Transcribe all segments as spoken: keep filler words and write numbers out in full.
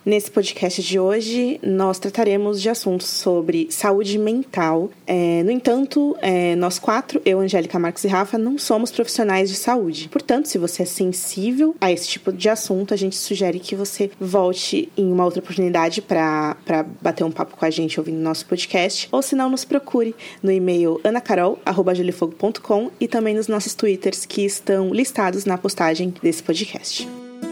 Nesse podcast de hoje, nós trataremos de assuntos sobre saúde mental. É, no entanto, é, nós quatro, eu, Angélica, Marcos e Rafa, não somos profissionais de saúde. Portanto, se você é sensível a esse tipo de assunto, a gente sugere que você volte em uma outra oportunidade para bater um papo com a gente ouvindo nosso podcast, ou se não, nos procure no e-mail anacarol arroba gelifogo ponto com e também nos nossos twitters que estão listados na postagem desse podcast.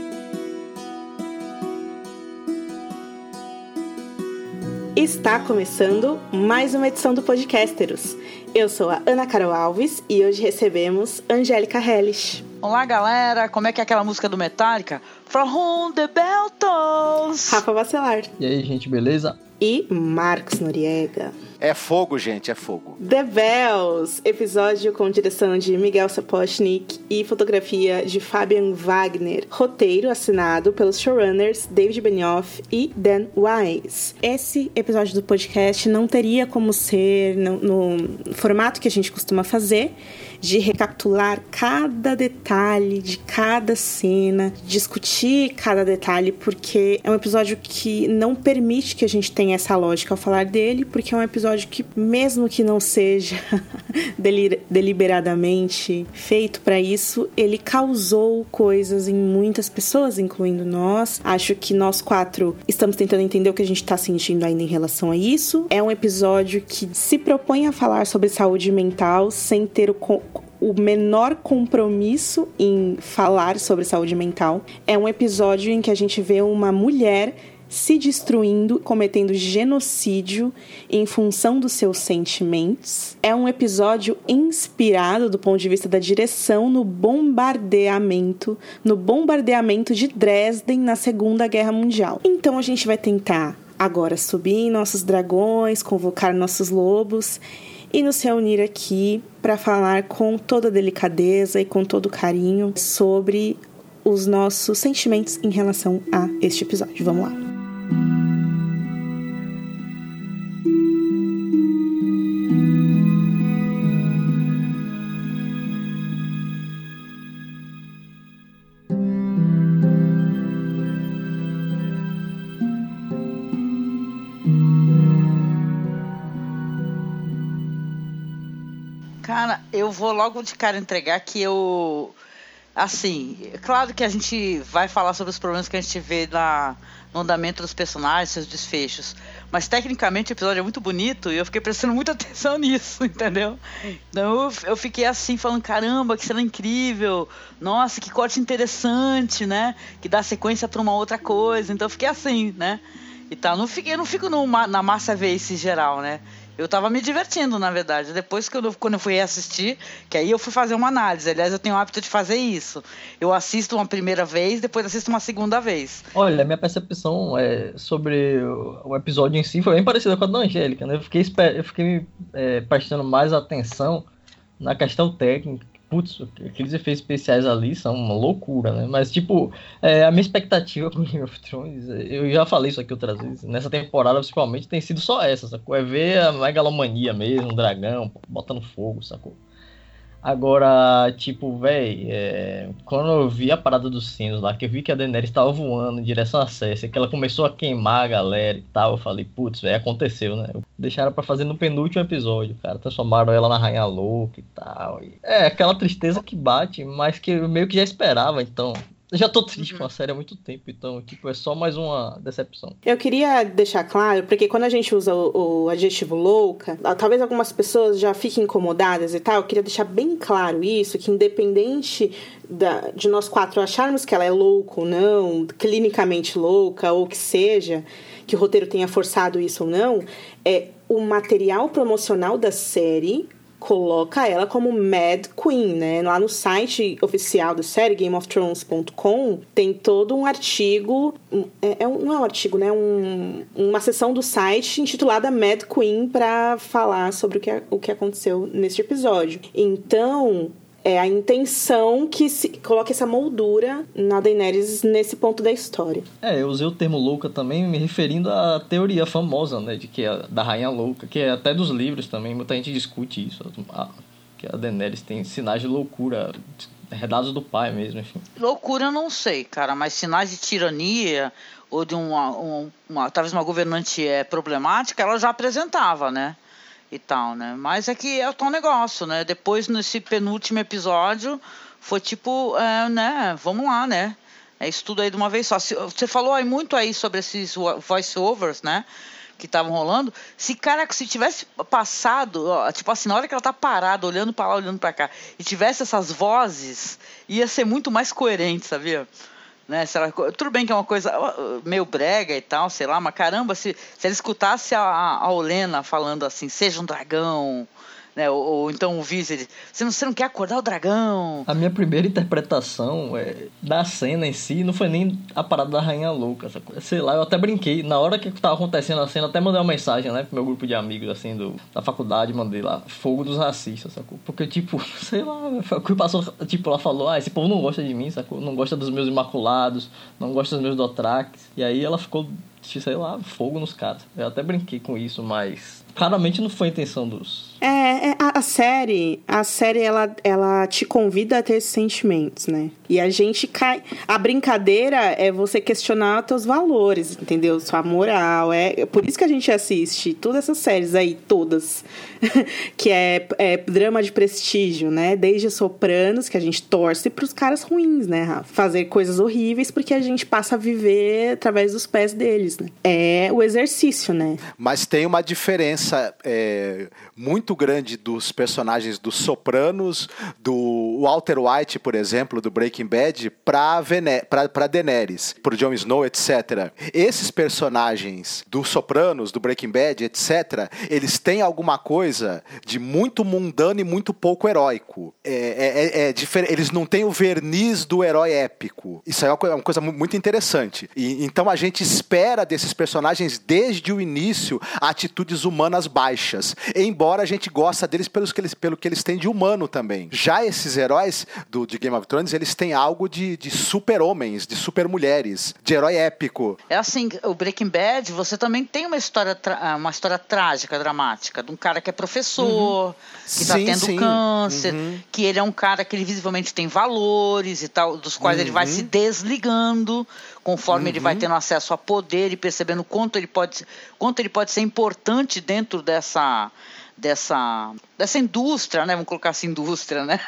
Está começando mais uma edição do Podcasteros. Eu sou a Ana Carol Alves e hoje recebemos Angélica Hellish. Olá, galera! Como é que é aquela música do Metallica? From whom the bell tolls. Rafa Bacelar. E aí, gente, beleza? E Marcos Noriega. É fogo, gente, é fogo. The Bells, episódio com direção de Miguel Sapochnik e fotografia de Fabian Wagner. Roteiro assinado pelos showrunners David Benioff e Dan Wise. Esse episódio do podcast não teria como ser no, no formato que a gente costuma fazer, de recapitular cada detalhe de cada cena, discutir cada detalhe, porque é um episódio que não permite que a gente tenha essa lógica ao falar dele, porque é um episódio que, mesmo que não seja deliberadamente feito para isso, ele causou coisas em muitas pessoas, incluindo nós. Acho que nós quatro estamos tentando entender o que a gente está sentindo ainda em relação a isso. É um episódio que se propõe a falar sobre saúde mental sem ter o o menor compromisso em falar sobre saúde mental. É um episódio em que a gente vê uma mulher se destruindo, cometendo genocídio em função dos seus sentimentos. É um episódio inspirado, do ponto de vista da direção, no bombardeamento, no bombardeamento de Dresden na Segunda Guerra Mundial. Então a gente vai tentar agora subir em nossos dragões, convocar nossos lobos e nos reunir aqui para falar com toda delicadeza e com todo carinho sobre os nossos sentimentos em relação a este episódio. Vamos lá. Cara, eu vou logo de cara entregar que eu... Assim, é claro que a gente vai falar sobre os problemas que a gente vê na, no andamento dos personagens, seus desfechos. Mas, tecnicamente, o episódio é muito bonito e eu fiquei prestando muita atenção nisso, entendeu? Então, eu, eu fiquei assim, falando, caramba, que cena incrível. Nossa, que corte interessante, né? Que dá sequência para uma outra coisa. Então, eu fiquei assim, né? E tal. Não fiquei, eu não fico no, na massa ver esse geral, né? Eu tava me divertindo, na verdade. Depois que eu, quando eu fui assistir, que aí eu fui fazer uma análise. Aliás, eu tenho o hábito de fazer isso. Eu assisto uma primeira vez, depois assisto uma segunda vez. Olha, a minha percepção é, sobre o, o episódio em si foi bem parecida com a da Angélica, né? Eu fiquei, eu fiquei é, prestando mais atenção na questão técnica. Putz, aqueles efeitos especiais ali são uma loucura, né? Mas, tipo, é, a minha expectativa com Game of Thrones, eu já falei isso aqui outras vezes, nessa temporada, principalmente, tem sido só essa, sacou? É ver a megalomania mesmo, um dragão, botando fogo, sacou? Agora, tipo, véi, é, quando eu vi a parada dos sinos lá, que eu vi que a Daenerys tava voando em direção a Cersei, que ela começou a queimar a galera e tal, eu falei, putz, véi, aconteceu, né? Deixaram pra fazer no penúltimo episódio, cara, transformaram ela na Rainha Louca e tal. E é, aquela tristeza que bate, mas que eu meio que já esperava, então... Eu já tô triste com a série há muito tempo, então, tipo, é só mais uma decepção. Eu queria deixar claro, porque quando a gente usa o, o adjetivo louca, talvez algumas pessoas já fiquem incomodadas e tal, eu queria deixar bem claro isso, que independente da, de nós quatro acharmos que ela é louca ou não, clinicamente louca, ou que seja, que o roteiro tenha forçado isso ou não, é o material promocional da série coloca ela como Mad Queen, né? Lá no site oficial da série, game of thrones ponto com, tem todo um artigo, é, é um, não é um artigo, né? Um, uma seção do site intitulada Mad Queen para falar sobre o que, o que aconteceu neste episódio. Então, é a intenção que se coloque essa moldura na Daenerys nesse ponto da história. É, eu usei o termo louca também me referindo à teoria famosa, né, de que é da Rainha Louca, que é até dos livros também, muita gente discute isso, a, que a Daenerys tem sinais de loucura, herdados do pai mesmo, enfim. Loucura eu não sei, cara, mas sinais de tirania ou de uma, uma, uma talvez uma governante é, problemática, ela já apresentava, né? E tal, né? Mas é que é o tal negócio, né? Depois, nesse penúltimo episódio, foi tipo, é, né? Vamos lá, né? É isso tudo aí de uma vez só. Você falou aí muito aí sobre esses voice-overs, né? Que estavam rolando. Se, cara, se tivesse passado, ó, tipo assim, na hora que ela tá parada, olhando pra lá, olhando pra cá, e tivesse essas vozes, ia ser muito mais coerente, sabia? Né? Se ela, tudo bem que é uma coisa meio brega e tal, sei lá, mas caramba, se, se ela escutasse a, a Olenna falando assim, seja um dragão, né? Ou, ou então o Viserys, você não, você não quer acordar o dragão? A minha primeira interpretação é, da cena em si não foi nem a parada da Rainha Louca, sacou? Sei lá, eu até brinquei, na hora que tava acontecendo a cena, até mandei uma mensagem, né, pro meu grupo de amigos, assim, do, da faculdade, mandei lá, fogo dos racistas, sacou? Porque, tipo, sei lá, o que passou, tipo, ela falou, ah, esse povo não gosta de mim, sacou? Não gosta dos meus imaculados, não gosta dos meus dothraques, e aí ela ficou, sei lá, fogo nos caras. Eu até brinquei com isso, mas claramente não foi a intenção dos... É, é a, a série, a série, ela, ela te convida a ter esses sentimentos, né? E a gente cai... A brincadeira é você questionar teus valores, entendeu? Sua moral, é... Por isso que a gente assiste todas essas séries aí, todas, que é, é drama de prestígio, né? Desde Sopranos, que a gente torce pros caras ruins, né, Rafa? Fazer coisas horríveis porque a gente passa a viver através dos pés deles, né? É o exercício, né? Mas tem uma diferença é, muito grande dos personagens dos Sopranos, do Walter White, por exemplo, do Breaking Bad, pra, Vene- pra, pra Daenerys, pro Jon Snow, etcétera. Esses personagens dos Sopranos, do Breaking Bad, etcétera, eles têm alguma coisa de muito mundano e muito pouco heróico. É, é, é, é difer- eles não têm o verniz do herói épico. Isso é uma coisa, uma coisa muito interessante. E, então a gente espera desses personagens, desde o início, atitudes humanas baixas. Embora a gente gosta deles pelos que eles, pelo que eles têm de humano também. Já esses heróis do, de Game of Thrones, eles têm algo de, de super-homens, de super-mulheres, de herói épico. É assim, o Breaking Bad, você também tem uma história, tra- uma história trágica, dramática, de um cara que é professor, uhum. que está tendo sim. câncer, uhum. que ele é um cara que ele visivelmente tem valores e tal, dos quais uhum. ele vai se desligando conforme uhum. ele vai tendo acesso a poder e percebendo quanto ele pode, quanto ele pode ser importante dentro dessa... dessa, dessa indústria, né? Vamos colocar assim, indústria, né?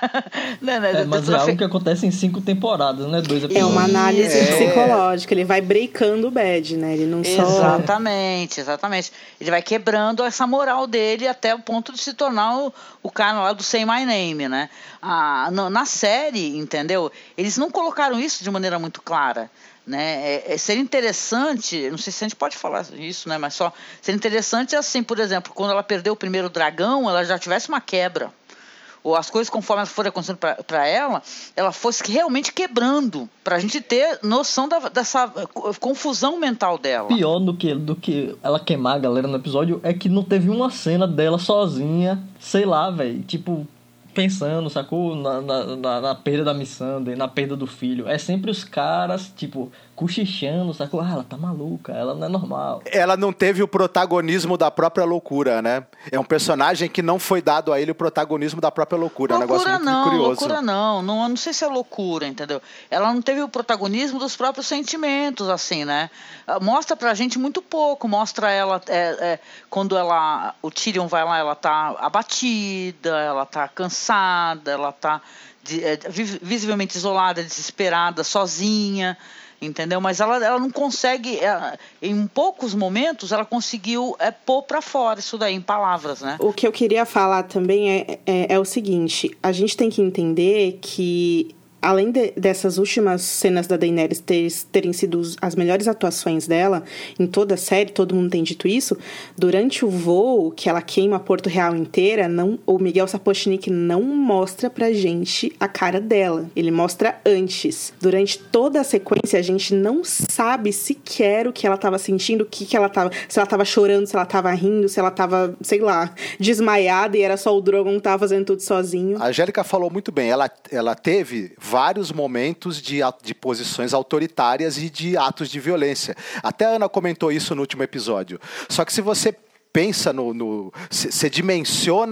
é, mas é algo fe... que acontece em cinco temporadas, né? Dois episódios. É uma análise é. psicológica, ele vai breakando o bad, né? Ele não só... Exatamente, exatamente. Ele vai quebrando essa moral dele até o ponto de se tornar o, o cara lá do Say My Name, né? Ah, na, na série, entendeu? Eles não colocaram isso de maneira muito clara. Né? É, é, seria interessante, não sei se a gente pode falar isso, né? Mas só seria interessante assim, por exemplo, quando ela perdeu o primeiro dragão, ela já tivesse uma quebra, ou as coisas conforme elas forem acontecendo para ela, ela fosse realmente quebrando, para a gente ter noção da, dessa confusão mental dela. Pior do que, do que ela queimar a galera no episódio é que não teve uma cena dela sozinha, sei lá, velho, tipo... pensando, sacou? Na, na, na, na perda da Missandei, na perda do filho. É sempre os caras, tipo, cochichando, sacou? Ah, ela tá maluca, ela não é normal. Ela não teve o protagonismo da própria loucura, né? É um personagem que não foi dado a ele o protagonismo da própria loucura. Loucura é um negócio muito não, curioso. Loucura não, não, não sei se é loucura, entendeu? Ela não teve o protagonismo dos próprios sentimentos, assim, né? Mostra pra gente muito pouco, mostra ela, é, é, quando ela, o Tyrion vai lá, ela tá abatida, ela tá cansada, ela está é, visivelmente isolada, desesperada, sozinha, entendeu? Mas ela, ela não consegue, ela, em poucos momentos, ela conseguiu é, pôr para fora isso daí, em palavras, né? O que eu queria falar também é, é, é o seguinte, a gente tem que entender que além de, dessas últimas cenas da Daenerys ter, terem sido as melhores atuações dela em toda a série, todo mundo tem dito isso, durante o voo que ela queima Porto Real inteira, não, o Miguel Sapochnik não mostra pra gente a cara dela. Ele mostra antes. Durante toda a sequência, a gente não sabe sequer o que ela tava sentindo, o que, que ela tava... Se ela tava chorando, se ela tava rindo, se ela tava, sei lá, desmaiada e era só o Drogon que tava fazendo tudo sozinho. A Angélica falou muito bem. Ela, ela teve vários momentos de, de posições autoritárias e de atos de violência. Até a Ana comentou isso no último episódio. Só que se você pensa no... no você dimensiona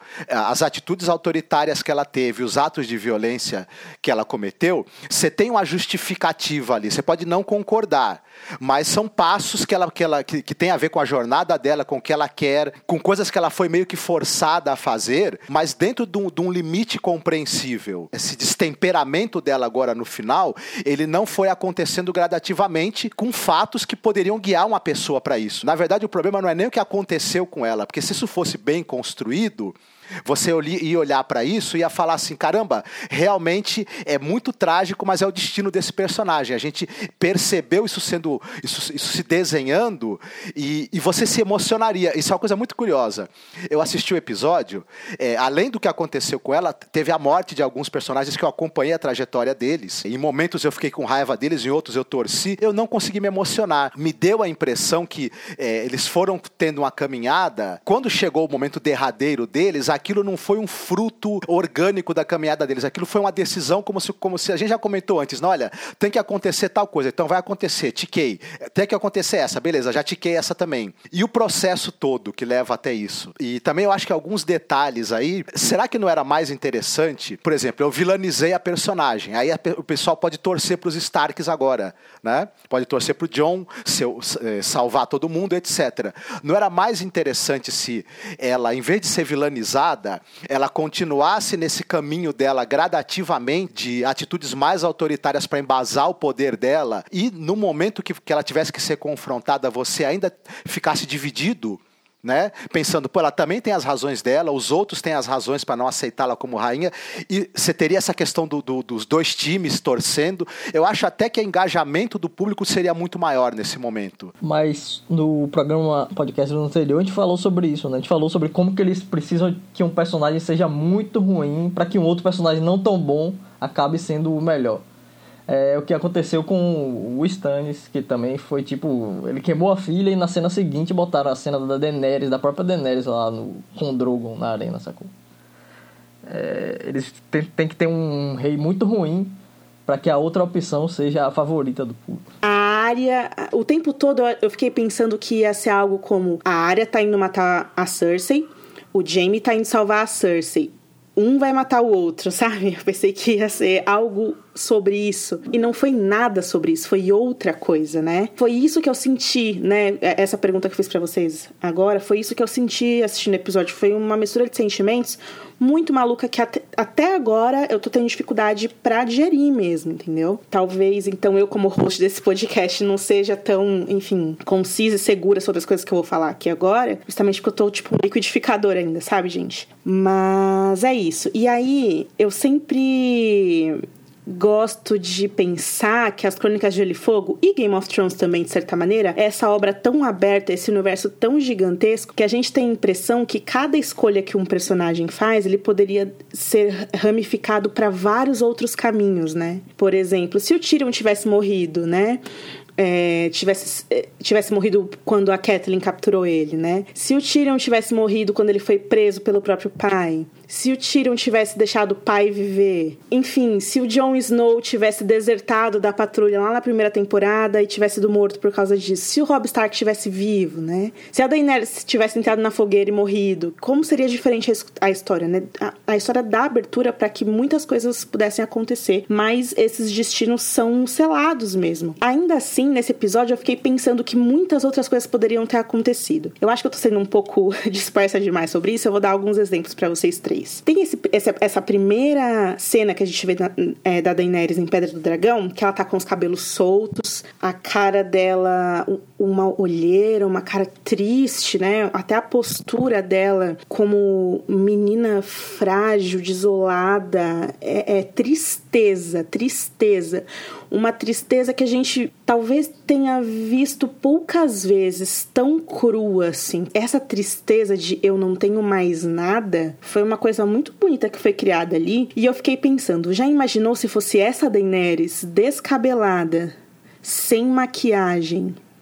as atitudes autoritárias que ela teve, os atos de violência que ela cometeu, você tem uma justificativa ali. Você pode não concordar, mas são passos que, ela, que, ela, que, que tem a ver com a jornada dela, com o que ela quer, com coisas que ela foi meio que forçada a fazer, mas dentro de um, de um limite compreensível. Esse destemperamento dela agora no final, ele não foi acontecendo gradativamente com fatos que poderiam guiar uma pessoa para isso. Na verdade, o problema não é nem o que aconteceu com ela, porque se isso fosse bem construído, você ia olhar para isso e ia falar assim, caramba, realmente é muito trágico, mas é o destino desse personagem. A gente percebeu isso sendo, isso, isso se desenhando e, e você se emocionaria. Isso é uma coisa muito curiosa. Eu assisti o episódio, é, além do que aconteceu com ela, teve a morte de alguns personagens que eu acompanhei a trajetória deles. Em momentos eu fiquei com raiva deles, em outros eu torci. Eu não consegui me emocionar. Me deu a impressão que é, eles foram tendo uma caminhada. Quando chegou o momento derradeiro deles, aquilo não foi um fruto orgânico da caminhada deles, aquilo foi uma decisão como se, como se a gente já comentou antes, não, olha, tem que acontecer tal coisa, então vai acontecer, tiquei, tem que acontecer essa, beleza, já tiquei essa também. E o processo todo que leva até isso. E também eu acho que alguns detalhes aí, será que não era mais interessante? Por exemplo, eu vilanizei a personagem, aí a, o pessoal pode torcer para os Starks agora, né? Pode torcer para o Jon, seu, salvar todo mundo, etcétera. Não era mais interessante se ela, em vez de ser vilanizada, ela continuasse nesse caminho dela gradativamente de atitudes mais autoritárias para embasar o poder dela e no momento que, que ela tivesse que ser confrontada, você ainda ficasse dividido, né? Pensando, pô, ela também tem as razões dela, os outros têm as razões para não aceitá-la como rainha, e você teria essa questão do, do, dos dois times torcendo. Eu acho até que o engajamento do público seria muito maior nesse momento. Mas no programa podcast anterior a gente falou sobre isso, né? A gente falou sobre como que eles precisam que um personagem seja muito ruim para que um outro personagem não tão bom acabe sendo o melhor. É o que aconteceu com o Stannis, que também foi tipo... Ele queimou a filha e na cena seguinte botaram a cena da Daenerys, da própria Daenerys lá no, com o Drogon na arena, sacou? É, eles têm, têm que ter um rei muito ruim para que a outra opção seja a favorita do público. A Arya... O tempo todo eu fiquei pensando que ia ser algo como... A Arya tá indo matar a Cersei, o Jaime tá indo salvar a Cersei. Um vai matar o outro, sabe? Eu pensei que ia ser algo sobre isso. E não foi nada sobre isso, foi outra coisa, né? Foi isso que eu senti, né? Essa pergunta que eu fiz pra vocês agora, foi isso que eu senti assistindo o episódio. Foi uma mistura de sentimentos muito maluca que até, até agora eu tô tendo dificuldade pra digerir mesmo, entendeu? Talvez, então, eu como host desse podcast não seja tão, enfim, concisa e segura sobre as coisas que eu vou falar aqui agora, justamente porque eu tô, tipo, um liquidificador ainda, sabe, gente? Mas é isso. E aí, eu sempre... gosto de pensar que as Crônicas de Gelo e Fogo e Game of Thrones também, de certa maneira, é essa obra tão aberta, esse universo tão gigantesco, que a gente tem a impressão que cada escolha que um personagem faz, ele poderia ser ramificado para vários outros caminhos, né? Por exemplo, se o Tyrion tivesse morrido, né? É, tivesse, tivesse morrido quando a Catelyn capturou ele, né? Se o Tyrion tivesse morrido quando ele foi preso pelo próprio pai, se o Tyrion tivesse deixado o pai viver, enfim, se o Jon Snow tivesse desertado da patrulha lá na primeira temporada e tivesse sido morto por causa disso, se o Robb Stark tivesse vivo, né? Se a Daenerys tivesse entrado na fogueira e morrido, como seria diferente a história, né? A, a história dá abertura para que muitas coisas pudessem acontecer, mas esses destinos são selados mesmo. Ainda assim, nesse episódio, eu fiquei pensando que muitas outras coisas poderiam ter acontecido. Eu acho que eu tô sendo um pouco dispersa demais sobre isso, eu vou dar alguns exemplos pra vocês três. Tem esse, essa, essa primeira cena que a gente vê na, é, da Daenerys em Pedra do Dragão, que ela tá com os cabelos soltos, a cara dela, uma olheira, uma cara triste, né? Até a postura dela como menina frágil, desolada, é, é tristeza, tristeza. Uma tristeza que a gente talvez tenha visto poucas vezes tão crua assim. Essa tristeza de eu não tenho mais nada foi uma coisa muito bonita que foi criada ali. E eu fiquei pensando, já imaginou se fosse essa Daenerys descabelada, sem maquiagem,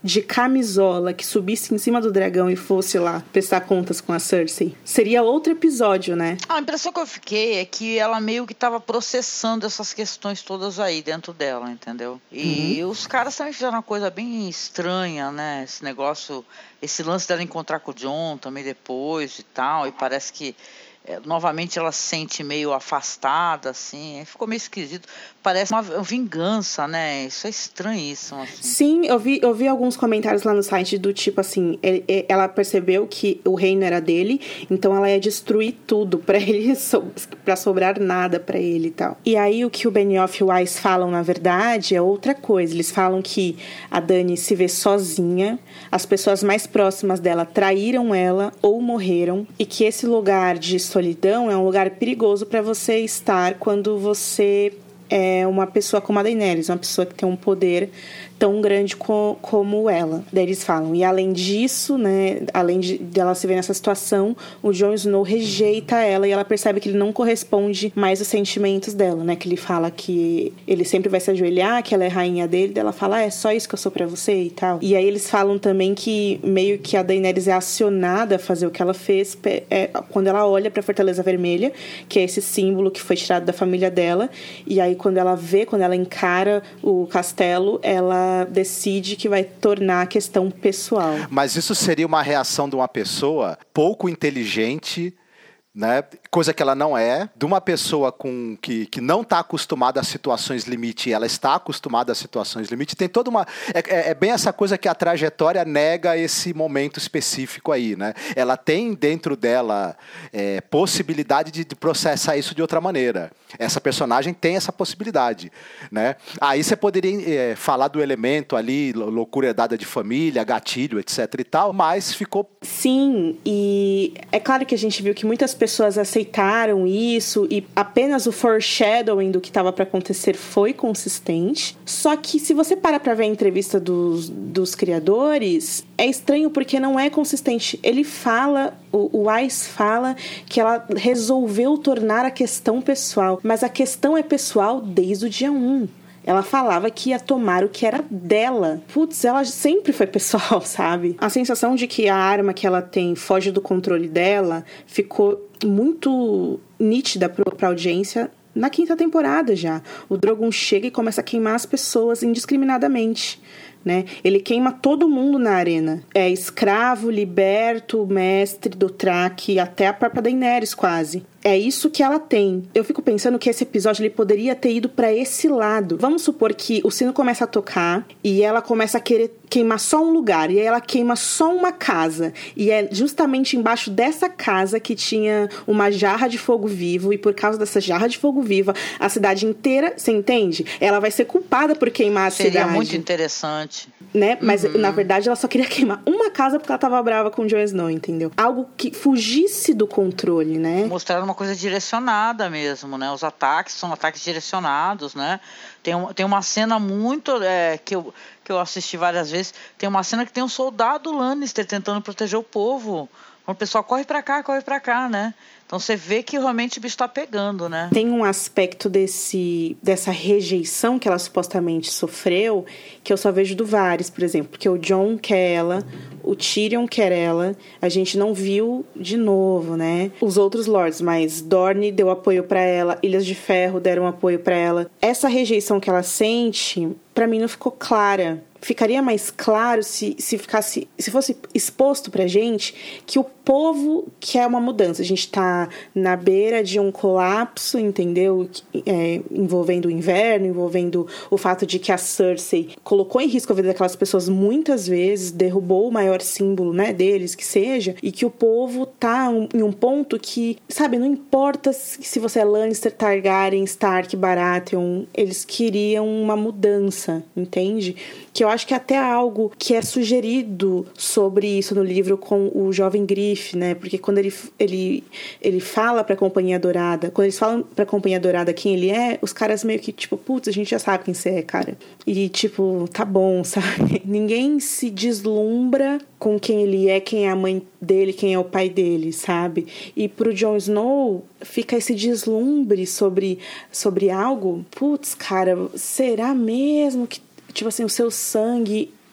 de camisola que subisse em cima do dragão e fosse lá prestar contas com a Cersei. Seria outro episódio, né? A impressão que eu fiquei é que ela meio que tava processando essas questões todas aí dentro dela, entendeu? E uhum. os caras também fizeram uma coisa bem estranha, né? Esse negócio, esse lance dela encontrar com o Jon também depois e tal, e parece que É, novamente ela se sente meio afastada, assim, ficou meio esquisito, parece uma vingança, né, isso é estranhíssimo, assim. Sim, eu vi, eu vi alguns comentários lá no site do tipo assim, ele, ela percebeu que o reino era dele, então ela ia destruir tudo pra ele, pra sobrar nada pra ele e tal. E aí o que o Benioff e o Weiss falam, na verdade, é outra coisa. Eles falam que a Dany se vê sozinha, as pessoas mais próximas dela traíram ela ou morreram, e que esse lugar de solidão é um lugar perigoso para você estar quando você é uma pessoa como a Daenerys, uma pessoa que tem um poder tão grande co- como ela. Daí eles falam, e além disso, né, além de dela se ver nessa situação, o Jon Snow rejeita ela e ela percebe que ele não corresponde mais aos sentimentos dela, né, que ele fala que ele sempre vai se ajoelhar, que ela é rainha dele, daí ela fala, ah, é só isso que eu sou pra você e tal. E aí eles falam também que meio que a Daenerys é acionada a fazer o que ela fez é, quando ela olha pra Fortaleza Vermelha, que é esse símbolo que foi tirado da família dela, e aí quando ela vê, quando ela encara o castelo, ela decide que vai tornar a questão pessoal. Mas isso seria uma reação de uma pessoa pouco inteligente, né? Coisa que ela não é, de uma pessoa com, que, que não está acostumada a situações limite, e ela está acostumada a situações limite. Tem toda uma... É, é, é bem essa coisa que a trajetória nega esse momento específico aí, né? Ela tem dentro dela é, possibilidade de, de processar isso de outra maneira. Essa personagem tem essa possibilidade, né? Aí você poderia é, falar do elemento ali, loucura herdada de família, gatilho, etc e tal, mas ficou... Sim, e é claro que a gente viu que muitas pessoas aceitaram isso e apenas o foreshadowing do que estava para acontecer foi consistente. Só que se você para para ver a entrevista dos, dos criadores, é estranho porque não é consistente. Ele fala, o, o Weiss fala que ela resolveu tornar a questão pessoal, mas a questão é pessoal desde o dia um. Ela falava que ia tomar o que era dela. Putz, ela sempre foi pessoal, sabe? A sensação de que a arma que ela tem foge do controle dela ficou muito nítida pra audiência na quinta temporada já. O Drogon chega e começa a queimar as pessoas indiscriminadamente, né? Ele queima todo mundo na arena. É escravo, liberto, mestre do Track, até a própria Daenerys quase. É isso que ela tem. Eu fico pensando que esse episódio ele poderia ter ido pra esse lado. Vamos supor que o sino começa a tocar e ela começa a querer queimar só um lugar. E aí ela queima só uma casa. E é justamente embaixo dessa casa que tinha uma jarra de fogo vivo. E por causa dessa jarra de fogo viva, a cidade inteira, você entende? Ela vai ser culpada por queimar a Seria cidade. Seria muito interessante. Né? Mas, uhum. na verdade, ela só queria queimar uma casa porque ela tava brava com o Jon Snow, entendeu? Algo que fugisse do controle, né? Mostraram uma coisa direcionada mesmo, né? Os ataques são ataques direcionados, né? Tem, um, tem uma cena muito... É, que, eu, que eu assisti várias vezes. Tem uma cena que tem um soldado Lannister tentando proteger o povo. O pessoal corre pra cá, corre pra cá, né? Então você vê que realmente o bicho tá pegando, né? Tem um aspecto desse, dessa rejeição que ela supostamente sofreu que eu só vejo do Varys, por exemplo. Porque o Jon quer ela, o Tyrion quer ela, a gente não viu de novo, né? Os outros lords, mas Dorne deu apoio pra ela, Ilhas de Ferro deram apoio pra ela. Essa rejeição que ela sente, pra mim não ficou clara. Ficaria mais claro se, se, ficasse, se fosse exposto pra gente que o povo quer uma mudança. A gente tá na beira de um colapso, entendeu? É, envolvendo o inverno, envolvendo o fato de que a Cersei colocou em risco a vida daquelas pessoas muitas vezes, derrubou o maior símbolo, né, deles, que seja, e que o povo tá um, em um ponto que, sabe, não importa se você é Lannister, Targaryen, Stark, Baratheon, eles queriam uma mudança, entende? Que eu acho que até algo que é sugerido sobre isso no livro com o jovem Griff, né? Porque quando ele, ele, ele fala pra Companhia Dourada, quando eles falam pra Companhia Dourada quem ele é, os caras meio que, tipo, putz, a gente já sabe quem você é, cara. E, tipo, tá bom, sabe? Ninguém se deslumbra com quem ele é, quem é a mãe dele, quem é o pai dele, sabe? E pro Jon Snow fica esse deslumbre sobre, sobre algo. Putz, cara, será mesmo que tipo assim, o seu sangue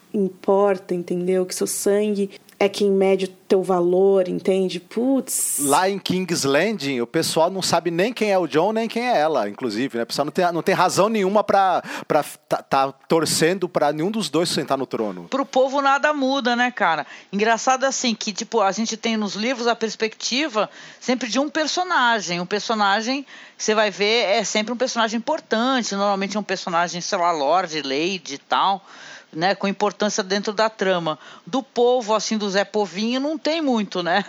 importa, entendeu? Que seu sangue é quem mede o teu valor, entende? Putz. Lá em King's Landing, o pessoal não sabe nem quem é o Jon, nem quem é ela, inclusive, né? O pessoal não tem, não tem razão nenhuma pra estar tá, tá torcendo pra nenhum dos dois sentar no trono. Pro povo nada muda, né, cara? Engraçado assim, que tipo, a gente tem nos livros a perspectiva sempre de um personagem. Um personagem que você vai ver é sempre um personagem importante, normalmente é um personagem, sei lá, Lorde, Lady e tal, né, com importância dentro da trama. Do povo, assim, do Zé Povinho, não tem muito, né?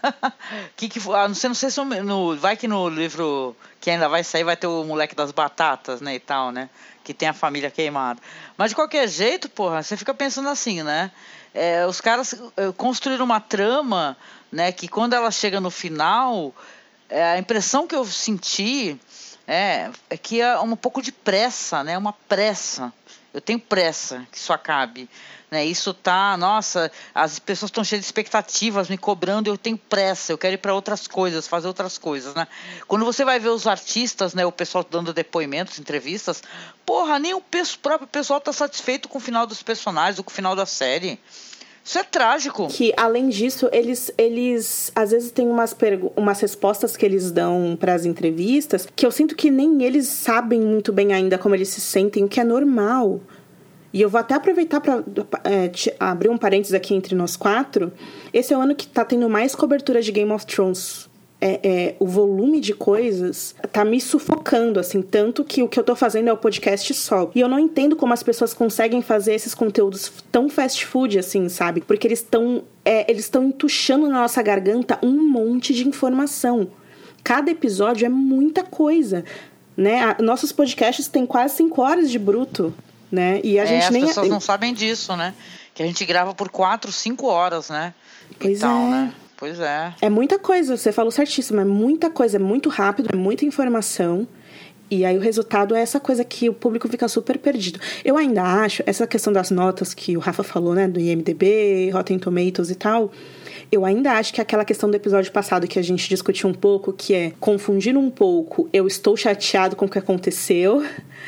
que que, ah, não sei, não sei se no, vai que no livro que ainda vai sair vai ter o moleque das batatas, né, e tal, né? Que tem a família queimada. Mas de qualquer jeito, porra, você fica pensando assim, né? É, os caras construíram uma trama, né, que quando ela chega no final, é, a impressão que eu senti é, é que é um pouco de pressa, né? Uma pressa. Eu tenho pressa que isso acabe, né? Isso tá, nossa, as pessoas estão cheias de expectativas, me cobrando, eu tenho pressa, eu quero ir para outras coisas, fazer outras coisas, né? Quando você vai ver os artistas, né, o pessoal dando depoimentos, entrevistas, porra, nem o próprio pessoal tá satisfeito com o final dos personagens, ou com o final da série. Isso é trágico. Que, além disso, eles, eles às vezes têm umas, pergu- umas respostas que eles dão para as entrevistas que eu sinto que nem eles sabem muito bem ainda como eles se sentem, o que é normal. E eu vou até aproveitar para é, abrir um parênteses aqui entre nós quatro. Esse é o ano que tá tendo mais cobertura de Game of Thrones. É, é, o volume de coisas tá me sufocando, assim, tanto que o que eu tô fazendo é o podcast só. E eu não entendo como as pessoas conseguem fazer esses conteúdos tão fast food, assim, sabe? Porque eles estão é, eles estão entuchando na nossa garganta um monte de informação. Cada episódio é muita coisa, né? A, nossos podcasts têm quase cinco horas de bruto, né? E a é, gente as nem... As pessoas não sabem disso, né? Que a gente grava por quatro, cinco horas, né? Pois e tal, é. né? Pois é. É muita coisa, você falou certíssimo, é muita coisa, é muito rápido, é muita informação. E aí o resultado é essa coisa que o público fica super perdido. Eu ainda acho, essa questão das notas que o Rafa falou, né, do I M D B, Rotten Tomatoes e tal, eu ainda acho que aquela questão do episódio passado que a gente discutiu um pouco, que é confundir um pouco, eu estou chateado com o que aconteceu,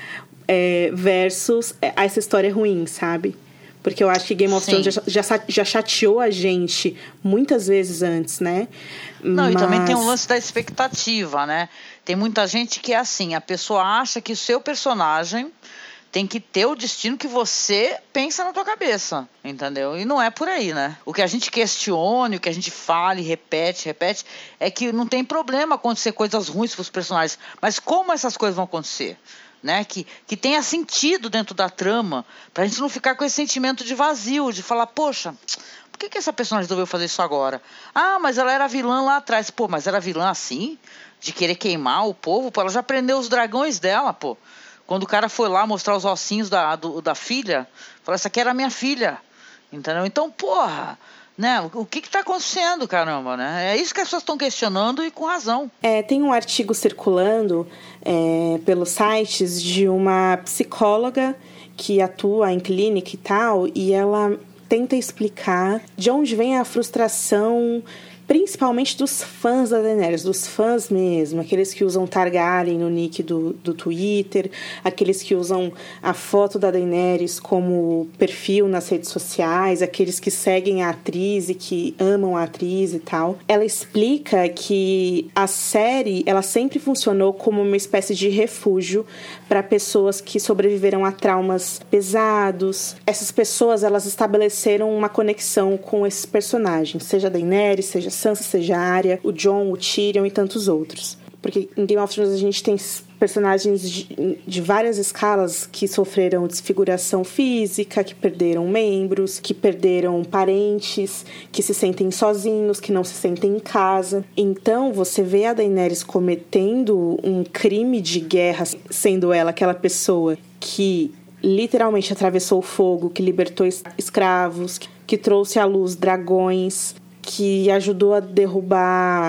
é, versus essa história ruim, sabe? Porque eu acho que Game of Thrones já, já, já chateou a gente muitas vezes antes, né? Não, Mas... e também tem um lance da expectativa, né? Tem muita gente que é assim, a pessoa acha que o seu personagem tem que ter o destino que você pensa na tua cabeça, entendeu? E não é por aí, né? O que a gente questione, o que a gente fale, repete, repete, é que não tem problema acontecer coisas ruins para os personagens. Mas como essas coisas vão acontecer? Né? Que, que tenha sentido dentro da trama, pra gente não ficar com esse sentimento de vazio, de falar, poxa, por que, que essa personagem resolveu fazer isso agora? Ah, mas ela era vilã lá atrás. Pô, mas era vilã assim? De querer queimar o povo? Pô, ela já prendeu os dragões dela, pô. Quando o cara foi lá mostrar os ossinhos da, do, da filha, falou, essa aqui era a minha filha. Entendeu? Então, porra... Né? O que está acontecendo, caramba, né? É isso que as pessoas estão questionando e com razão. É, tem um artigo circulando é, pelos sites de uma psicóloga que atua em clínica e tal, e ela tenta explicar de onde vem a frustração, principalmente dos fãs da Daenerys, dos fãs mesmo, aqueles que usam Targaryen no nick do, do Twitter, aqueles que usam a foto da Daenerys como perfil nas redes sociais, aqueles que seguem a atriz e que amam a atriz e tal. Ela explica que a série, ela sempre funcionou como uma espécie de refúgio para pessoas que sobreviveram a traumas pesados. Essas pessoas, elas estabeleceram uma conexão com esses personagens, seja a Daenerys, seja Sansa, seja a Arya, o Jon, o Tyrion e tantos outros. Porque em Game of Thrones a gente tem personagens de, de várias escalas que sofreram desfiguração física, que perderam membros, que perderam parentes, que se sentem sozinhos, que não se sentem em casa. Então você vê a Daenerys cometendo um crime de guerra, sendo ela aquela pessoa que literalmente atravessou o fogo, que libertou escravos, que trouxe à luz dragões, que ajudou a derrubar o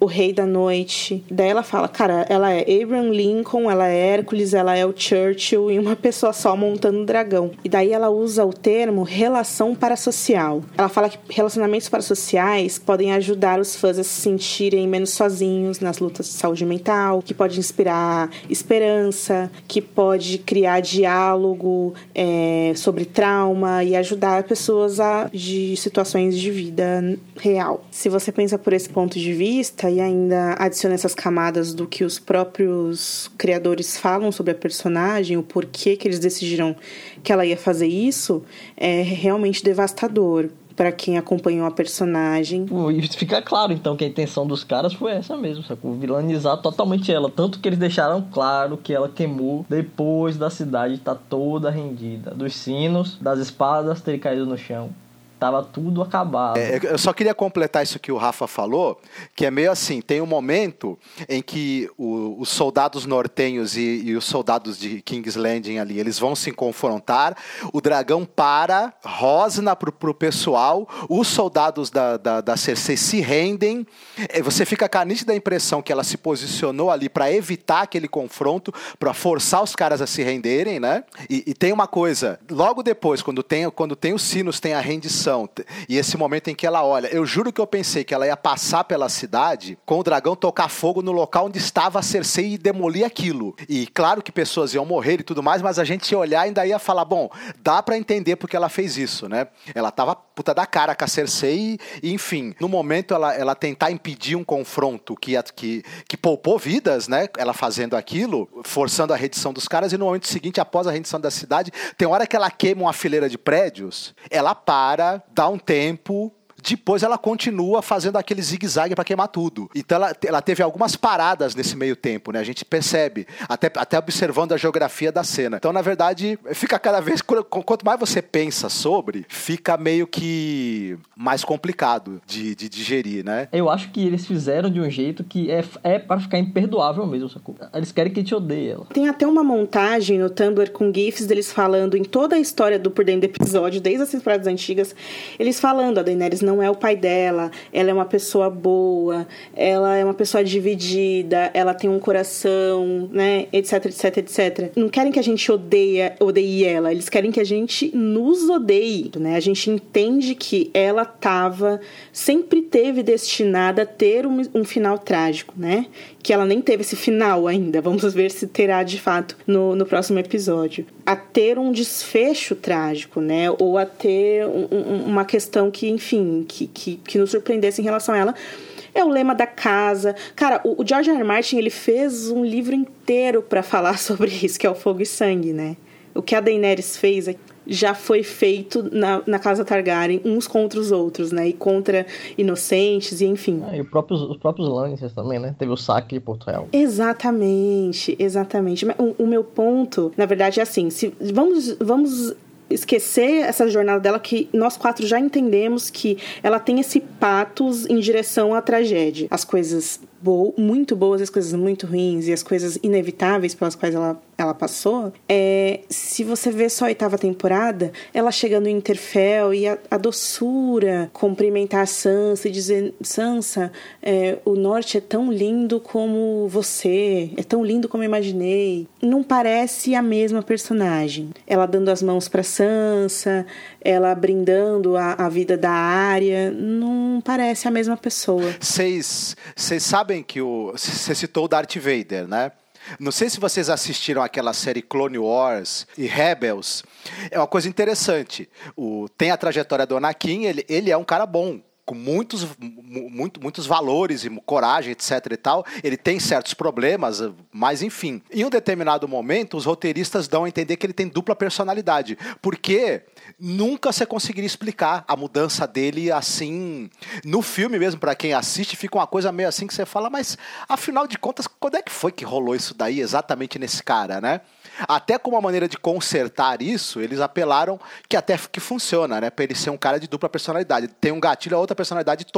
o Rei da Noite. Daí ela fala, cara, ela é Abraham Lincoln, ela é Hércules, ela é o Churchill e uma pessoa só montando um dragão. E daí ela usa o termo relação parasocial. Ela fala que relacionamentos parasociais podem ajudar os fãs a se sentirem menos sozinhos nas lutas de saúde mental, que pode inspirar esperança, que pode criar diálogo é, sobre trauma e ajudar pessoas a, de situações de vida real. Se você pensa por esse ponto de vista e ainda adiciona essas camadas do que os próprios criadores falam sobre a personagem, o porquê que eles decidiram que ela ia fazer isso, é realmente devastador para quem acompanhou a personagem. E fica claro, então, que a intenção dos caras foi essa mesmo, sacou? Vilanizar totalmente ela. Tanto que eles deixaram claro que ela queimou depois da cidade estar toda rendida. Dos sinos, das espadas terem caído no chão. Tava tudo acabado. É, eu só queria completar isso que o Rafa falou, que é meio assim, tem um momento em que o, os soldados nortenhos e, e os soldados de King's Landing ali, eles vão se confrontar, o dragão para, rosna pro, pro pessoal, os soldados da, da, da Cersei se rendem, você fica com a nítida impressão que ela se posicionou ali para evitar aquele confronto, para forçar os caras a se renderem, né? E, e tem uma coisa, logo depois, quando tem, quando tem os sinos, tem a rendição, e esse momento em que ela olha, eu juro que eu pensei que ela ia passar pela cidade com o dragão tocar fogo no local onde estava a Cersei e demolir aquilo. E claro que pessoas iam morrer e tudo mais, mas a gente ia olhar e ainda ia falar, bom, dá pra entender porque ela fez isso, né? Ela tava puta da cara com a Cersei e, enfim, no momento ela, ela tentar impedir um confronto que, que, que poupou vidas, né? Ela fazendo aquilo, forçando a rendição dos caras, e no momento seguinte, após a rendição da cidade, tem hora que ela queima uma fileira de prédios, ela para, dá um tempo, depois ela continua fazendo aquele zigue-zague para queimar tudo. Então ela, ela teve algumas paradas nesse meio tempo, né? A gente percebe, até, até observando a geografia da cena. Então, na verdade, fica cada vez, quanto mais você pensa sobre, fica meio que mais complicado de, de digerir, né? Eu acho que eles fizeram de um jeito que é, é para ficar imperdoável mesmo, sacou? Eles querem que a gente odeie ela. Tem até uma montagem no Tumblr com gifs deles falando em toda a história do Por Dentro do Episódio, desde as temporadas antigas, eles falando, a Daenerys não é o pai dela, ela é uma pessoa boa, ela é uma pessoa dividida, ela tem um coração, né, etc, etc, etcétera. Não querem que a gente odeie, odeie ela, eles querem que a gente nos odeie, né? A gente entende que ela tava, sempre teve destinada a ter um, um final trágico, né? Que ela nem teve esse final ainda, vamos ver se terá de fato no, no próximo episódio. A ter um desfecho trágico, né? Ou a ter um, um, uma questão que, enfim, que, que, que nos surpreendesse em relação a ela. É o lema da casa. Cara, o, o George R. R. Martin, ele fez um livro inteiro pra falar sobre isso, que é o Fogo e Sangue, né? O que a Daenerys fez aqui já foi feito na, na casa Targaryen, uns contra os outros, né? E contra inocentes, e enfim. Ah, e os próprios, os próprios Lannisters também, né? Teve o saque de Porto Real. Exatamente, exatamente. O, o meu ponto, na verdade, é assim, se, vamos... vamos esquecer essa jornada dela, que nós quatro já entendemos que ela tem esse patos em direção à tragédia. As coisas bo- muito boas, as coisas muito ruins e as coisas inevitáveis pelas quais ela, ela passou. É, se você vê só a oitava temporada, ela chega no Winterfell e a, a doçura, cumprimentar a Sansa e dizer, Sansa, é, o norte é tão lindo como você, é tão lindo como eu imaginei. Não parece a mesma personagem. Ela dando as mãos pra Sansa, ela brindando a, a vida da Arya, não parece a mesma pessoa. Vocês sabem que o... Você citou o Darth Vader, né? Não sei se vocês assistiram aquela série Clone Wars e Rebels. É uma coisa interessante. O, tem a trajetória do Anakin, ele, ele é um cara bom, com muitos, muito, muitos valores e coragem, etc e tal. Ele tem certos problemas, mas enfim. Em um determinado momento, os roteiristas dão a entender que ele tem dupla personalidade, porque nunca você conseguiria explicar a mudança dele assim. No filme mesmo, para quem assiste, fica uma coisa meio assim que você fala, mas afinal de contas, quando é que foi que rolou isso daí exatamente nesse cara, né? Até como uma maneira de consertar isso, eles apelaram que até que funciona, né? Pra ele ser um cara de dupla personalidade. Tem um gatilho, a outra personalidade toma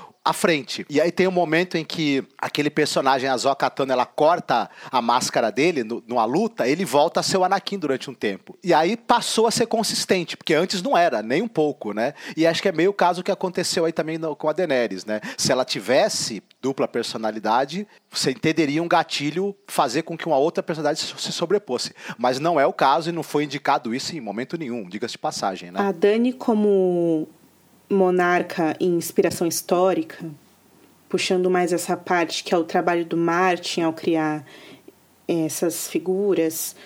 à frente. E aí tem um momento em que aquele personagem, a Ahsoka Tano, ela corta a máscara dele no, numa luta, ele volta a ser o Anakin durante um tempo. E aí passou a ser consistente, porque antes não era, nem um pouco, né? E acho que é meio o caso que aconteceu aí também no, com a Daenerys, né? Se ela tivesse dupla personalidade, você entenderia um gatilho fazer com que uma outra personalidade se sobreposse. Mas não é o caso e não foi indicado isso em momento nenhum, diga-se de passagem, né? A Dani, como monarca em inspiração histórica, puxando mais essa parte que é o trabalho do Martin ao criar essas figuras,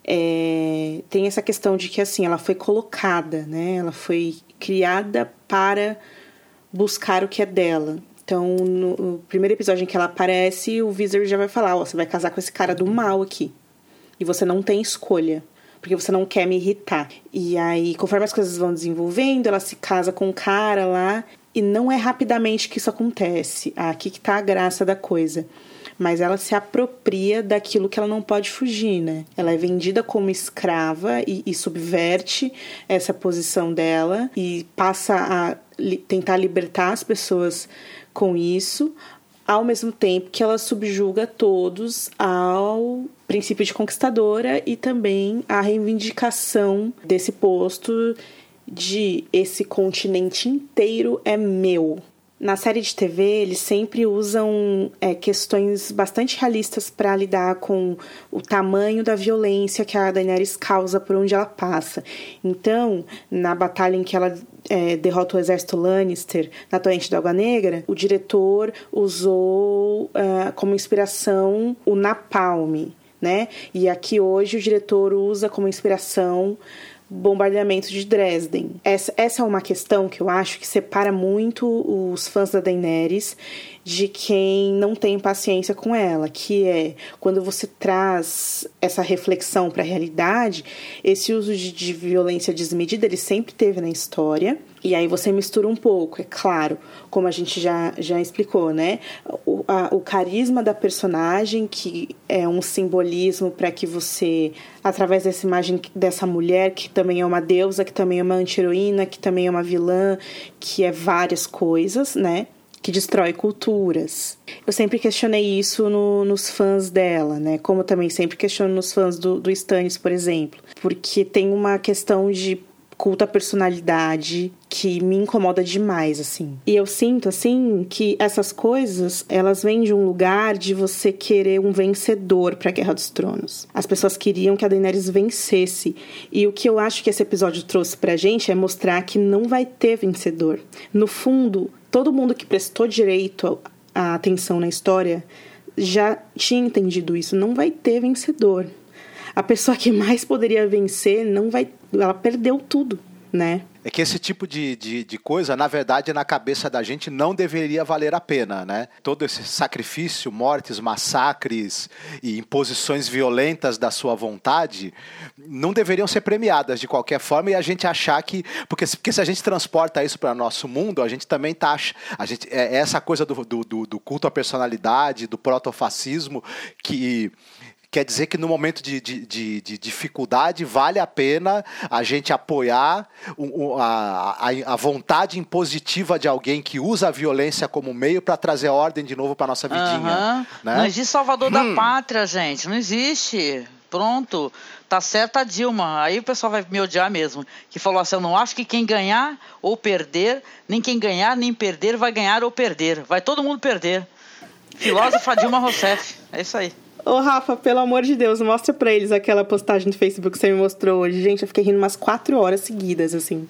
é, tem essa questão de que assim, ela foi colocada, né? Ela foi criada para buscar o que é dela. Então, no, no primeiro episódio em que ela aparece, o Visser já vai falar, ó, você vai casar com esse cara do mal aqui. E você não tem escolha, porque você não quer me irritar. E aí, conforme as coisas vão desenvolvendo, ela se casa com um cara lá, e não é rapidamente que isso acontece. Aqui que tá a graça da coisa. Mas ela se apropria daquilo que ela não pode fugir, né? Ela é vendida como escrava e, e subverte essa posição dela e passa a li, tentar libertar as pessoas com isso, ao mesmo tempo que ela subjuga todos ao princípio de conquistadora e também à reivindicação desse posto de esse continente inteiro é meu. Na série de T V, eles sempre usam é, questões bastante realistas para lidar com o tamanho da violência que a Daenerys causa por onde ela passa. Então, na batalha em que ela é, derrota o exército Lannister na Torrente da Água Negra, o diretor usou uh, como inspiração o napalm, né? E aqui hoje o diretor usa como inspiração bombardeamento de Dresden. Essa, essa é uma questão que eu acho que separa muito os fãs da Daenerys de quem não tem paciência com ela, que é quando você traz essa reflexão para a realidade, esse uso de, de violência desmedida ele sempre teve na história, e aí você mistura um pouco, é claro, como a gente já, já explicou, né? O, a, o carisma da personagem, que é um simbolismo para que você, através dessa imagem dessa mulher, que também é uma deusa, que também é uma anti-heroína, que também é uma vilã, que é várias coisas, né? Que destrói culturas. Eu sempre questionei isso no, nos fãs dela, né? Como eu também sempre questiono nos fãs do, do Stannis, por exemplo. Porque tem uma questão de culto à personalidade que me incomoda demais, assim. E eu sinto, assim, que essas coisas, elas vêm de um lugar de você querer um vencedor pra Guerra dos Tronos. As pessoas queriam que a Daenerys vencesse. E o que eu acho que esse episódio trouxe pra gente é mostrar que não vai ter vencedor. No fundo, todo mundo que prestou direito a atenção na história já tinha entendido isso. Não vai ter vencedor. A pessoa que mais poderia vencer, não vai, ela perdeu tudo, né? É que esse tipo de, de, de coisa, na verdade, na cabeça da gente não deveria valer a pena, né? Todo esse sacrifício, mortes, massacres e imposições violentas da sua vontade não deveriam ser premiadas de qualquer forma e a gente achar que... Porque, porque se a gente transporta isso para o nosso mundo, a gente também tá... A gente, é essa coisa do, do, do culto à personalidade, do protofascismo, que... Quer dizer que no momento de, de, de, de dificuldade vale a pena a gente apoiar o, a, a, a vontade impositiva de alguém que usa a violência como meio para trazer ordem de novo para nossa vidinha. Uhum. Né? Não existe salvador hum. da pátria, gente. Não existe. Pronto. Tá certa a Dilma. Aí o pessoal vai me odiar mesmo. Que falou assim, eu não acho que quem ganhar ou perder, nem quem ganhar nem perder vai ganhar ou perder. Vai todo mundo perder. Filósofa Dilma Rousseff. É isso aí. Ô, Rafa, pelo amor de Deus, mostra pra eles aquela postagem do Facebook que você me mostrou hoje. Gente, eu fiquei rindo umas quatro horas seguidas, assim.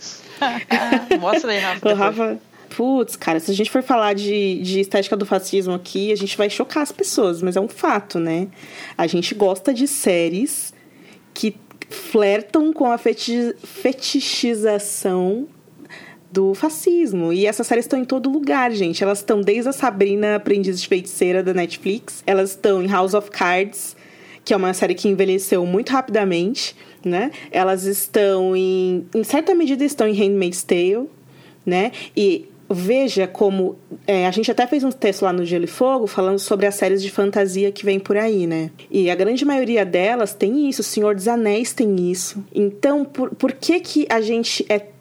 Mostra aí, Rafa. Ô, Rafa, putz, cara, se a gente for falar de, de estética do fascismo aqui, a gente vai chocar as pessoas, mas é um fato, né? A gente gosta de séries que flertam com a feti- fetichização do fascismo. E essas séries estão em todo lugar, gente. Elas estão desde a Sabrina, Aprendiz de Feiticeira, da Netflix. Elas estão em House of Cards, que é uma série que envelheceu muito rapidamente, né? Elas estão em... Em certa medida, estão em Handmaid's Tale, né? E veja como... É, a gente até fez um texto lá no Gelo e Fogo falando sobre as séries de fantasia que vem por aí, né? E a grande maioria delas tem isso. O Senhor dos Anéis tem isso. Então, por, por que que a gente é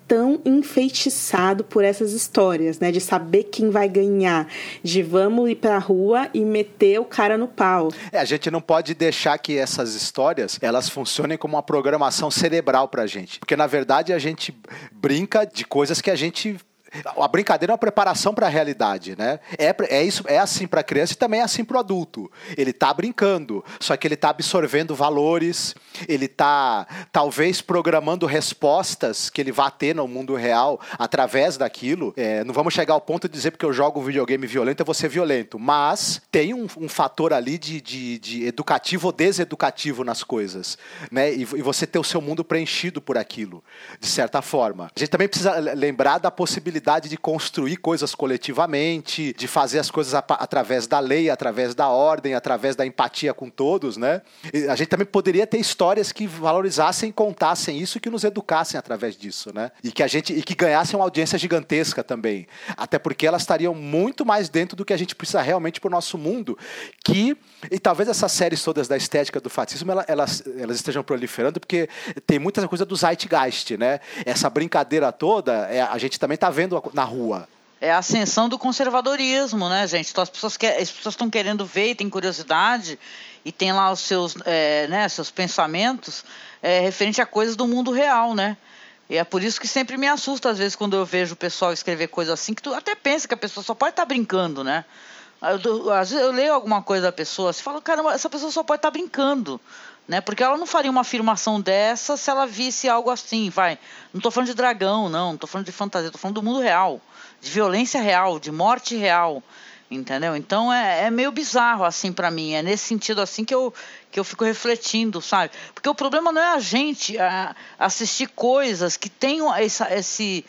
tão enfeitiçado por essas histórias, né? De saber quem vai ganhar, de vamos ir pra rua e meter o cara no pau. É, a gente não pode deixar que essas histórias, elas funcionem como uma programação cerebral pra gente. Porque, na verdade, a gente brinca de coisas que a gente... A brincadeira é uma preparação para a realidade, né? É, é, isso, é assim para a criança e também é assim para o adulto. Ele está brincando, só que ele está absorvendo valores, ele está talvez programando respostas que ele vai ter no mundo real através daquilo. É, não vamos chegar ao ponto de dizer porque eu jogo um videogame violento, eu vou ser violento, mas tem um, um fator ali de, de, de educativo ou deseducativo nas coisas, né? E, e você ter o seu mundo preenchido por aquilo, de certa forma. A gente também precisa lembrar da possibilidade de construir coisas coletivamente, de fazer as coisas a, através da lei, através da ordem, através da empatia com todos, né? E a gente também poderia ter histórias que valorizassem, contassem isso e que nos educassem através disso, né? E que a gente e que ganhassem uma audiência gigantesca também, até porque elas estariam muito mais dentro do que a gente precisa realmente para o nosso mundo, que e talvez essas séries todas da estética do fascismo elas, elas, elas estejam proliferando porque tem muita coisa do zeitgeist, né? Essa brincadeira toda, é, a gente também está vendo na rua. É a ascensão do conservadorismo, né, gente? Então as pessoas que, as pessoas estão querendo ver e têm curiosidade e tem lá os seus, é, né, seus pensamentos é, referente a coisas do mundo real, né? E é por isso que sempre me assusta às vezes quando eu vejo o pessoal escrever coisa assim, que tu até pensa que a pessoa só pode estar brincando, né? Eu, às vezes eu leio alguma coisa da pessoa, você fala, caramba, essa pessoa só pode estar brincando, né? Porque ela não faria uma afirmação dessa se ela visse algo assim, vai. Não estou falando de dragão, não, não estou falando de fantasia, estou falando do mundo real, de violência real, de morte real, entendeu? Então é, é meio bizarro assim para mim, é nesse sentido assim que eu, que eu fico refletindo, sabe? Porque o problema não é a gente a, assistir coisas que tenham essa, esse...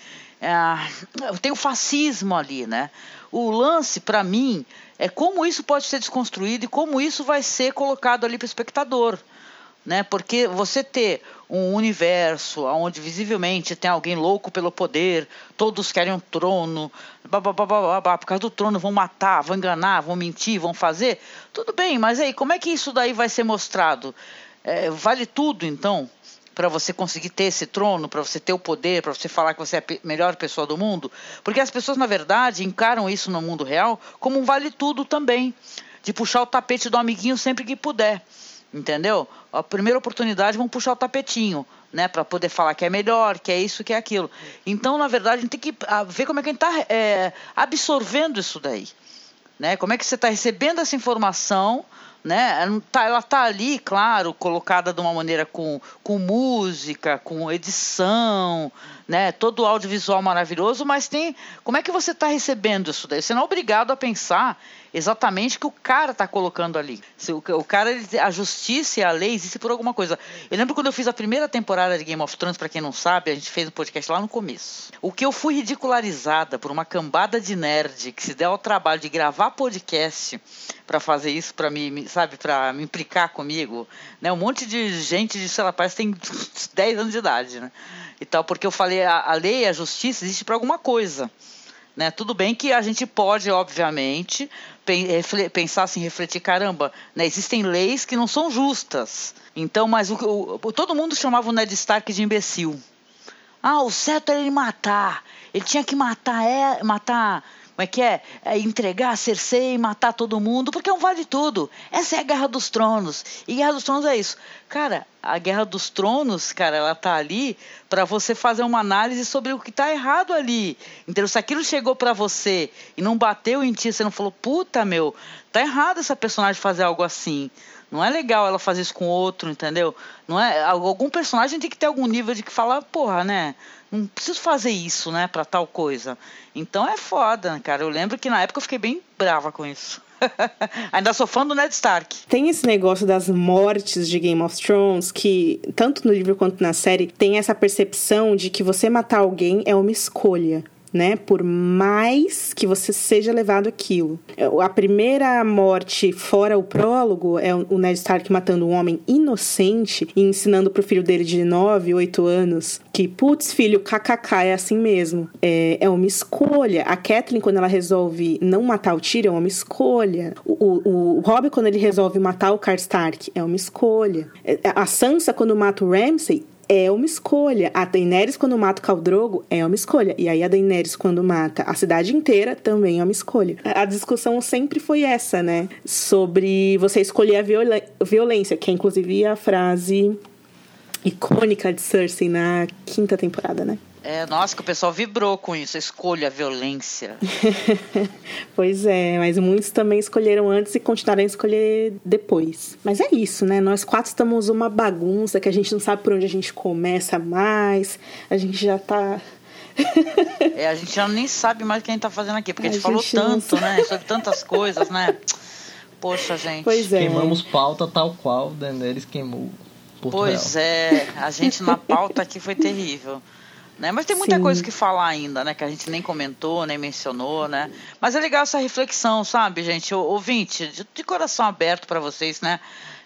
É, tem o fascismo ali, né? O lance, para mim, é como isso pode ser desconstruído e como isso vai ser colocado ali para o espectador, né? Porque você ter um universo onde visivelmente tem alguém louco pelo poder, todos querem um trono, babá, babá, por causa do trono vão matar, vão enganar, vão mentir, vão fazer, tudo bem, mas aí como é que isso daí vai ser mostrado? É, vale tudo então para você conseguir ter esse trono, para você ter o poder, para você falar que você é a melhor pessoa do mundo? Porque as pessoas, na verdade, encaram isso no mundo real como um vale tudo também, de puxar o tapete do amiguinho sempre que puder, entendeu? A primeira oportunidade vão puxar o tapetinho, né, para poder falar que é melhor, que é isso, que é aquilo. Então, na verdade, a gente tem que ver como é que a gente está é, absorvendo isso daí, né? Como é que você está recebendo essa informação, né? Ela está ali, claro, colocada de uma maneira com, com música, com edição, né? Todo o audiovisual maravilhoso, mas tem... Como é que você está recebendo isso daí? Você não é obrigado a pensar exatamente o que o cara está colocando ali. Se o, o cara, a justiça e a lei existem por alguma coisa. Eu lembro quando eu fiz a primeira temporada de Game of Thrones, para quem não sabe, a gente fez um podcast lá no começo. O que eu fui ridicularizada por uma cambada de nerd que se deu ao trabalho de gravar podcast para fazer isso, para me, sabe, para me implicar comigo, né? Um monte de gente de, sei lá, parece que tem dez anos de idade, né? E tal, porque eu falei, a, a lei, a justiça existe para alguma coisa, né? Tudo bem que a gente pode, obviamente, pensar assim, refletir, caramba, né? Existem leis que não são justas. Então, mas o, o, todo mundo chamava o Ned Stark de imbecil. Ah, o certo era ele matar. Ele tinha que matar, é, matar... Como é que é? É entregar a Cersei e matar todo mundo, porque é um vale tudo. Essa é a Guerra dos Tronos. E Guerra dos Tronos é isso. Cara, a Guerra dos Tronos, cara, ela tá ali para você fazer uma análise sobre o que tá errado ali. Então, se aquilo chegou para você e não bateu em ti, você não falou, puta, meu, tá errado essa personagem fazer algo assim. Não é legal ela fazer isso com outro, entendeu? Não é, algum personagem tem que ter algum nível de que falar, porra, né? Não preciso fazer isso, né, pra tal coisa. Então é foda, cara. Eu lembro que na época eu fiquei bem brava com isso. Ainda sou fã do Ned Stark. Tem esse negócio das mortes de Game of Thrones que, tanto no livro quanto na série, tem essa percepção de que você matar alguém é uma escolha, né? Por mais que você seja levado àquilo. A primeira morte fora o prólogo é o Ned Stark matando um homem inocente e ensinando pro filho dele de nove, oito anos que, putz, filho, kkk, é assim mesmo. É, é uma escolha. A Catelyn, quando ela resolve não matar o Tyrion, é uma escolha. O, o, o Robb, quando ele resolve matar o Karstark, é uma escolha. A Sansa, quando mata o Ramsay, é uma escolha. A Daenerys, quando mata o Khal Drogo, é uma escolha. E aí a Daenerys, quando mata a cidade inteira, também é uma escolha. A discussão sempre foi essa, né? Sobre você escolher a viola- violência, que é inclusive a frase icônica de Cersei na quinta temporada, né? É, nossa, que o pessoal vibrou com isso, escolha a violência. Pois é, mas muitos também escolheram antes e continuaram a escolher depois. Mas é isso, né? Nós quatro estamos uma bagunça que a gente não sabe por onde a gente começa mais. A gente já tá... É, a gente já nem sabe mais o que a gente tá fazendo aqui, porque a gente, a falou gente tanto, não... né? Sobre tantas coisas, né? Poxa, gente. Pois é. Queimamos pauta tal qual Daenerys queimou Porto Pois Real. é, a gente na pauta aqui foi terrível. Né? Mas tem muita Sim. coisa que falar ainda, né? Que a gente nem comentou, nem mencionou, né? Mas é legal essa reflexão, sabe, gente? O- Ouvinte, de, de coração aberto para vocês, né?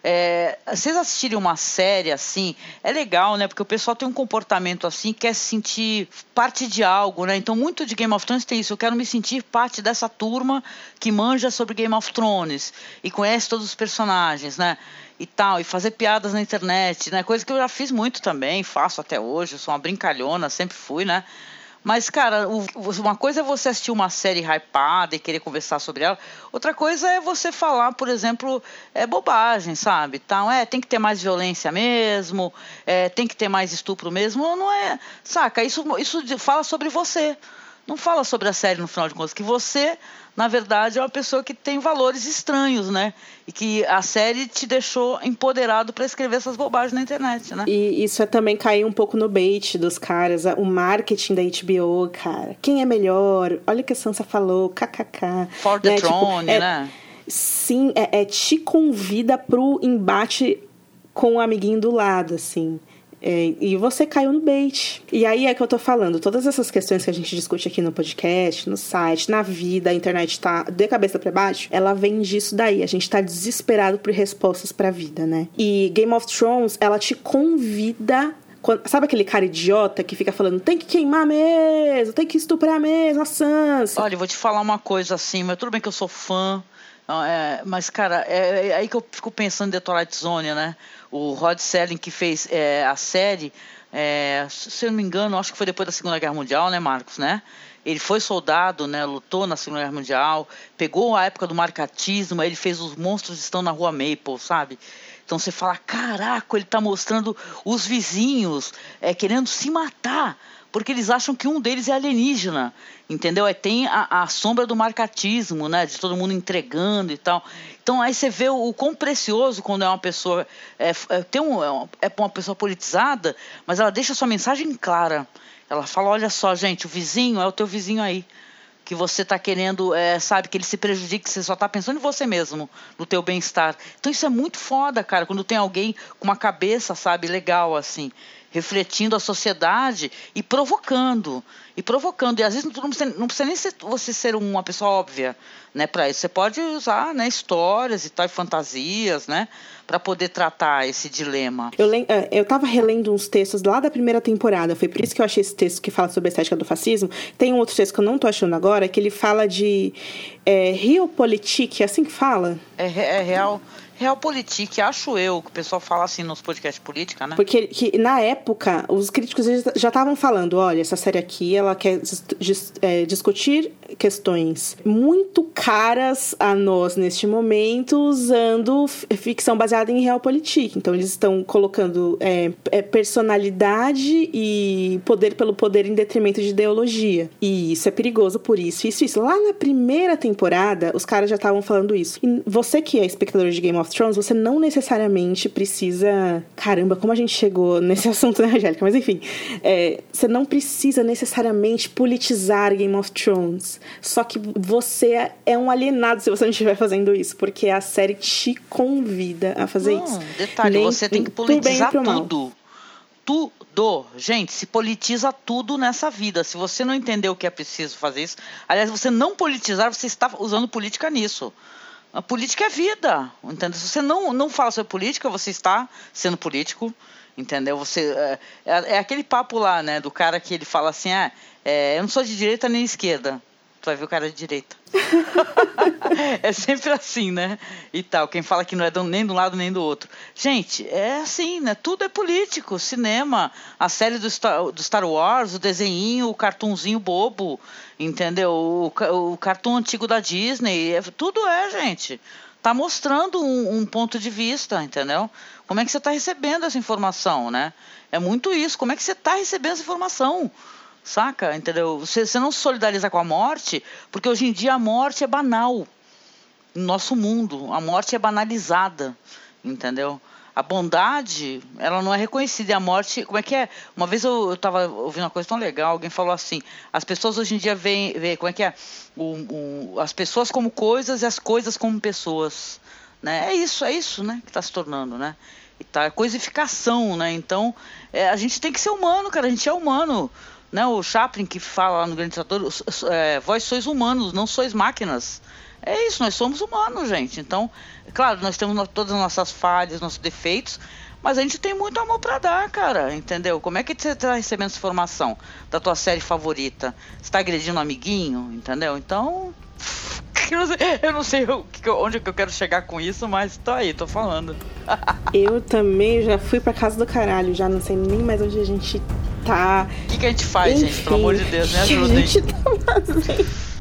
É, vocês assistirem uma série assim, é legal, né? Porque o pessoal tem um comportamento assim, quer se sentir parte de algo, né? Então, muito de Game of Thrones tem isso. Eu quero me sentir parte dessa turma que manja sobre Game of Thrones e conhece todos os personagens, né? E tal, e fazer piadas na internet, né? Coisa que eu já fiz muito também, faço até hoje, eu sou uma brincalhona, sempre fui, né? Mas, cara, o- uma coisa é você assistir uma série hypada e querer conversar sobre ela, outra coisa é você falar, por exemplo, é bobagem, sabe? Então, é, tem que ter mais violência mesmo, é, tem que ter mais estupro mesmo, não é, saca? Isso, isso de- fala sobre você, não fala sobre a série no final de contas, que você, na verdade, é uma pessoa que tem valores estranhos, né? E que a série te deixou empoderado para escrever essas bobagens na internet, né? E isso é também cair um pouco no bait dos caras, o marketing da H B O, cara. Quem é melhor? Olha o que a Sansa falou, kkk. For the né? Tipo, Throne, é- né? Sim, é, é te convida pro embate com o amiguinho do lado, assim. É, e você caiu no bait. E aí é que eu tô falando, todas essas questões que a gente discute aqui no podcast, no site, na vida, a internet tá de cabeça pra baixo, ela vem disso daí. A gente tá desesperado por respostas pra vida, né? E Game of Thrones, ela te convida... Quando- sabe aquele cara idiota que fica falando tem que queimar mesmo, tem que estuprar mesmo a Sansa? Olha, eu vou te falar uma coisa assim, mas tudo bem que eu sou fã, é, mas, cara, é, é aí que eu fico pensando em The Twilight Zone, né? O Rod Serling que fez é, a série, é, se eu não me engano, acho que foi depois da Segunda Guerra Mundial, né, Marcos, né? Ele foi soldado, né, lutou na Segunda Guerra Mundial, pegou a época do marcatismo, aí ele fez Os Monstros Estão na Rua Maple, sabe? Então você fala, caraca, ele tá mostrando os vizinhos é, querendo se matar, porque eles acham que um deles é alienígena, entendeu? Aí tem a, a sombra do marcatismo, né? De todo mundo entregando e tal. Então aí você vê o, o quão precioso quando é uma pessoa, é, é, tem um, é uma- é uma pessoa politizada, mas ela deixa a sua mensagem clara. Ela fala, olha só, gente, o vizinho é o teu vizinho aí, que você está querendo, é, sabe, que ele se prejudique, que você só está pensando em você mesmo, no teu bem-estar. Então isso é muito foda, cara, quando tem alguém com uma cabeça, sabe, legal, assim, refletindo a sociedade e provocando, e provocando. E às vezes não precisa, não precisa nem ser, você ser uma pessoa óbvia, né, para isso. Você pode usar, né, histórias e tal, e fantasias, né, para poder tratar esse dilema. Eu, lem- é, eu tava relendo uns textos lá da primeira temporada, foi por isso que eu achei esse texto que fala sobre a estética do fascismo. Tem um outro texto que eu não tô achando agora, que ele fala de é, realpolitik, é assim que fala? É, re- é real, realpolitik, acho eu, que o pessoal fala assim nos podcasts de política, né? Porque que, na época, os críticos já estavam falando, olha, essa série aqui, ela quer dis- dis- é, discutir questões muito caras a nós neste momento, usando f- ficção baseada em realpolitik. Então, eles estão colocando é, é, personalidade e poder pelo poder em detrimento de ideologia. E isso é perigoso por isso, isso, isso. Lá na primeira temporada, os caras já estavam falando isso. E você que é espectador de Game of Thrones, você não necessariamente precisa... Caramba, como a gente chegou nesse assunto, né, Angélica? Mas enfim, é, você não precisa necessariamente politizar Game of Thrones. Só que você é um alienado se você não estiver fazendo isso, porque a série te convida a fazer Não, isso. detalhe, Nem- você tem que pro bem e politizar pro mal. tudo. Tudo. Gente, se politiza tudo nessa vida. Se você não entender o que é preciso fazer isso... Aliás, você não politizar, você está usando política nisso. A política é vida, entendeu? Se você não, não fala sobre política, você está sendo político, entendeu? Você, é, é, é aquele papo lá, né, do cara que ele fala assim, ah, é, eu não sou de direita nem de esquerda. tu vai ver o cara de direita. É sempre assim, né? E tal, quem fala que não é nem de um lado nem do outro. Gente, é assim, né? Tudo é político. Cinema, a série do Star, do Star Wars, o desenhinho, o cartunzinho bobo, entendeu? O, o cartoon antigo da Disney, é, tudo é, gente. Tá mostrando um, um ponto de vista, entendeu? Como é que você tá recebendo essa informação, né? É muito isso. Como é que você tá recebendo essa informação? Saca? Entendeu? Você, você não se solidariza com a morte, porque hoje em dia a morte é banal. No nosso mundo, a morte é banalizada, entendeu? A bondade, ela não é reconhecida. E a morte, como é que é? Uma vez eu estava ouvindo uma coisa tão legal, alguém falou assim, as pessoas hoje em dia veem, veem como é que é? O, o, as pessoas como coisas e as coisas como pessoas. Né? É isso, é isso, né, que está se tornando, né? E tá, é coisificação, né? Então, é, a gente tem que ser humano, cara, a gente é humano. Né, o Chaplin que fala lá no Grande Ditador, é, vós sois humanos, não sois máquinas. É isso, nós somos humanos, gente. Então, é claro, nós temos todas as nossas falhas, nossos defeitos, mas a gente tem muito amor pra dar, cara, entendeu? Como é que você tá recebendo essa informação da tua série favorita? Você tá agredindo um amiguinho, entendeu? Então, eu não sei, eu não sei onde que eu quero chegar com isso, mas tô aí, tô falando. Eu também já fui pra casa do caralho, já não sei nem mais onde a gente tá. O que, que a gente faz, enfim, gente? Pelo amor de Deus, me ajuda, hein? O que a gente tá fazendo?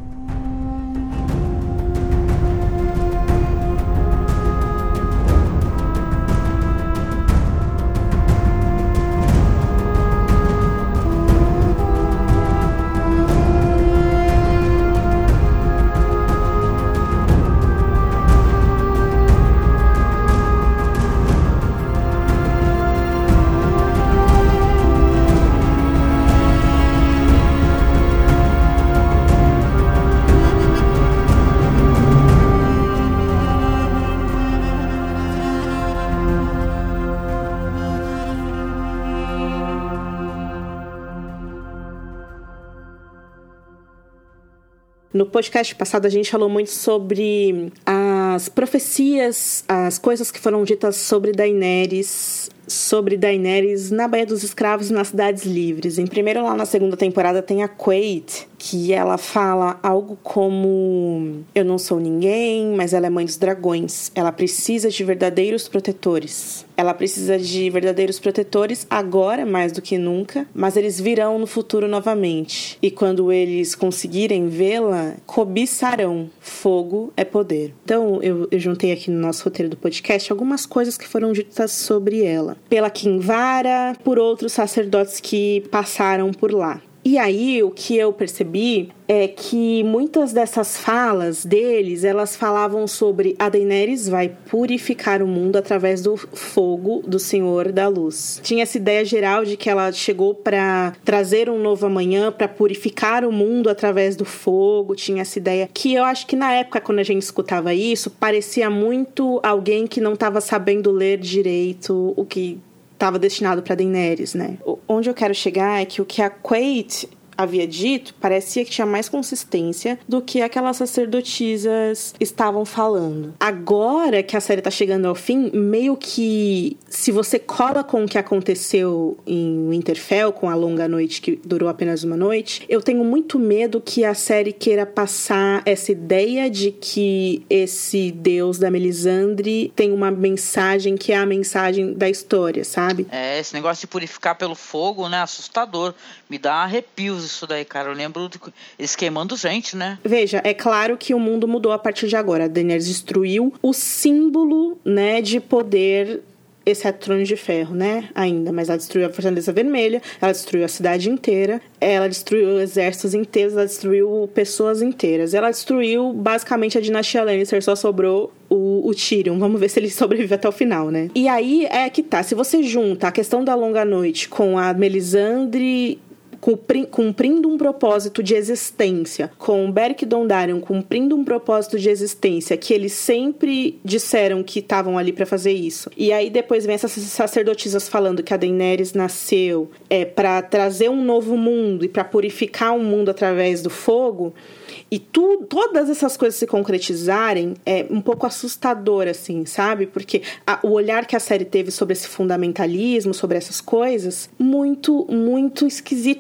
No podcast passado a gente falou muito sobre as profecias, as coisas que foram ditas sobre Daenerys, sobre Daenerys na Baía dos Escravos e nas Cidades Livres. Em primeiro, lá na segunda temporada tem a Quaid, que ela fala algo como: eu não sou ninguém, mas ela é mãe dos dragões. Ela precisa de verdadeiros protetores. Ela precisa de verdadeiros protetores agora, mais do que nunca, mas eles virão no futuro novamente. E quando eles conseguirem vê-la, cobiçarão. Fogo é poder. Então, eu, eu juntei aqui no nosso roteiro do podcast algumas coisas que foram ditas sobre ela. Pela Kinvara, por outros sacerdotes que passaram por lá. E aí, o que eu percebi é que muitas dessas falas deles, elas falavam sobre a Daenerys vai purificar o mundo através do fogo do Senhor da Luz. Tinha essa ideia geral de que ela chegou para trazer um novo amanhã, para purificar o mundo através do fogo. Tinha essa ideia que eu acho que na época, quando a gente escutava isso, parecia muito alguém que não estava sabendo ler direito o que estava destinado para Daenerys, né? Onde eu quero chegar é que o que a Quaid havia dito parecia que tinha mais consistência do que aquelas sacerdotisas estavam falando. Agora que a série tá chegando ao fim, meio que se você cola com o que aconteceu em Winterfell, com a longa noite que durou apenas uma noite, eu tenho muito medo que a série queira passar essa ideia de que esse deus da Melisandre tem uma mensagem que é a mensagem da história, sabe? É, esse negócio de purificar pelo fogo, né, assustador. Me dá arrepios isso daí, cara. Eu lembro de eles queimando gente, né? Veja, é claro que o mundo mudou a partir de agora. A Daenerys destruiu o símbolo, né, de poder, exceto Trono de Ferro, né, ainda. Mas ela destruiu a Fortaleza Vermelha, ela destruiu a cidade inteira, ela destruiu exércitos inteiros, ela destruiu pessoas inteiras. Ela destruiu, basicamente, a dinastia Lannister, só sobrou o, o Tyrion. Vamos ver se ele sobrevive até o final, né? E aí é que tá, se você junta a questão da longa noite com a Melisandre cumprindo um propósito de existência, com o Beric Dondarrion cumprindo um propósito de existência, que eles sempre disseram que estavam ali pra fazer isso. E aí depois vem essas sacerdotisas falando que a Daenerys nasceu é, pra trazer um novo mundo e pra purificar um mundo através do fogo. E tu, todas essas coisas se concretizarem é um pouco assustador, assim, sabe? Porque a, o olhar que a série teve sobre esse fundamentalismo, sobre essas coisas, muito, muito esquisito.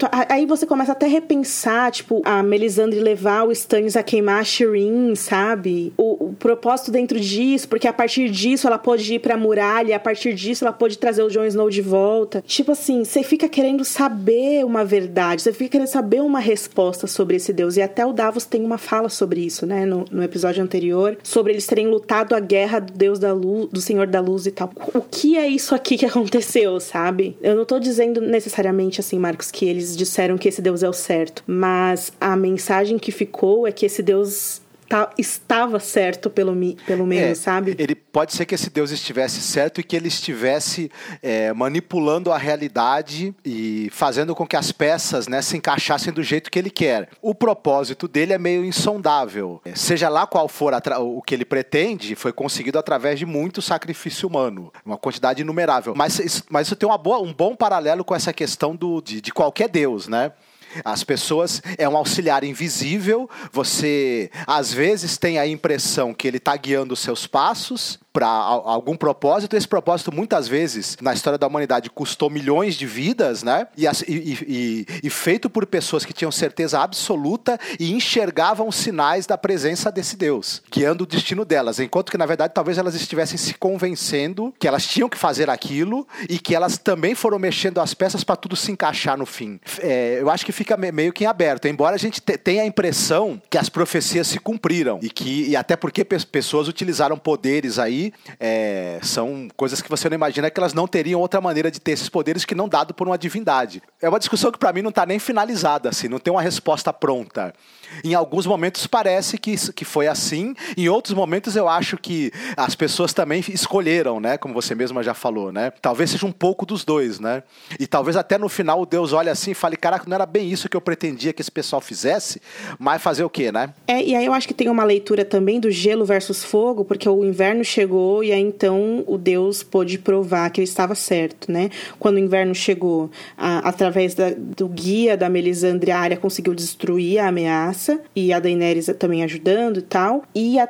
Aí você começa até a repensar, tipo, a Melisandre levar o Stannis a queimar a Shireen, sabe? O, o propósito dentro disso, porque a partir disso ela pode ir pra muralha, a partir disso ela pode trazer o Jon Snow de volta. Tipo assim, você fica querendo saber uma verdade, você fica querendo saber uma resposta sobre esse deus. E até o Davos tem uma fala sobre isso, né? No, no episódio anterior, sobre eles terem lutado a guerra do deus da luz, do Senhor da Luz e tal. O que é isso aqui que aconteceu, sabe? Eu não tô dizendo necessariamente assim, Marcos, que eles disseram que esse deus é o certo, mas a mensagem que ficou é que esse deus tá, estava certo pelo, pelo menos, é, sabe? Ele pode ser que esse deus estivesse certo e que ele estivesse é, manipulando a realidade e fazendo com que as peças, né, se encaixassem do jeito que ele quer. O propósito dele é meio insondável. Seja lá qual for a, o que ele pretende, foi conseguido através de muito sacrifício humano, uma quantidade inumerável. Mas isso, mas isso tem uma boa, um bom paralelo com essa questão do, de, de qualquer deus, né? As pessoas, é um auxiliar invisível, você às vezes tem a impressão que ele está guiando os seus passos para algum propósito. Esse propósito muitas vezes na história da humanidade custou milhões de vidas, né? E, e, e, e feito por pessoas que tinham certeza absoluta e enxergavam os sinais da presença desse Deus, guiando o destino delas, enquanto que na verdade talvez elas estivessem se convencendo que elas tinham que fazer aquilo e que elas também foram mexendo as peças para tudo se encaixar no fim. É, eu acho que fica meio que em aberto, embora a gente tenha a impressão que as profecias se cumpriram e que, e até porque pessoas utilizaram poderes aí, é, são coisas que você não imagina que elas não teriam outra maneira de ter esses poderes que não dado por uma divindade. É uma discussão que para mim não está nem finalizada, assim, não tem uma resposta pronta. Em alguns momentos parece que, que foi assim, em outros momentos eu acho que as pessoas também escolheram, né, como você mesma já falou, né? Talvez seja um pouco dos dois, né? E talvez até no final o Deus olhe assim e fale, caraca, não era bem isso que eu pretendia que esse pessoal fizesse, mas fazer o quê, né? É, e aí eu acho que tem uma leitura também do gelo versus fogo, porque o inverno chegou e aí então o Deus pôde provar que ele estava certo, né? Quando o inverno chegou, a, através da, do guia da Melisandre, a Arya conseguiu destruir a ameaça e a Daenerys também ajudando e tal. E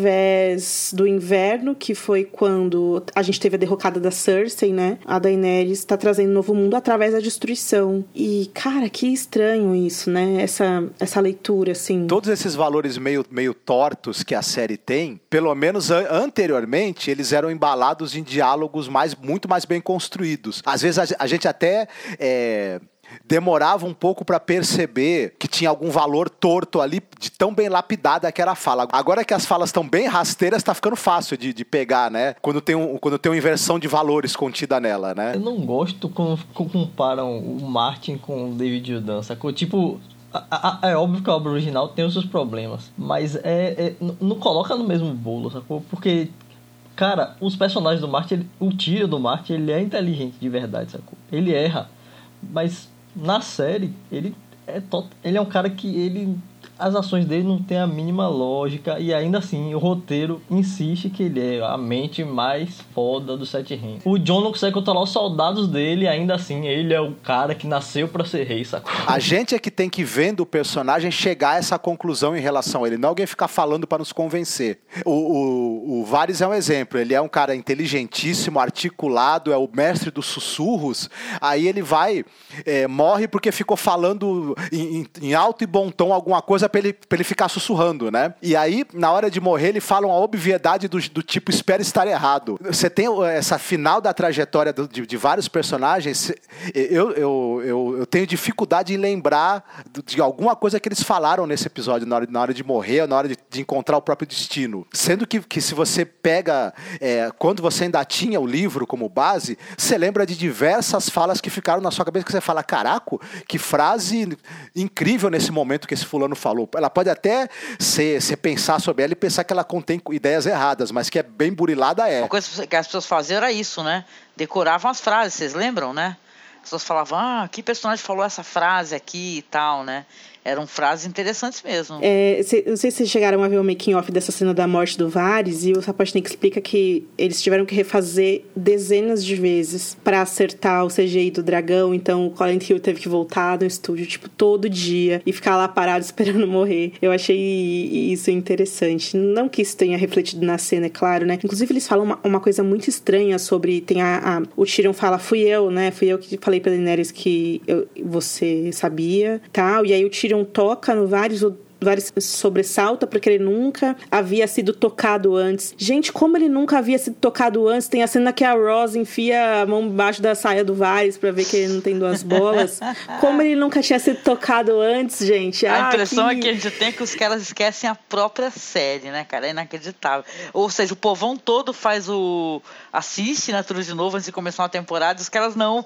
através do inverno, que foi quando a gente teve a derrocada da Cersei, né? A Daenerys está trazendo um novo mundo através da destruição. E, cara, que estranho isso, né? Essa, essa leitura, assim. Todos esses valores meio, meio tortos que a série tem, pelo menos an- anteriormente, eles eram embalados em diálogos mais, muito mais bem construídos. Às vezes a, a gente até é, demorava um pouco para perceber que tinha algum valor torto ali, de tão bem lapidada que era a fala. Agora que as falas estão bem rasteiras, tá ficando fácil de, de pegar, né? Quando tem, um, quando tem uma inversão de valores contida nela, né? Eu não gosto quando comparam o Martin com o David Jordan, sacou? Tipo... É óbvio que a obra original tem os seus problemas, mas é, é, não coloca no mesmo bolo, sacou? Porque, cara, os personagens do Martin, ele, o Tyrion do Martin, ele é inteligente de verdade, sacou? Ele erra, mas na série, ele é, tot... ele é um cara que ele... as ações dele não tem a mínima lógica e ainda assim o roteiro insiste que ele é a mente mais foda dos Sete Reinos. O Jon não consegue controlar os soldados dele e ainda assim ele é o cara que nasceu pra ser rei, sacou? A gente é que tem que, vendo o personagem, chegar a essa conclusão em relação a ele, não alguém ficar falando pra nos convencer. O, o, o Varys é um exemplo, ele é um cara inteligentíssimo, articulado, é o mestre dos sussurros, aí ele vai, é, morre porque ficou falando em, em alto e bom tom alguma coisa pra ele, pra ele ficar sussurrando, né? E aí, na hora de morrer, ele fala uma obviedade do, do tipo, espera estar errado. Você tem essa final da trajetória do, de, de vários personagens, eu, eu, eu, eu tenho dificuldade em lembrar de alguma coisa que eles falaram nesse episódio, na hora, na hora de morrer, ou na hora de, de encontrar o próprio destino. Sendo que, que se você pega, é, quando você ainda tinha o livro como base, você lembra de diversas falas que ficaram na sua cabeça, que você fala, caraca, que frase incrível nesse momento que esse fulano falou. Ela pode até ser, ser pensar sobre ela e pensar que ela contém ideias erradas, mas que é bem burilada, é. Uma coisa que as pessoas faziam era isso, né? Decoravam as frases, vocês lembram, né? As pessoas falavam, ah, que personagem falou essa frase aqui e tal, né? eram frases interessantes mesmo. É, cê, não sei se vocês chegaram a ver o making off dessa cena da morte do Varys, e o Sapochnik explica que eles tiveram que refazer dezenas de vezes pra acertar o C G I do dragão, então o Colin Hill teve que voltar no estúdio, tipo, todo dia e ficar lá parado esperando morrer. Eu achei isso interessante. Não que isso tenha refletido na cena, é claro, né? Inclusive, eles falam uma, uma coisa muito estranha sobre... Tem a, a, o Tyrion fala, fui eu, né? Fui eu que falei pra Daenerys que eu, você sabia, tal. E aí o Tyrion toca no Varys, o Varys sobressalta porque ele nunca havia sido tocado antes. Gente, como ele nunca havia sido tocado antes? Tem a cena que a Ross enfia a mão embaixo da saia do Varys pra ver que ele não tem duas bolas. Como ele nunca tinha sido tocado antes, gente? A ah, impressão que... é que a gente tem que os caras esquecem a própria série, né, cara? É inacreditável. Ou seja, o povão todo faz o... assiste, né, tudo de novo antes de começar uma temporada e os caras não...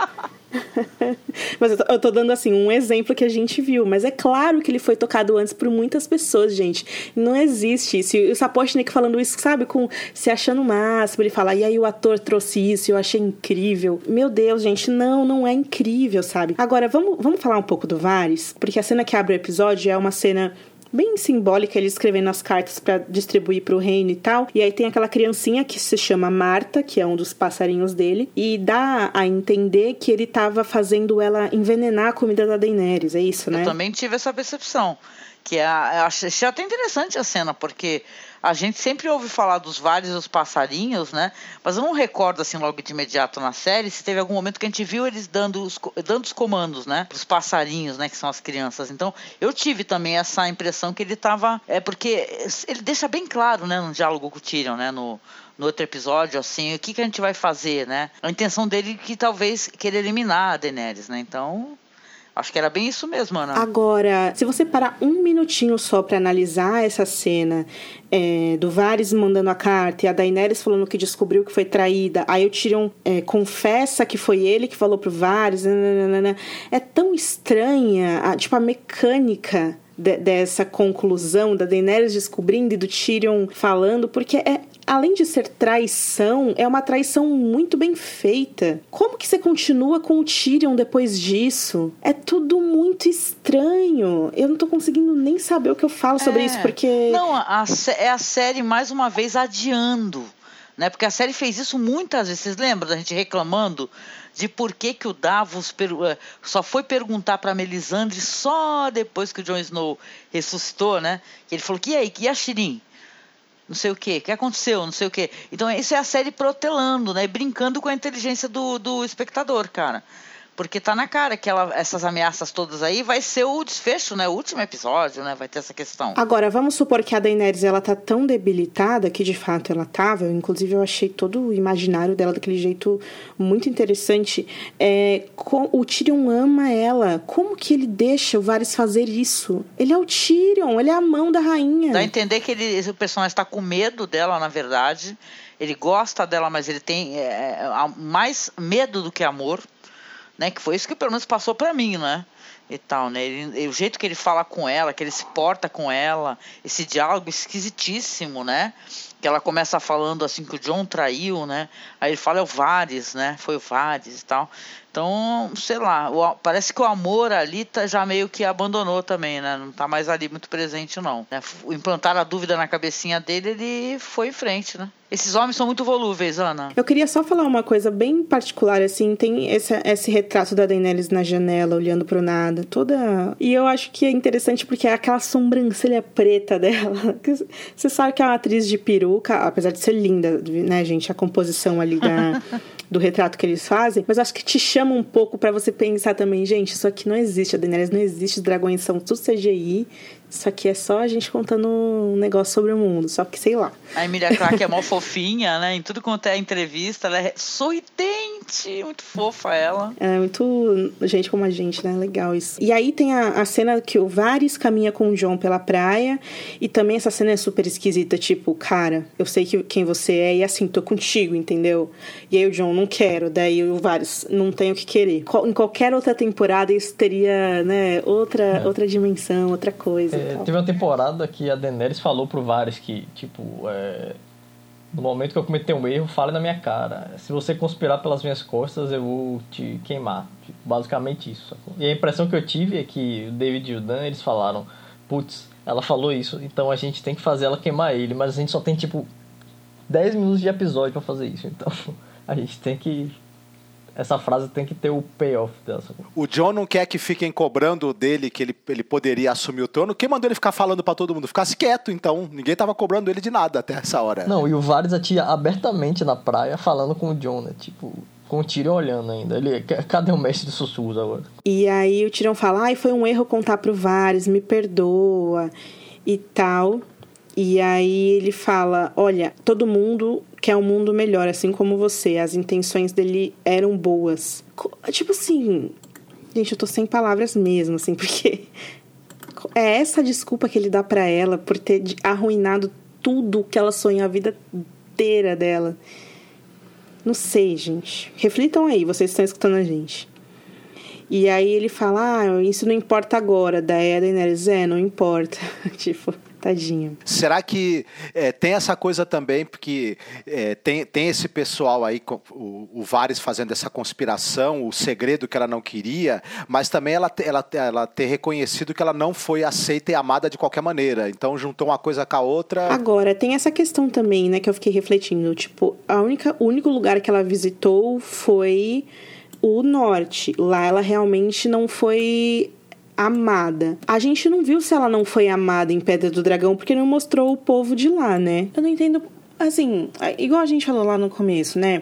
Mas eu tô, eu tô dando, assim, um exemplo que a gente viu. Mas é claro que ele foi tocado antes por muitas pessoas, gente. Não existe isso. E o Sapochnik falando isso, sabe? Com, se achando o máximo. Ele fala, e aí o ator trouxe isso, eu achei incrível. Meu Deus, gente, não, não é incrível, sabe? Agora, vamos, vamos falar um pouco do Varys? Porque a cena que abre o episódio é uma cena... bem simbólica, ele escrevendo as cartas pra distribuir pro reino e tal. E aí tem aquela criancinha que se chama Marta, que é um dos passarinhos dele, e dá a entender que ele tava fazendo ela envenenar a comida da Daenerys, é isso, né? Eu também tive essa percepção, que é, eu achei até interessante a cena, porque a gente sempre ouve falar dos vários dos passarinhos, né? Mas eu não recordo, assim, logo de imediato na série, se teve algum momento que a gente viu eles dando os, dando os comandos, né? Para os passarinhos, né? Que são as crianças. Então, eu tive também essa impressão que ele estava... É porque ele deixa bem claro, né? No diálogo com o Tyrion, né? No, no outro episódio, assim, o que, que a gente vai fazer, né? A intenção dele que talvez querer eliminar a Daenerys, né? Então... acho que era bem isso mesmo, Ana. Agora, se você parar um minutinho só pra analisar essa cena é, do Varys mandando a carta e a Daenerys falando que descobriu que foi traída, aí o Tyrion é, confessa que foi ele que falou pro Varys, nananana, é tão estranha, a, tipo, a mecânica de, dessa conclusão da Daenerys descobrindo e do Tyrion falando, porque é... além de ser traição, é uma traição muito bem feita. Como que você continua com o Tyrion depois disso? É tudo muito estranho. Eu não tô conseguindo nem saber o que eu falo sobre é, isso, porque... Não, a, é a série, mais uma vez, adiando, né? Porque a série fez isso muitas vezes. Vocês lembram da gente reclamando de por que, que o Davos per... só foi perguntar para Melisandre só depois que o Jon Snow ressuscitou, né? Que ele falou, que e aí, e a Shirin? Não sei o que, o que aconteceu, não sei o que. Então, isso é a série protelando, né? Brincando com a inteligência do, do espectador, cara. Porque tá na cara que ela, essas ameaças todas aí vai ser o desfecho, né? O último episódio, né? Vai ter essa questão. Agora, vamos supor que a Daenerys, ela tá tão debilitada, que de fato ela tava. Inclusive, eu achei todo o imaginário dela daquele jeito muito interessante. É, com, o Tyrion ama ela. Como que ele deixa o Varys fazer isso? Ele é o Tyrion, ele é a mão da rainha. Dá a entender que ele, o personagem está com medo dela, na verdade. Ele gosta dela, mas ele tem é, mais medo do que amor. Né, que foi isso que pelo menos passou pra mim, né, e tal, né, ele, o jeito que ele fala com ela, que ele se porta com ela, esse diálogo esquisitíssimo, né, que ela começa falando assim que o Jon traiu, né, aí ele fala é o Varys, né, foi o Varys e tal, então, sei lá, o, parece que o amor ali tá, já meio que abandonou também, né, não tá mais ali muito presente não, né, implantar a dúvida na cabecinha dele, ele foi em frente, né. Esses homens são muito volúveis, Ana. Eu queria só falar uma coisa bem particular, assim, tem esse, esse retrato da Daenerys na janela, olhando pro nada, toda... E eu acho que é interessante porque é aquela sobrancelha preta dela. Você sabe que é uma atriz de peruca, apesar de ser linda, né, gente, a composição ali da... do retrato que eles fazem, mas acho que te chama um pouco pra você pensar também, gente, isso aqui não existe, a Daenerys não existe, os dragões são tudo C G I, isso aqui é só a gente contando um negócio sobre o mundo, só que sei lá. A Emilia Clarke é mó fofinha, né, em tudo quanto é entrevista, ela é sorridente, muito fofa ela. É muito gente como a gente, né, legal isso. E aí tem a, a cena que o Varys caminha com o Jon pela praia, e também essa cena é super esquisita, tipo, cara, eu sei que, quem você é, e assim, tô contigo, entendeu? E aí o Jon, não quero, daí o Varys, não tenho o que querer. Em qualquer outra temporada isso teria, né, outra, é. outra dimensão, outra coisa. É, teve uma temporada que a Daenerys falou pro Varys que, tipo, é, No momento que eu cometer um erro, fale na minha cara. Se você conspirar pelas minhas costas, eu vou te queimar. Tipo, basicamente isso. Sacou? E a impressão que eu tive é que o David e o Dan, eles falaram, putz, ela falou isso, então a gente tem que fazer ela queimar ele, mas a gente só tem, tipo, dez minutos de episódio pra fazer isso. Então, a gente tem que... Essa frase tem que ter o payoff dela. O Jon não quer que fiquem cobrando dele que ele, ele poderia assumir o trono. Quem mandou ele ficar falando pra todo mundo? Ficasse quieto, então. Ninguém tava cobrando ele de nada até essa hora. Não, e o Varys atia abertamente na praia falando com o Jon, né? Tipo, com o Tyrion olhando ainda. Ele, cadê o mestre dos sussurros agora? E aí o Tyrion fala, ai, foi um erro contar pro Varys, me perdoa e tal. E aí ele fala, olha, todo mundo quer um mundo melhor, assim como você. As intenções dele eram boas. Tipo assim, gente, eu tô sem palavras mesmo, assim, porque é essa desculpa que ele dá pra ela por ter arruinado tudo que ela sonhou a vida inteira dela. Não sei, gente. Reflitam aí, vocês estão escutando a gente. E aí ele fala, ah, isso não importa agora. Daí a Daenerys, é, não importa. Tipo... Tadinho. Será que é, tem essa coisa também, porque é, tem, tem esse pessoal aí, o, o Varys fazendo essa conspiração, o segredo que ela não queria, mas também ela, ela, ela ter reconhecido que ela não foi aceita e amada de qualquer maneira. Então juntou uma coisa com a outra. Agora, tem essa questão também, né, que eu fiquei refletindo. Tipo, a única, o único lugar que ela visitou foi o norte. Lá ela realmente não foi... amada. A gente não viu se ela não foi amada em Pedra do Dragão, porque não mostrou o povo de lá, né? Eu não entendo, assim, igual a gente falou lá no começo, né?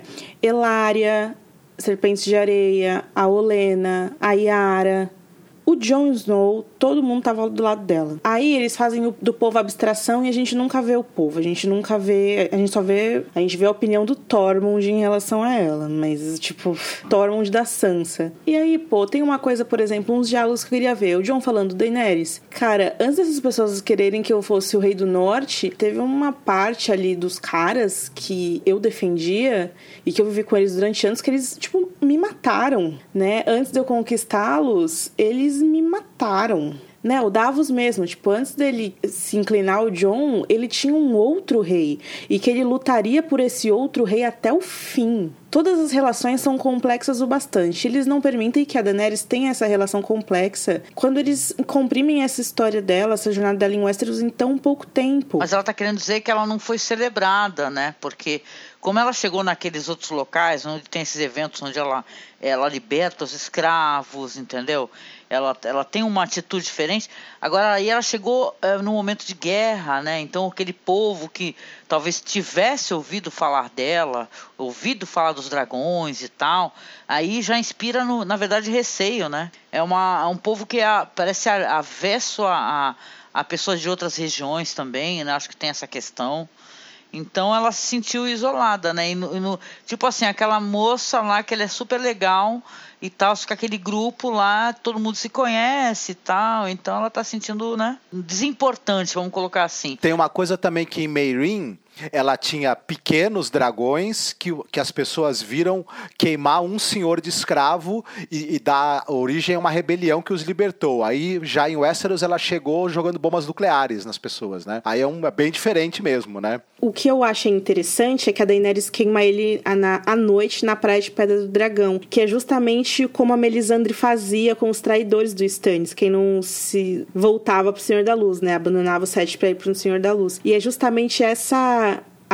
Elária, Serpentes de Areia, a Olenna, a Yara, o Jon Snow, todo mundo tava do lado dela. Aí eles fazem o, do povo abstração e a gente nunca vê o povo. A gente nunca vê... A gente só vê... A gente vê a opinião do Tormund em relação a ela. Mas, tipo, Tormund da Sansa. E aí, pô, tem uma coisa, por exemplo, uns diálogos que eu queria ver. O Jon falando, Daenerys, cara, antes dessas pessoas quererem que eu fosse o Rei do Norte, teve uma parte ali dos caras que eu defendia e que eu vivi com eles durante anos que eles, tipo, me mataram, né? Antes de eu conquistá-los, eles me mataram, né? O Davos mesmo, tipo, antes dele se inclinar ao Jon, ele tinha um outro rei e que ele lutaria por esse outro rei até o fim. Todas as relações são complexas o bastante. Eles não permitem que a Daenerys tenha essa relação complexa quando eles comprimem essa história dela, essa jornada dela em Westeros em tão pouco tempo. Mas ela tá querendo dizer que ela não foi celebrada, né? Porque como ela chegou naqueles outros locais, onde tem esses eventos onde ela, ela liberta os escravos, entendeu? Ela, ela tem uma atitude diferente. Agora, aí ela chegou é, num momento de guerra, né? Então, aquele povo que talvez tivesse ouvido falar dela, ouvido falar dos dragões e tal, aí já inspira, no, na verdade, receio, né? É uma, um povo que é, parece avesso a, a, a pessoas de outras regiões também, né? Acho que tem essa questão. Então ela se sentiu isolada, né? E no, e no, tipo assim, aquela moça lá que ela é super legal e tal, fica aquele grupo lá, todo mundo se conhece e tal, então ela tá se sentindo, né, desimportante, vamos colocar assim. Tem uma coisa também que em Meereen, ela tinha pequenos dragões que, que as pessoas viram queimar um senhor de escravo e, e dar origem a uma rebelião que os libertou. Aí já em Westeros ela chegou jogando bombas nucleares nas pessoas, né? Aí é, um, é bem diferente mesmo, né? O que eu achei interessante é que a Daenerys queima ele à noite na praia de Pedra do Dragão, que é justamente como a Melisandre fazia com os traidores do Stannis, quem não se voltava pro Senhor da Luz, né? Abandonava o Sete pra ir pro Senhor da Luz. E é justamente essa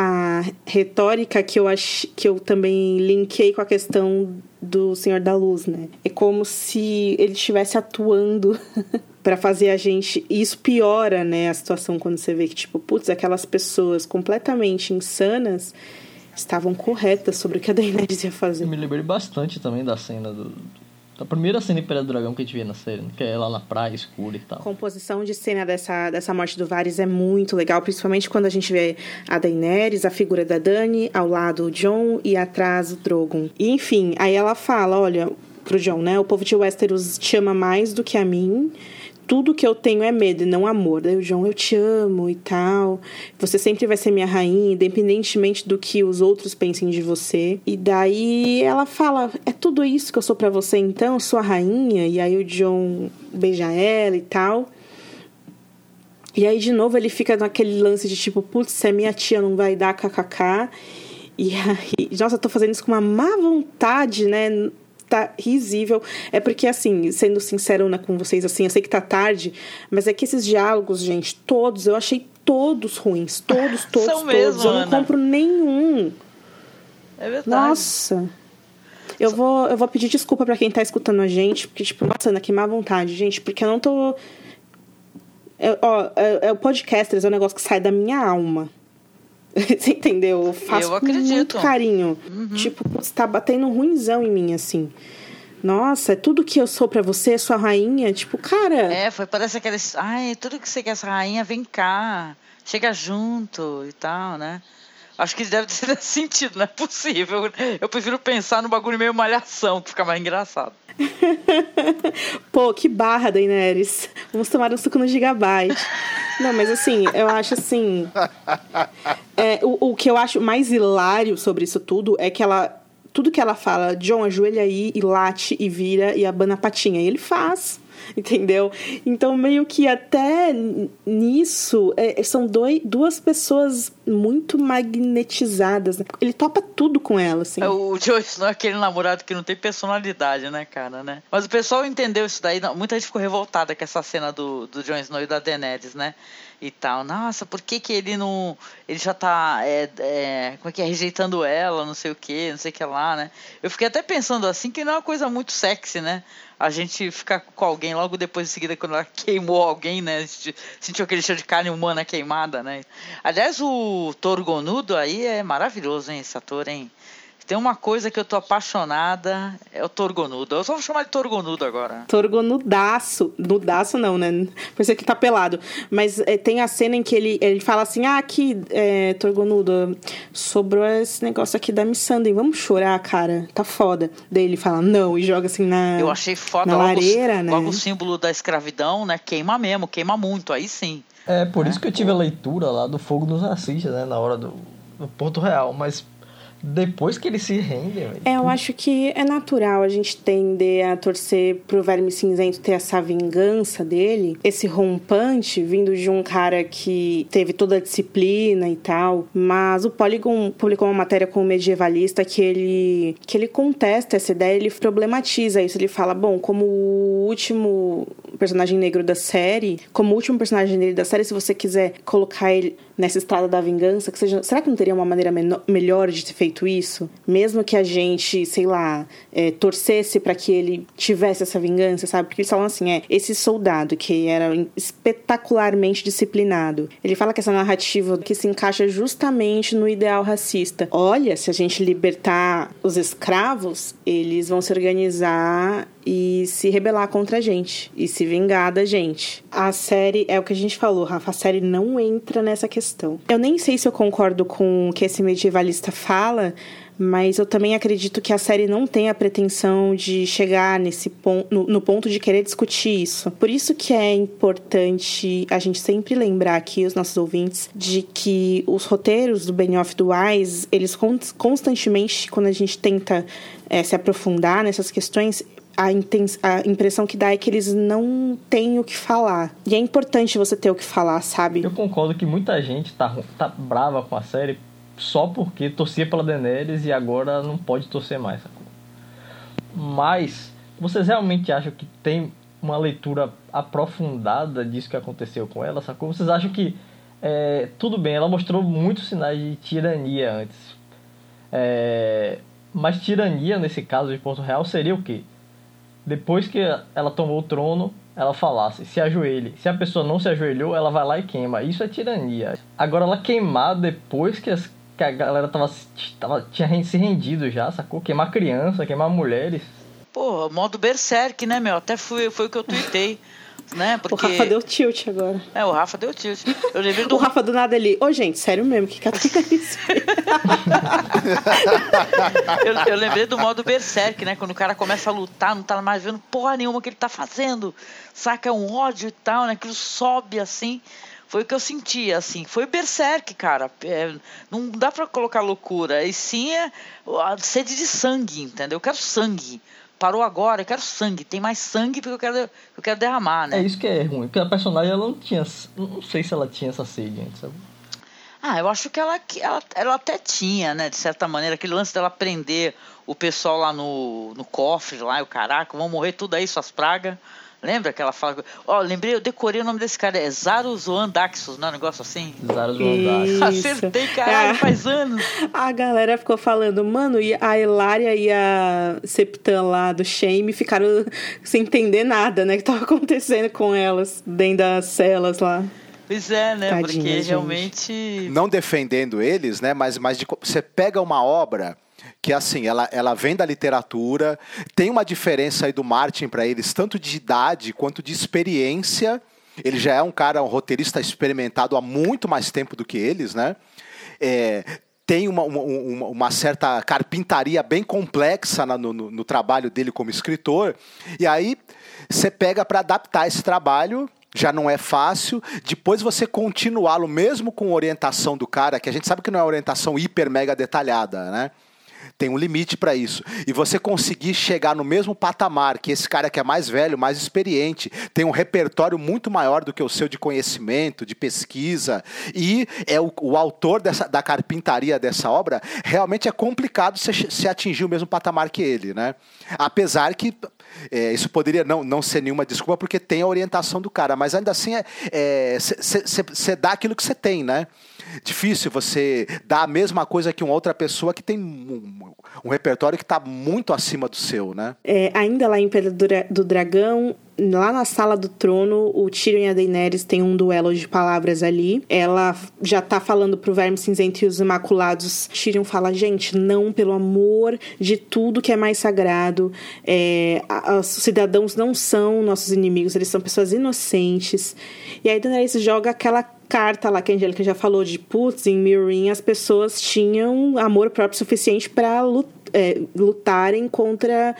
a retórica que eu, ach, que eu também linkei com a questão do Senhor da Luz, né? É como se ele estivesse atuando para fazer a gente... E isso piora, né, a situação quando você vê que, tipo, putz, aquelas pessoas completamente insanas estavam corretas sobre o que a Daenerys ia fazer. Eu me lembrei bastante também da cena do... da primeira cena em Pedra do Dragão que a gente vê na série, que é lá na praia, escura e tal. A composição de cena dessa, dessa morte do Varys é muito legal, principalmente quando a gente vê a Daenerys, a figura da Dany, ao lado o Jon e atrás o Drogon. E, enfim, aí ela fala, olha, pro Jon, né, o povo de Westeros te ama mais do que a mim, tudo que eu tenho é medo e não amor. Daí o Jon, eu te amo e tal. Você sempre vai ser minha rainha, independentemente do que os outros pensem de você. E daí ela fala, é tudo isso que eu sou pra você então, sua rainha? E aí o Jon beija ela e tal. E aí, de novo, ele fica naquele lance de tipo, putz, se a minha tia não vai dar kkk. E aí, nossa, eu tô fazendo isso com uma má vontade, né? Tá risível. É porque, assim, sendo sincerona com vocês, assim, eu sei que tá tarde, mas é que esses diálogos, gente, todos, eu achei todos ruins. Todos, todos, São todos. mesmo, eu não Ana. compro nenhum. É verdade. Nossa. Eu vou, eu vou pedir desculpa pra quem tá escutando a gente, porque, tipo, nossa, Ana, que má vontade, gente, porque eu não tô... É, ó, é, é, o Podcasters é um negócio que sai da minha alma. Você entendeu? Eu faço Eu com acredito. muito carinho. Uhum. Tipo, você tá batendo ruinzão em mim, assim. Nossa, tudo que eu sou pra você, sua rainha. Tipo, cara... É, foi, parece aqueles... Ai, tudo que você quer, essa rainha, vem cá. Chega junto e tal, né? Acho que deve ter nesse sentido, não é possível. Eu prefiro pensar no bagulho meio malhação, que fica mais engraçado. Pô, que barra, Daenerys. Vamos tomar um suco no Gigabyte. Não, mas assim, eu acho assim... É, o, o que eu acho mais hilário sobre isso tudo é que ela... Tudo que ela fala, Jon, ajoelha aí e late e vira e abana a patinha. E ele faz, entendeu? Então, meio que até nisso, é, são dois, duas pessoas muito magnetizadas, né? Ele topa tudo com ela, assim. O Jon Snow é aquele namorado que não tem personalidade, né, cara, né? Mas o pessoal entendeu isso daí. Não, muita gente ficou revoltada com essa cena do, do Jon Snow e da Daenerys, né? E tal. Nossa, por que que ele não... Ele já tá, é, é, como é que é, rejeitando ela, não sei o que, não sei o que lá, né? Eu fiquei até pensando assim, que não é uma coisa muito sexy, né? A gente ficar com alguém logo depois em seguida, quando ela queimou alguém, né? Sentiu aquele cheiro de carne humana queimada, né? Aliás, o Torgonudo aí é maravilhoso, hein? Esse ator, hein? Tem uma coisa que eu tô apaixonada, é o Torgonudo. Eu só vou chamar de Torgonudo agora. Torgonudaço. Nudaço não, né? Parece que tá pelado. Mas é, tem a cena em que ele, ele fala assim, ah, aqui, é, Torgonudo, sobrou esse negócio aqui da Missandei. Vamos chorar, cara. Tá foda. Daí ele fala, não, e joga assim na Eu achei foda. na Logo, lareira, né? Logo o símbolo da escravidão, né? Queima mesmo, queima muito, aí sim. É, por É, isso que eu tive a leitura lá do Fogo nos Racistas, né? Na hora do, do Porto Real, mas... Depois que eles se rendem... É, eu acho que é natural a gente tender a torcer pro Verme Cinzento ter essa vingança dele, esse rompante vindo de um cara que teve toda a disciplina e tal, mas o Polygon publicou uma matéria com um medievalista que ele, que ele contesta essa ideia, ele problematiza isso, ele fala, bom, como o último personagem negro da série, como o último personagem negro da série, se você quiser colocar ele nessa estrada da vingança, que seja, será que não teria uma maneira menor, melhor de ter feito isso? Mesmo que a gente, sei lá, é, torcesse para que ele tivesse essa vingança, sabe? Porque eles falam assim, é, esse soldado que era espetacularmente disciplinado, ele fala que essa narrativa que se encaixa justamente no ideal racista. Olha, se a gente libertar os escravos, eles vão se organizar e se rebelar contra a gente e se vingar da gente. A série, é o que a gente falou, Rafa, a série não entra nessa questão. Eu nem sei se eu concordo com o que esse medievalista fala, mas eu também acredito que a série não tem a pretensão de chegar nesse ponto, no, no ponto de querer discutir isso. Por isso que é importante a gente sempre lembrar aqui, os nossos ouvintes, de que os roteiros do Benioff e do Weiss, eles constantemente, quando a gente tenta é, se aprofundar nessas questões, A, intens- a impressão que dá é que eles não têm o que falar. E é importante você ter o que falar, sabe? Eu concordo que muita gente tá, tá brava com a série só porque torcia pela Daenerys e agora não pode torcer mais, sacou? Mas, vocês realmente acham que tem uma leitura aprofundada disso que aconteceu com ela, sacou? Vocês acham que, é, tudo bem, ela mostrou muitos sinais de tirania antes. É, mas tirania, nesse caso de Porto Real, seria o quê? Depois que ela tomou o trono, ela falasse, se ajoelhe. Se a pessoa não se ajoelhou, ela vai lá e queima. Isso é tirania. Agora, ela queimar depois que, as, que a galera tava, tava, tinha se rendido já, sacou? Queimar criança, queimar mulheres. Pô, modo berserk, né, meu? Até foi, foi o que eu tuitei. Né? Porque... O Rafa deu tilt agora. É, o Rafa deu tilt. Eu lembrei do... O Rafa do nada ali. Ô, oh, gente, sério mesmo, que cadeira é isso? eu, eu lembrei do modo berserk, né? Quando o cara começa a lutar, não tá mais vendo porra nenhuma que ele tá fazendo. Saca, é um ódio e tal, né? Aquilo sobe assim. Foi o que eu senti, assim. Foi berserk, cara. É, não dá pra colocar loucura. E sim é a sede de sangue, entendeu? Eu quero sangue. parou agora, eu quero sangue, tem mais sangue porque eu quero, eu quero derramar, né? É isso que é ruim, porque a personagem ela não tinha, não sei se ela tinha essa sede antes, sabe? Ah, eu acho que ela, ela, ela até tinha, né, de certa maneira, aquele lance dela prender o pessoal lá no, no cofre, lá, e o caraca, vão morrer tudo aí, suas pragas. Lembra que ela fala... Ó, oh, lembrei, eu decorei o nome desse cara, é Zarus Zoandaxus, não é um negócio assim? Zarus Zoandaxus. Acertei, caralho, é. faz anos. A galera ficou falando, mano, e a Elaria e a Septan lá do Shaime ficaram sem entender nada, né, que tava acontecendo com elas, dentro das celas lá. Pois é, né, Tadinha, porque gente. realmente... Não defendendo eles, né, mas, mas de, você pega uma obra... que assim, ela, ela vem da literatura, tem uma diferença aí do Martin para eles, tanto de idade quanto de experiência. Ele já é um cara, um roteirista experimentado há muito mais tempo do que eles, né? É, tem uma, uma, uma certa carpintaria bem complexa no, no, no trabalho dele como escritor, e aí você pega para adaptar esse trabalho... Já não é fácil, depois você continuá-lo mesmo com orientação do cara, que a gente sabe que não é orientação hiper mega detalhada, né? Tem um limite para isso. E você conseguir chegar no mesmo patamar que esse cara que é mais velho, mais experiente, tem um repertório muito maior do que o seu de conhecimento, de pesquisa, e é o, o autor dessa, da carpintaria dessa obra, realmente é complicado se, se atingir o mesmo patamar que ele, né? Apesar que é, isso poderia não, não ser nenhuma desculpa, porque tem a orientação do cara, mas ainda assim você é, dá aquilo que você tem, né? Difícil você dar a mesma coisa que uma outra pessoa que tem um, um repertório que está muito acima do seu, né? É, ainda lá em Império do Dragão, lá na Sala do Trono, o Tyrion e a Daenerys têm um duelo de palavras ali. Ela já tá falando pro Verme Cinzento e os Imaculados. Tyrion fala, gente, não, pelo amor de tudo que é mais sagrado. É, os cidadãos não são nossos inimigos, eles são pessoas inocentes. E aí a Daenerys joga aquela carta lá que a Angélica já falou de putz, em Meereen as pessoas tinham amor próprio suficiente para lutar. É, lutarem contra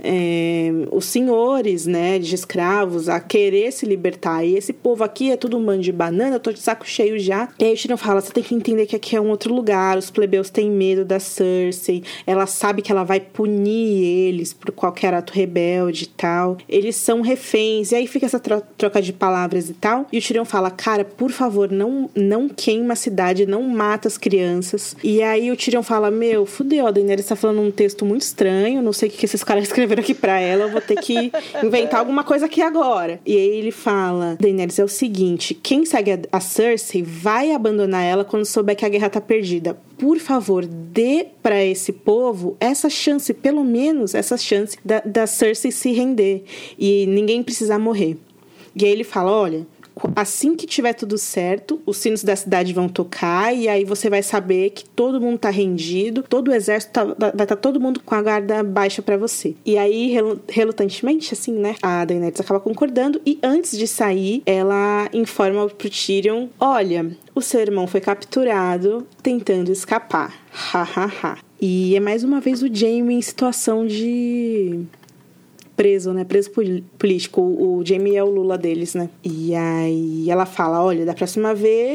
é, os senhores, né, de escravos, a querer se libertar. E esse povo aqui é tudo um bando de banana, eu tô de saco cheio já. E aí o Tyrion fala, você tem que entender que aqui é um outro lugar, os plebeus têm medo da Cersei, ela sabe que ela vai punir eles por qualquer ato rebelde e tal. Eles são reféns. E aí fica essa tro- troca de palavras e tal. E o Tyrion fala, cara, por favor, não, não queima a cidade, não mata as crianças. E aí o Tyrion fala, meu, fudeu, a Daenerys tá falando um texto muito estranho, não sei o que esses caras escreveram aqui pra ela, eu vou ter que inventar alguma coisa aqui agora. E aí ele fala, Daenerys, é o seguinte, quem segue a, a Cersei vai abandonar ela quando souber que a guerra tá perdida. Por favor, dê pra esse povo essa chance, pelo menos essa chance da, da Cersei se render e ninguém precisar morrer. E aí ele fala, olha, assim que tiver tudo certo, os sinos da cidade vão tocar e aí você vai saber que todo mundo tá rendido, todo o exército tá, vai estar tá todo mundo com a guarda baixa pra você. E aí, relutantemente, assim, né, a Daenerys acaba concordando e antes de sair, ela informa pro Tyrion, olha, o seu irmão foi capturado tentando escapar. Ha, ha, ha. E é mais uma vez o Jaime em situação de... preso, né? Preso político. O Jaime é o Lula deles, né? E aí ela fala, olha, da próxima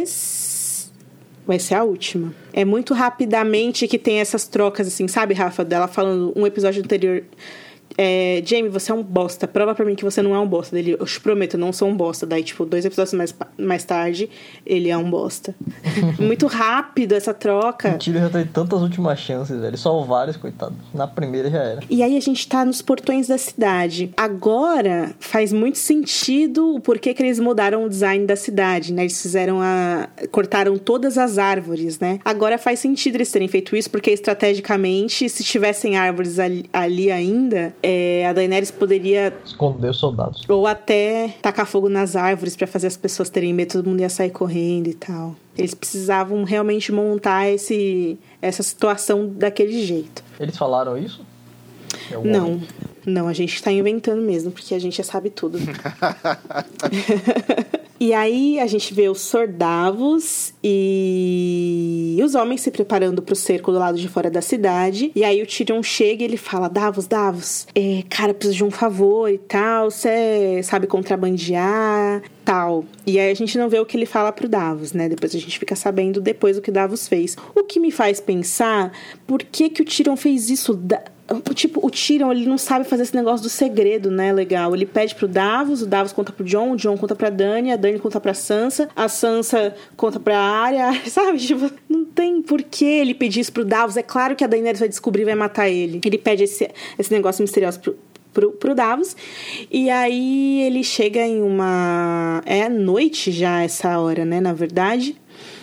vez vai ser a última. É muito rapidamente que tem essas trocas, assim, sabe, Rafa? Dela falando um episódio anterior... É, Jaime, você é um bosta. Prova pra mim que você não é um bosta. Ele, eu te prometo, eu não sou um bosta. Daí, tipo, dois episódios mais, mais tarde, ele é um bosta. Muito rápido essa troca. O Tyrion já teve tantas últimas chances, velho. Só vários, coitado. Na primeira já era. E aí a gente tá nos portões da cidade. Agora faz muito sentido o porquê que eles mudaram o design da cidade, né? Eles fizeram a... cortaram todas as árvores, né? Agora faz sentido eles terem feito isso, porque estrategicamente, se tivessem árvores ali, ali ainda... É, a Daenerys poderia... esconder os soldados. Ou até tacar fogo nas árvores pra fazer as pessoas terem medo, todo mundo ia sair correndo e tal. Eles precisavam realmente montar esse, essa situação daquele jeito. Eles falaram isso? Não, momento? Não, a gente tá inventando mesmo, porque a gente já sabe tudo. E aí a gente vê os Sordavos e os homens se preparando pro cerco do lado de fora da cidade. E aí o Tyrion chega e ele fala, Davos, Davos, é, cara, eu preciso de um favor e tal, você sabe contrabandear, tal. E aí a gente não vê o que ele fala pro Davos, né? Depois a gente fica sabendo depois o que Davos fez. O que me faz pensar, por que que o Tyrion fez isso... Da... tipo, o Tyrion, ele não sabe fazer esse negócio do segredo, né, legal. Ele pede pro Davos, o Davos conta pro Jon, o Jon conta pra Dany, a Dany conta pra Sansa, a Sansa conta pra Arya, sabe? Tipo, não tem por que ele pedir isso pro Davos. É claro que a Daenerys vai descobrir e vai matar ele. Ele pede esse, esse negócio misterioso pro, pro, pro Davos. E aí ele chega em uma... É noite já essa hora, né, na verdade.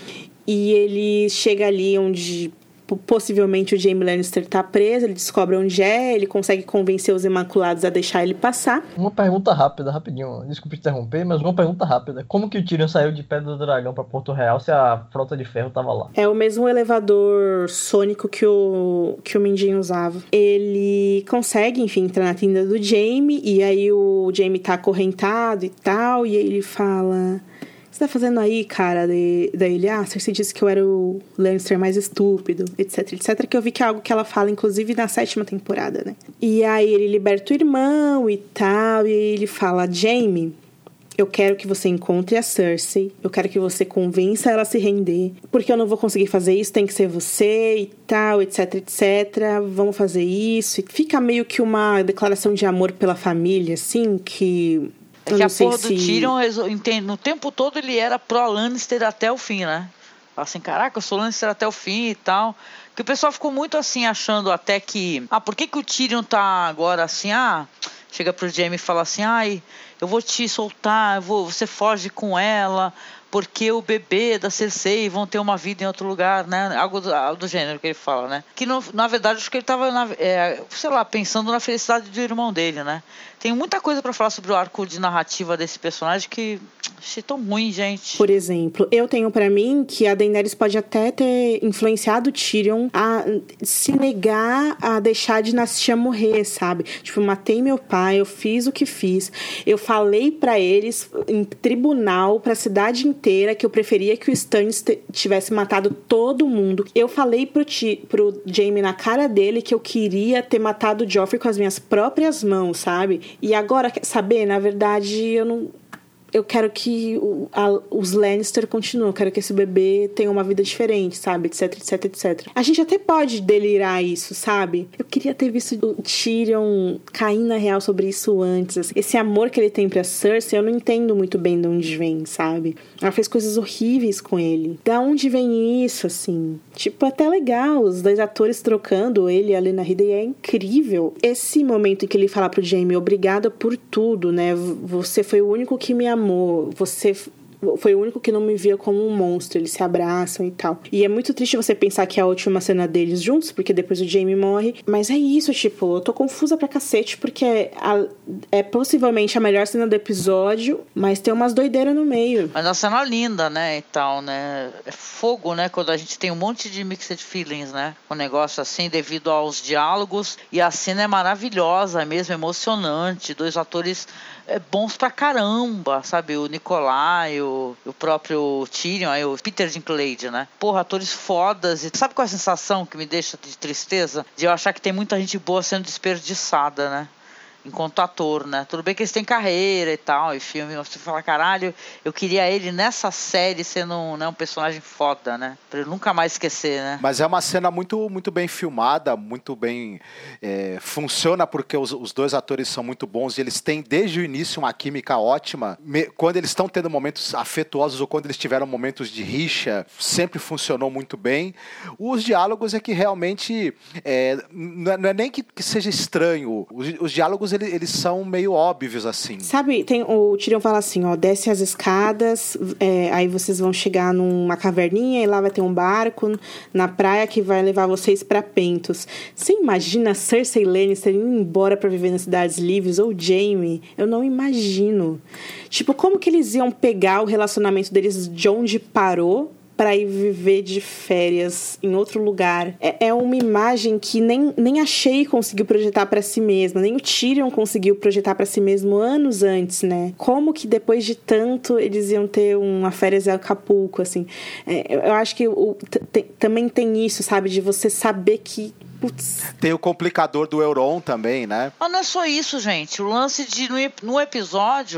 E ele chega ali onde... possivelmente o Jaime Lannister tá preso, ele descobre onde é, ele consegue convencer os Imaculados a deixar ele passar. Uma pergunta rápida, rapidinho, desculpe interromper, mas uma pergunta rápida. Como que o Tyrion saiu de Pedra do Dragão pra Porto Real se a Frota de Ferro tava lá? É o mesmo elevador sônico que o, que o Mindinho usava. Ele consegue, enfim, entrar na tenda do Jaime, e aí o Jaime tá acorrentado e tal, e aí ele fala... O que você tá fazendo aí, cara? Daí ele, ah, Cersei disse que eu era o Lannister mais estúpido, etc, etc. Que eu vi que é algo que ela fala, inclusive, na sétima temporada, né? E aí ele liberta o irmão e tal, e ele fala, Jaime, eu quero que você encontre a Cersei, eu quero que você convença ela a se render, porque eu não vou conseguir fazer isso, tem que ser você e tal, etc, etc. Vamos fazer isso. E fica meio que uma declaração de amor pela família, assim, que... É que a porra do se... Tyrion, no tempo todo, ele era pró-Lannister até o fim, né? Fala assim, caraca, eu sou Lannister até o fim e tal. Que o pessoal ficou muito assim, achando até que... Ah, por que que o Tyrion tá agora assim? Ah, chega pro Jaime e fala assim, ai, eu vou te soltar, eu vou, você foge com ela... porque o bebê da Cersei vão ter uma vida em outro lugar, né? Algo do, algo do gênero que ele fala, né? Que, no, na verdade, acho que ele estava, é, sei lá, pensando na felicidade do irmão dele, né? Tem muita coisa pra falar sobre o arco de narrativa desse personagem que achei tão ruim, gente. Por exemplo, eu tenho pra mim que a Daenerys pode até ter influenciado o Tyrion a se negar a deixar a dinastia morrer, sabe? Tipo, eu matei meu pai, eu fiz o que fiz, eu falei pra eles em tribunal, pra cidade inteira, que eu preferia que o Stannis t- tivesse matado todo mundo. Eu falei pro, Ti- pro Jaime na cara dele que eu queria ter matado o Joffrey com as minhas próprias mãos, sabe? E agora, quer saber? Na verdade, eu não... Eu quero que o, a, os Lannister continuem. Eu quero que esse bebê tenha uma vida diferente, sabe? Etc, etc, etcétera. A gente até pode delirar isso, sabe? Eu queria ter visto o Tyrion cair na real sobre isso antes. Esse amor que ele tem pra Cersei, eu não entendo muito bem de onde vem, sabe? Ela fez coisas horríveis com ele. Da onde vem isso, assim? Tipo, até legal. Os dois atores trocando, ele e a Lena Headey, é incrível. Esse momento em que ele fala pro Jaime, obrigada por tudo, né? Você foi o único que me amou. Amor, você foi o único que não me via como um monstro. Eles se abraçam e tal. E é muito triste você pensar que é a última cena deles juntos, porque depois o Jaime morre. Mas é isso, tipo, eu tô confusa pra cacete, porque é, a, é possivelmente a melhor cena do episódio, mas tem umas doideiras no meio. Mas é uma cena linda, né, e tal, né? É fogo, né, quando a gente tem um monte de mixed feelings, né? Um negócio assim, devido aos diálogos. E a cena é maravilhosa mesmo, emocionante. Dois atores... É bons pra caramba, sabe? O Nikolai, o, o próprio Tyrion, aí o Peter Dinklage, né? Porra, atores fodas. E sabe qual é a sensação que me deixa de tristeza? De eu achar que tem muita gente boa sendo desperdiçada, né? Enquanto ator, né? Tudo bem que eles têm carreira e tal, e filme, você fala, caralho, eu queria ele nessa série sendo um, né, um personagem foda, né? Pra eu nunca mais esquecer, né? Mas é uma cena muito, muito bem filmada, muito bem... É, funciona porque os, os dois atores são muito bons e eles têm desde o início uma química ótima. Me, quando eles estão tendo momentos afetuosos ou quando eles tiveram momentos de rixa, sempre funcionou muito bem. Os diálogos é que realmente... É, não, é, não é nem que, que seja estranho. Os, os diálogos Eles, eles são meio óbvios, assim. Sabe, tem, o Tyrion fala assim, ó, desce as escadas, é, aí vocês vão chegar numa caverninha e lá vai ter um barco na praia que vai levar vocês pra Pentos. Você imagina Cersei e Lannister indo embora pra viver nas cidades livres, ou Jaime? Eu não imagino. Tipo, como que eles iam pegar o relacionamento deles de onde parou para ir viver de férias em outro lugar? É, é uma imagem que nem, nem a Shae conseguiu projetar para si mesma, nem o Tyrion conseguiu projetar para si mesmo anos antes, né? Como que depois de tanto eles iam ter uma férias em Acapulco, assim? É, eu acho que o, t- também tem isso, sabe? De você saber que... Putz. Tem o complicador do Euron também, né? Mas não é só isso, gente. O lance de, no, no episódio...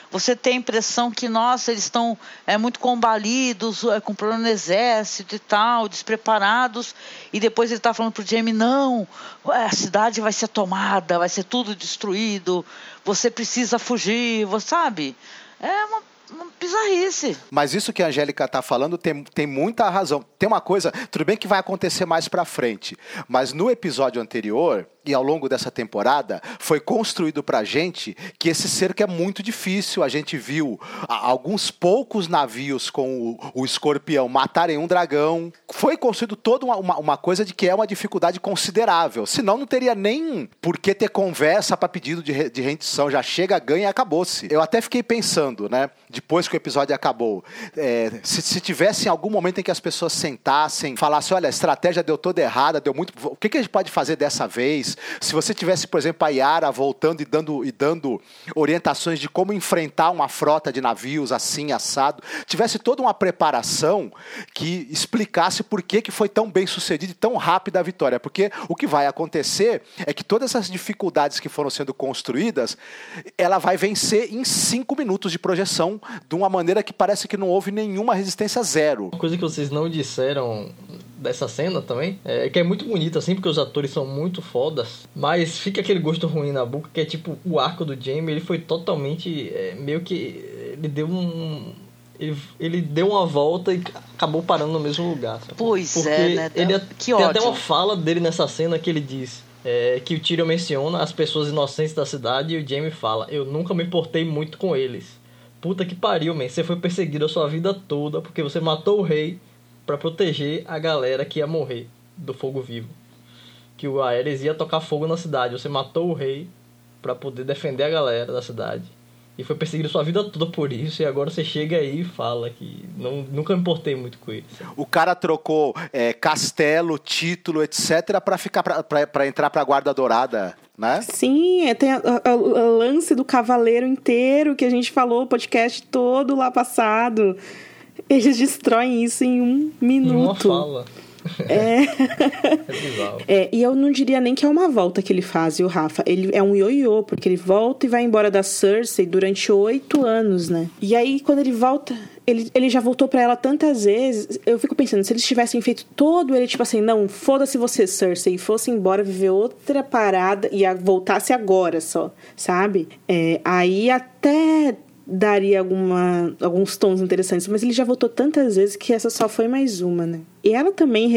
você tem a impressão que, nossa, eles estão é, muito combalidos, é, com problema no exército e tal, despreparados, e depois ele está falando pro Jaime, não, a cidade vai ser tomada, vai ser tudo destruído, você precisa fugir, você sabe? É uma, uma bizarrice. Mas isso que a Angélica está falando tem, tem muita razão. Tem uma coisa, tudo bem que vai acontecer mais pra frente, mas no episódio anterior, e ao longo dessa temporada, foi construído pra gente que esse cerco é muito difícil. A gente viu alguns poucos navios com o, o escorpião matarem um dragão. Foi construído toda uma, uma, uma coisa de que é uma dificuldade considerável. Senão não teria nem por que ter conversa para pedido de, re, de rendição. Já chega, ganha e acabou-se. Eu até fiquei pensando, né, depois que o episódio acabou, é, se, se tivesse em algum momento em que as pessoas sentassem, falassem, olha, a estratégia deu toda errada, deu muito... O que, que a gente pode fazer dessa vez? Se você tivesse, por exemplo, a Yara voltando e dando, e dando orientações de como enfrentar uma frota de navios assim, assado, tivesse toda uma preparação que explicasse por que, que foi tão bem sucedido e tão rápida a vitória. Porque o que vai acontecer é que todas essas dificuldades que foram sendo construídas, ela vai vencer em cinco minutos de projeção de uma maneira que parece que não houve nenhuma resistência zero. Uma coisa que vocês não disseram dessa cena também, é que é muito bonita, assim, porque os atores são muito fodas, mas fica aquele gosto ruim na boca, que é tipo, o arco do Jaime, ele foi totalmente, é, meio que, ele deu um... Ele, ele deu uma volta e acabou parando no mesmo lugar. Sabe? Pois porque é, né? Ele, que tem ódio. até uma fala dele nessa cena que ele diz, é, que o Tyrion menciona as pessoas inocentes da cidade e o Jaime fala, eu nunca me importei muito com eles. Puta que pariu, man. Você foi perseguido a sua vida toda porque você matou o rei pra proteger a galera que ia morrer do fogo vivo. Que o Aerys ia tocar fogo na cidade. Você matou o rei pra poder defender a galera da cidade. E foi perseguido a sua vida toda por isso. E agora você chega aí e fala que não, nunca me importei muito com ele. Sabe? O cara trocou é, castelo, título, etcétera pra, ficar pra, pra, pra entrar pra Guarda Dourada, né? Sim, tem o lance do cavaleiro inteiro que a gente falou o podcast todo lá passado. Eles destroem isso em um minuto. Em uma fala. É. É bizarro. É, e eu não diria nem que é uma volta que ele faz, viu, Rafa? Ele é um ioiô, porque ele volta e vai embora da Cersei durante oito anos, né? E aí, quando ele volta, ele, ele já voltou pra ela tantas vezes. Eu fico pensando, se eles tivessem feito todo ele, tipo assim, não, foda-se você, Cersei, e fosse embora viver outra parada e a, voltasse agora só, sabe? É, aí até daria alguma, alguns tons interessantes, mas ele já voltou tantas vezes que essa só foi mais uma, né? E ela também,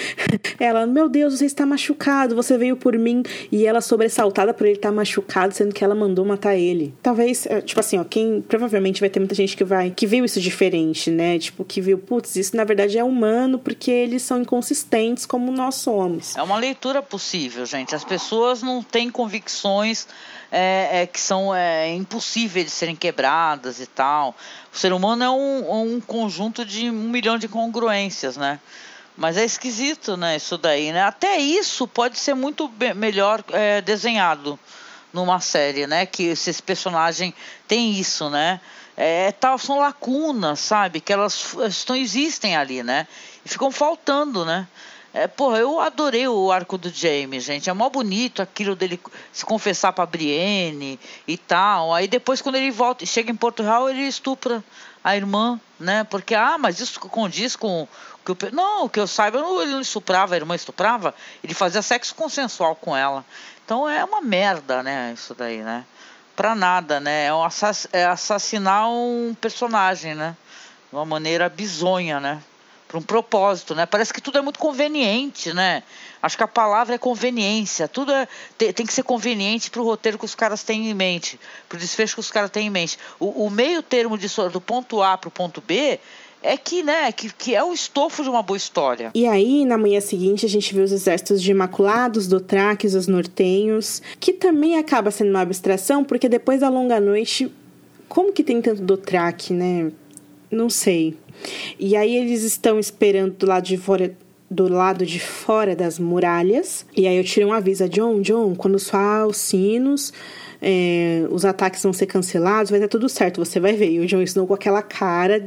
ela, meu Deus, você está machucado, você veio por mim, e ela sobressaltada por ele estar machucado, sendo que ela mandou matar ele. Talvez, tipo assim, ó, quem, provavelmente vai ter muita gente que vai, que viu isso diferente, né? Tipo, que viu, putz, isso na verdade é humano, porque eles são inconsistentes como nós somos. É uma leitura possível, gente. As pessoas não têm convicções é, é, que são é, impossíveis de serem quebradas e tal. O ser humano é um, um conjunto de um milhão de congruências, né? Mas é esquisito, né, isso daí, né? Até isso pode ser muito be- melhor é, desenhado numa série, né? Que esse personagem tem isso, né? É, tal, são lacunas, sabe? Que elas estão, existem ali, né? E ficam faltando, né? É, porra, eu adorei o arco do Jaime, gente. É mó bonito aquilo dele se confessar pra Brienne e tal. Aí depois, quando ele volta, chega em Porto Real, ele estupra a irmã, né? Porque, ah, mas isso condiz com... Que eu, não, que eu saiba, ele não estuprava, a irmã estuprava, ele fazia sexo consensual com ela. Então é uma merda, né, isso daí, né? Pra nada, né? É, um assass, é assassinar um personagem, né? De uma maneira bizonha, né? Para um propósito, né? Parece que tudo é muito conveniente, né? Acho que a palavra é conveniência. Tudo é, tem, tem que ser conveniente para o roteiro que os caras têm em mente, para o desfecho que os caras têm em mente. O, o meio termo disso, do ponto A para o ponto B é que, né, que, que é o estofo de uma boa história. E aí, na manhã seguinte, a gente vê os exércitos de Imaculados, Dothrakis, os Nortenhos, que também acaba sendo uma abstração, porque depois da longa noite, como que tem tanto Dothraki, né? Não sei. E aí eles estão esperando do lado de fora, do lado de fora das muralhas. E aí eu tiro um aviso a Jon, Jon, quando soar os sinos, é, os ataques vão ser cancelados, vai dar tudo certo, você vai ver. E o Jon Snow com aquela cara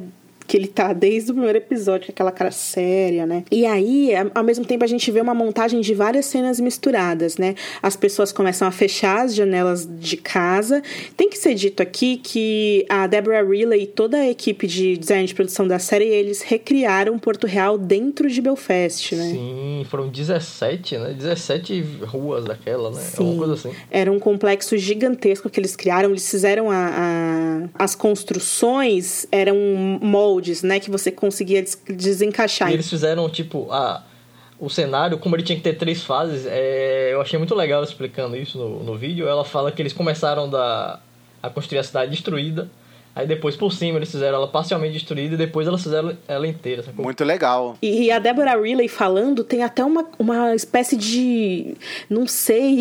que ele tá desde o primeiro episódio, com aquela cara séria, né? E aí, ao mesmo tempo, a gente vê uma montagem de várias cenas misturadas, né? As pessoas começam a fechar as janelas de casa. Tem que ser dito aqui que a Deborah Riley e toda a equipe de design de produção da série, eles recriaram Porto Real dentro de Belfast, né? Sim, foram dezessete, né? dezessete ruas daquela, né? Sim. Uma coisa assim. Era um complexo gigantesco que eles criaram. Eles fizeram a, a, as construções, eram moldes, né? Que você conseguia des- desencaixar. E eles fizeram, tipo, a, o cenário, como ele tinha que ter três fases, é, eu achei muito legal explicando isso no, no vídeo. Ela fala que eles começaram da, a construir a cidade destruída. Aí depois, por cima, eles fizeram ela parcialmente destruída e depois elas fizeram ela inteira. Sacou? Muito legal. E a Deborah Riley falando, tem até uma, uma espécie de, não sei,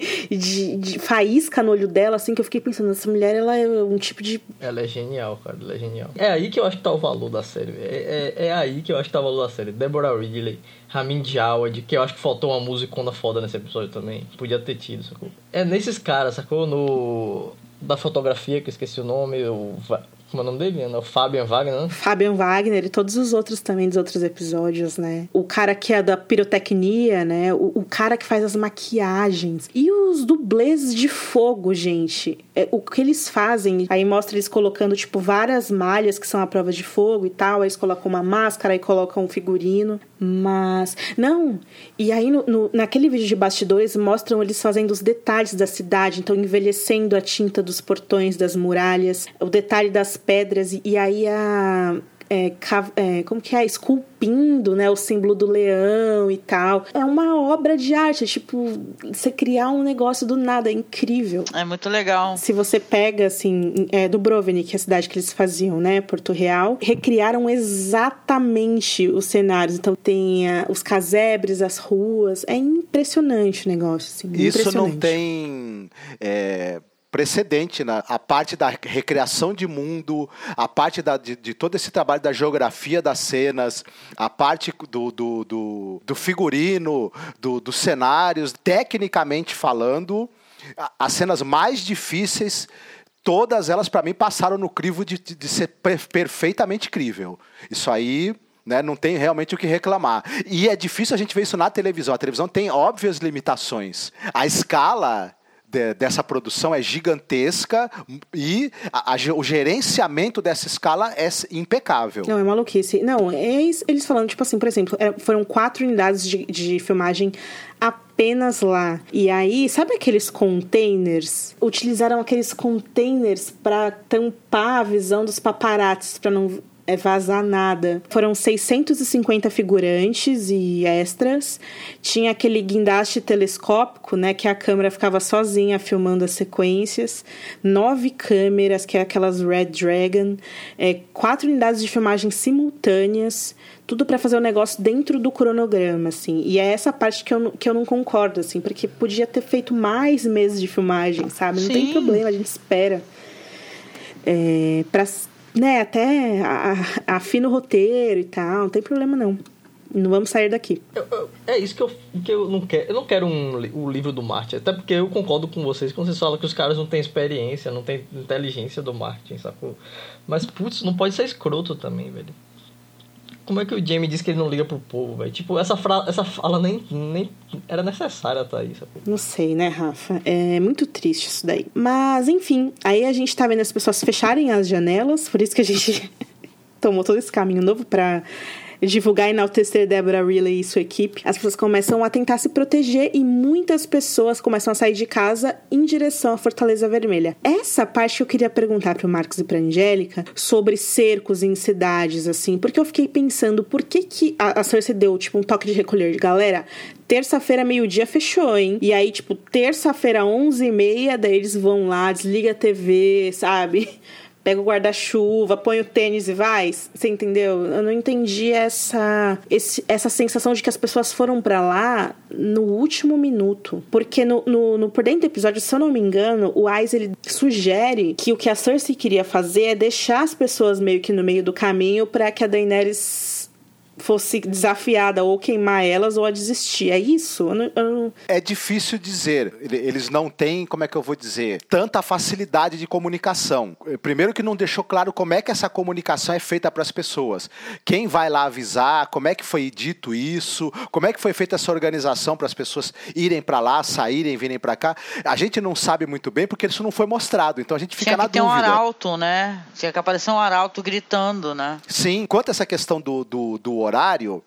de, de faísca no olho dela, assim, que eu fiquei pensando, essa mulher, ela é um tipo de... Ela é genial, cara, ela é genial. É aí que eu acho que tá o valor da série. É, é, é aí que eu acho que tá o valor da série. Deborah Riley, Ramin Djawad, que eu acho que faltou uma musicona foda nesse episódio também. Podia ter tido, sacou? É nesses caras, sacou? No... da fotografia, que eu esqueci o nome, o... como é o nome dele? O Fabian Wagner, né? Fabian Wagner e todos os outros também dos outros episódios, né? O cara que é da pirotecnia, né? O, o cara que faz as maquiagens. E os dublês de fogo, gente. É, o que eles fazem, aí mostra eles colocando, tipo, várias malhas que são a prova de fogo e tal. Aí eles colocam uma máscara, aí colocam um figurino. Mas... Não! E aí, no, no, naquele vídeo de bastidores, mostram eles fazendo os detalhes da cidade. Então, envelhecendo a tinta dos portões, das muralhas. O detalhe das pedras. E, e aí, a... É, é, como que é? Esculpindo, né? O símbolo do leão e tal. É uma obra de arte. É tipo, você criar um negócio do nada. É incrível. É muito legal. Se você pega, assim, é, Dubrovnik, que é a cidade que eles faziam, né? Porto Real. Recriaram exatamente os cenários. Então, tem a, os casebres, as ruas. É impressionante o negócio, assim. Isso não tem... É... precedente, né? A parte da recriação de mundo, a parte da, de, de todo esse trabalho da geografia das cenas, a parte do, do, do, do figurino, do, dos cenários, tecnicamente falando, as cenas mais difíceis, todas elas para mim passaram no crivo de, de ser perfeitamente crível. Isso aí... Né, não tem realmente o que reclamar. E é difícil a gente ver isso na televisão. A televisão tem óbvias limitações. A escala de, dessa produção é gigantesca e a, a, o gerenciamento dessa escala é impecável. Não, é maluquice. Não, é eles falando, tipo assim, por exemplo, foram quatro unidades de, de filmagem apenas lá. E aí, sabe aqueles containers? Utilizaram aqueles containers para tampar a visão dos paparazzis, para não... é vazar nada. Foram seiscentos e cinquenta figurantes e extras. Tinha aquele guindaste telescópico, né, que a câmera ficava sozinha filmando as sequências. Nove câmeras, que é aquelas Red Dragon. É, quatro unidades de filmagem simultâneas. Tudo para fazer o negócio dentro do cronograma, assim. E é essa parte que eu, que eu não concordo, assim, porque podia ter feito mais meses de filmagem, sabe? Não Sim. tem problema, a gente espera. É, pra... né, até afina o roteiro e tal, não tem problema não. Não vamos sair daqui. Eu, eu, é isso que eu, que eu não quero. Eu não quero um, um livro do Martin, até porque eu concordo com vocês quando vocês falam que os caras não têm experiência, não têm inteligência do Martin, sacou? Mas, putz, não pode ser escroto também, velho. Como é que o Jamie disse que ele não liga pro povo, velho? Tipo, essa, fra- essa fala nem, nem era necessária tá aí, sacou? Não sei, né, Rafa? É muito triste isso daí. Mas, enfim, aí a gente tá vendo as pessoas fecharem as janelas, por isso que a gente tomou todo esse caminho novo pra divulgar e enaltecer Deborah Riley e sua equipe. As pessoas começam a tentar se proteger e muitas pessoas começam a sair de casa em direção à Fortaleza Vermelha. Essa parte que eu queria perguntar pro Marcos e pra Angélica sobre cercos em cidades, assim, porque eu fiquei pensando por que que a, a Cersei deu, tipo, um toque de recolher de galera. Terça-feira, meio-dia, fechou, hein? E aí, tipo, terça-feira, onze e meia, daí eles vão lá, desliga a T V, sabe? Pega o guarda-chuva, põe o tênis e vai. Você entendeu? Eu não entendi essa, esse, essa sensação de que as pessoas foram pra lá no último minuto. Porque no, no, no por dentro do episódio, se eu não me engano, o Ais, ele sugere que o que a Cersei queria fazer é deixar as pessoas meio que no meio do caminho pra que a Daenerys fosse desafiada ou queimar elas ou a desistir. É isso? Eu não, eu não... É difícil dizer. Eles não têm, como é que eu vou dizer, tanta facilidade de comunicação. Primeiro que não deixou claro como é que essa comunicação é feita para as pessoas. Quem vai lá avisar, como é que foi dito isso, como é que foi feita essa organização para as pessoas irem para lá, saírem, virem para cá. A gente não sabe muito bem porque isso não foi mostrado. Então a gente fica Tinha na que ter dúvida. um arauto, né? Tinha que aparecer um arauto gritando, né? Sim. Quanto a essa questão do, do, do horário,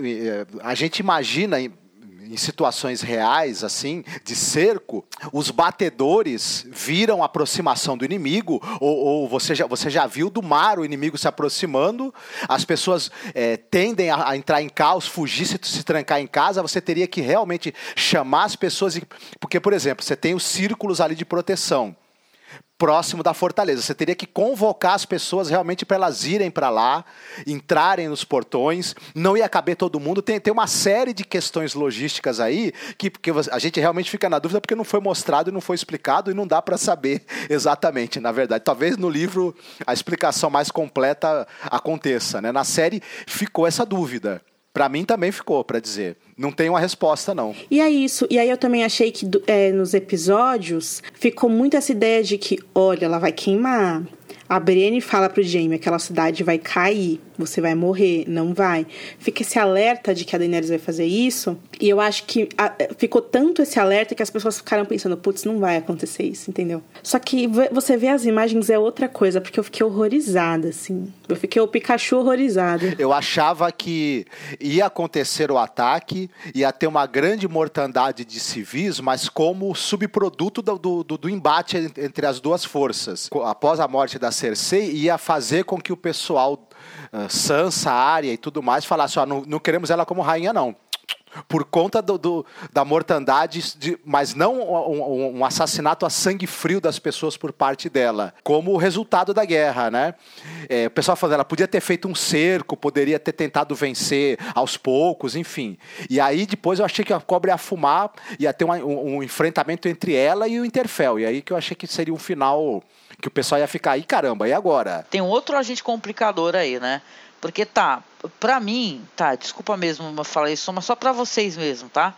a gente imagina em, em situações reais, assim, de cerco, os batedores viram a aproximação do inimigo, ou, ou você, já, você já viu do mar o inimigo se aproximando, as pessoas é, tendem a, a entrar em caos, fugir, se, se trancar em casa, você teria que realmente chamar as pessoas, e, porque, por exemplo, você tem os círculos ali de proteção, próximo da fortaleza. Você teria que convocar as pessoas realmente para elas irem para lá, entrarem nos portões, não ia caber todo mundo. Tem, tem uma série de questões logísticas aí que, que a gente realmente fica na dúvida porque não foi mostrado e não foi explicado e não dá para saber exatamente, na verdade. Talvez no livro a explicação mais completa aconteça, né? Na série ficou essa dúvida. Pra mim também ficou, pra dizer. Não tem uma resposta, não. E é isso. E aí eu também achei que é, nos episódios ficou muito essa ideia de que, olha, ela vai queimar. A Brienne fala pro Jaime, aquela cidade vai cair, você vai morrer, não vai. Fica esse alerta de que a Daenerys vai fazer isso. E eu acho que a, ficou tanto esse alerta que as pessoas ficaram pensando, putz, não vai acontecer isso, entendeu? Só que você vê as imagens é outra coisa, porque eu fiquei horrorizada, assim. Eu fiquei o Pikachu horrorizado. Eu achava que ia acontecer o ataque, ia ter uma grande mortandade de civis, mas como subproduto do, do, do embate entre as duas forças. Após a morte da Cersei, ia fazer com que o pessoal, uh, Sansa, Arya e tudo mais, falasse, ó, não, não queremos ela como rainha, não. Por conta do, do, da mortandade, de, mas não um, um assassinato a sangue frio das pessoas por parte dela, como resultado da guerra, né? É, o pessoal falando, ela podia ter feito um cerco, poderia ter tentado vencer aos poucos, enfim. E aí depois eu achei que a cobra ia fumar, ia ter uma, um, um enfrentamento entre ela e o Interfell, e aí que eu achei que seria um final que o pessoal ia ficar aí, caramba, e agora? Tem um outro agente complicador aí, né? Porque tá, pra mim, tá, desculpa mesmo eu falar isso, mas só pra vocês mesmo, tá?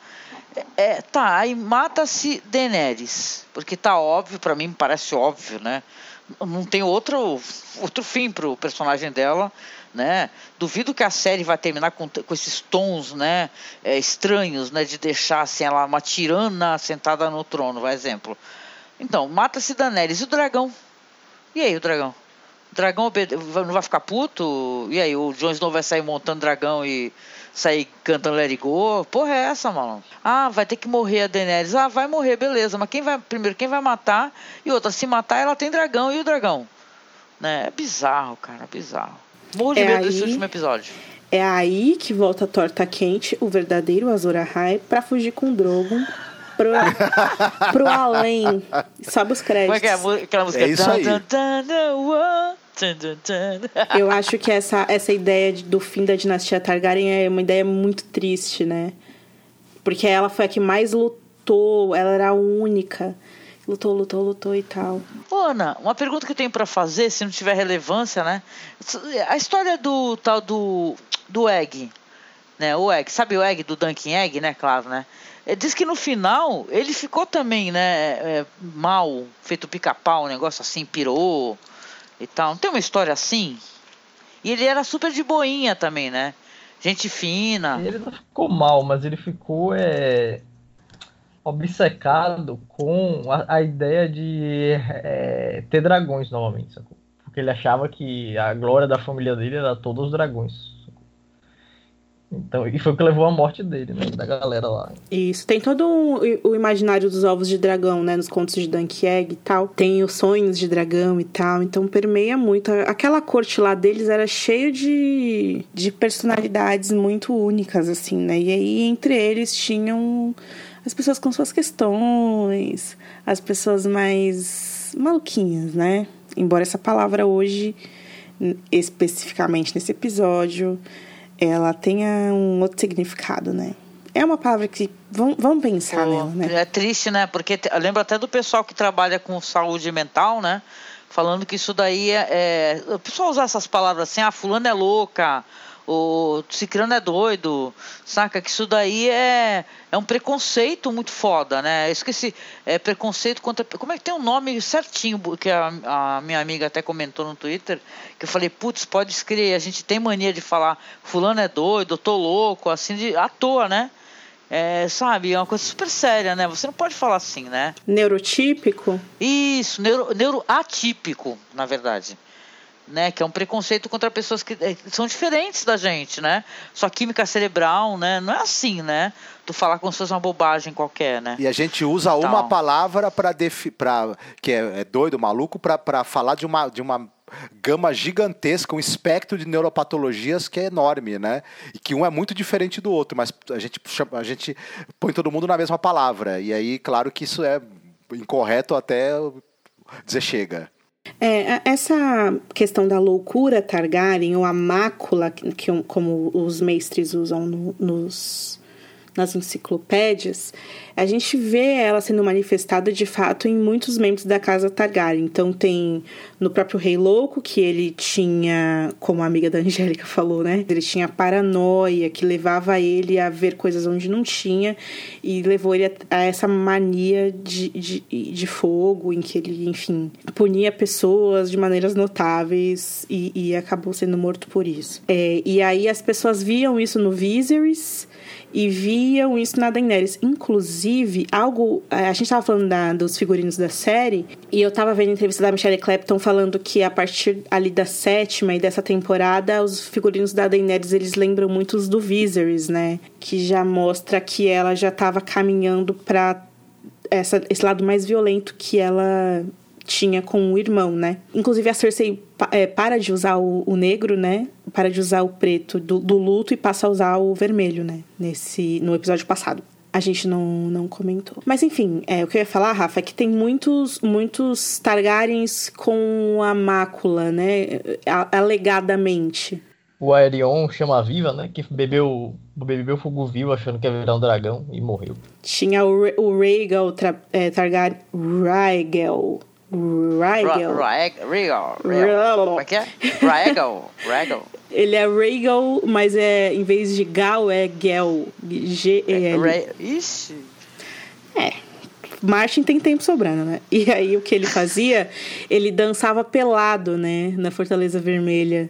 É, tá, aí mata-se Daenerys, porque tá óbvio, pra mim parece óbvio, né? Não tem outro, outro fim pro personagem dela, né? Duvido que a série vai terminar com, com esses tons, né, é, estranhos, né, de deixar assim, ela uma tirana sentada no trono, por exemplo. Então, mata-se Daenerys e o dragão. E aí o dragão? O dragão obede... não vai ficar puto? E aí, o Jon Snow vai sair montando dragão e sair cantando Let It Go? Porra é essa, mano? Ah, vai ter que morrer a Daenerys. Ah, vai morrer, beleza. Mas quem vai... primeiro, quem vai matar? E outra, se matar, ela tem dragão. E o dragão? Né? É bizarro, cara, bizarro. Morro de é medo aí... desse último episódio. É aí que volta a torta quente, o verdadeiro Azor Ahai, pra fugir com o Drogon pro, pro além. Sobe os créditos. Como é que é aquela música? É isso aí. Eu acho que essa, essa ideia de, do fim da dinastia Targaryen é uma ideia muito triste, né? Porque ela foi a que mais lutou, ela era a única. Lutou, lutou, lutou e tal. Ô, Ana, uma pergunta que eu tenho pra fazer, se não tiver relevância, né? A história do tal do, do Egg, né? O Egg, sabe o Egg do Dunkin' Egg, né? Claro, né? Diz que no final ele ficou também, né? É, mal, feito pica-pau, um negócio assim, pirou e tal. Não tem uma história assim? E ele era super de boinha também, né? Gente fina. Ele não ficou mal, mas ele ficou é, obcecado com a, a ideia de é, ter dragões novamente, sacou? Porque ele achava que a glória da família dele era todos os dragões. Sacou? Então, e foi o que levou à morte dele, né? Da galera lá. Isso. Tem todo um, o imaginário dos ovos de dragão, né? Nos contos de Dunkin' Egg e tal. Tem os sonhos de dragão e tal. Então permeia muito. Aquela corte lá deles era cheio de, de personalidades muito únicas, assim, né? E aí, entre eles, tinham as pessoas com suas questões, as pessoas mais maluquinhas, né? Embora essa palavra hoje, especificamente nesse episódio, ela tenha um outro significado, né? É uma palavra que... Vamos, vamos pensar Pô, nela, né? É triste, né? Porque eu lembro até do pessoal que trabalha com saúde mental, né? Falando que isso daí é... é o pessoal usar essas palavras assim, ah, fulano é louca, o Cicrano é doido, saca? Que isso daí é, é um preconceito muito foda, né? Eu esqueci, é preconceito contra... Como é que tem um nome certinho, que a, a minha amiga até comentou no Twitter, que eu falei, putz, pode escrever, a gente tem mania de falar fulano é doido, eu tô louco, assim, de, à toa, né? É, sabe, é uma coisa super séria, né? Você não pode falar assim, né? Neurotípico? Isso, neuro, neuroatípico, na verdade. Né, que é um preconceito contra pessoas que é, são diferentes da gente, né? Sua química cerebral, né? Não é assim, né? Tu falar como se fosse uma bobagem qualquer, né? E a gente usa então, uma palavra para defi- pra, que é, é doido, maluco, para falar de uma, de uma gama gigantesca, um espectro de neuropatologias que é enorme, né? E que um é muito diferente do outro, mas a gente, a gente põe todo mundo na mesma palavra. E aí, claro que isso é incorreto até dizer chega. É, essa questão da loucura Targaryen, ou a mácula, que, que como os mestres usam no, nos, nas enciclopédias, a gente vê ela sendo manifestada de fato em muitos membros da casa Targaryen. Então tem no próprio Rei Louco, que ele tinha, como a amiga da Angélica falou, né? Ele tinha paranoia, que levava ele a ver coisas onde não tinha, e levou ele a, a essa mania de, de, de fogo, em que ele, enfim, punia pessoas de maneiras notáveis e, e acabou sendo morto por isso. É, e aí as pessoas viam isso no Viserys e viam isso na Daenerys. Inclusive, algo... A gente estava falando da, dos figurinos da série, e eu estava vendo a entrevista da Michelle Clapton falando que a partir ali da sétima e dessa temporada, os figurinos da Daenerys, eles lembram muito os do Viserys, né? Que já mostra que ela já estava caminhando para essa, esse lado mais violento que ela tinha com o irmão, né? Inclusive a Cersei é, para de usar o, o negro, né? Para de usar o preto do, do luto e passa a usar o vermelho, né? Nesse, no episódio passado. A gente não, não comentou. Mas enfim, é, o que eu ia falar, Rafa, é que tem muitos, muitos Targaryens com a mácula, né? Alegadamente. O Aerion chama viva, né? Que bebeu, bebeu fogo vivo achando que ia virar um dragão e morreu. Tinha o, o Rhaegal é, Targaryen... Rhaegal... Rhaegal. Rhaegal. Como é que é? Rhaegal. Rhaegal. Ele é Rhaegal, mas é, em vez de Gal, é Gel. G E L. Ixi. É. Martin tem tempo sobrando, né? E aí, o que ele fazia? Ele dançava pelado, né? Na Fortaleza Vermelha.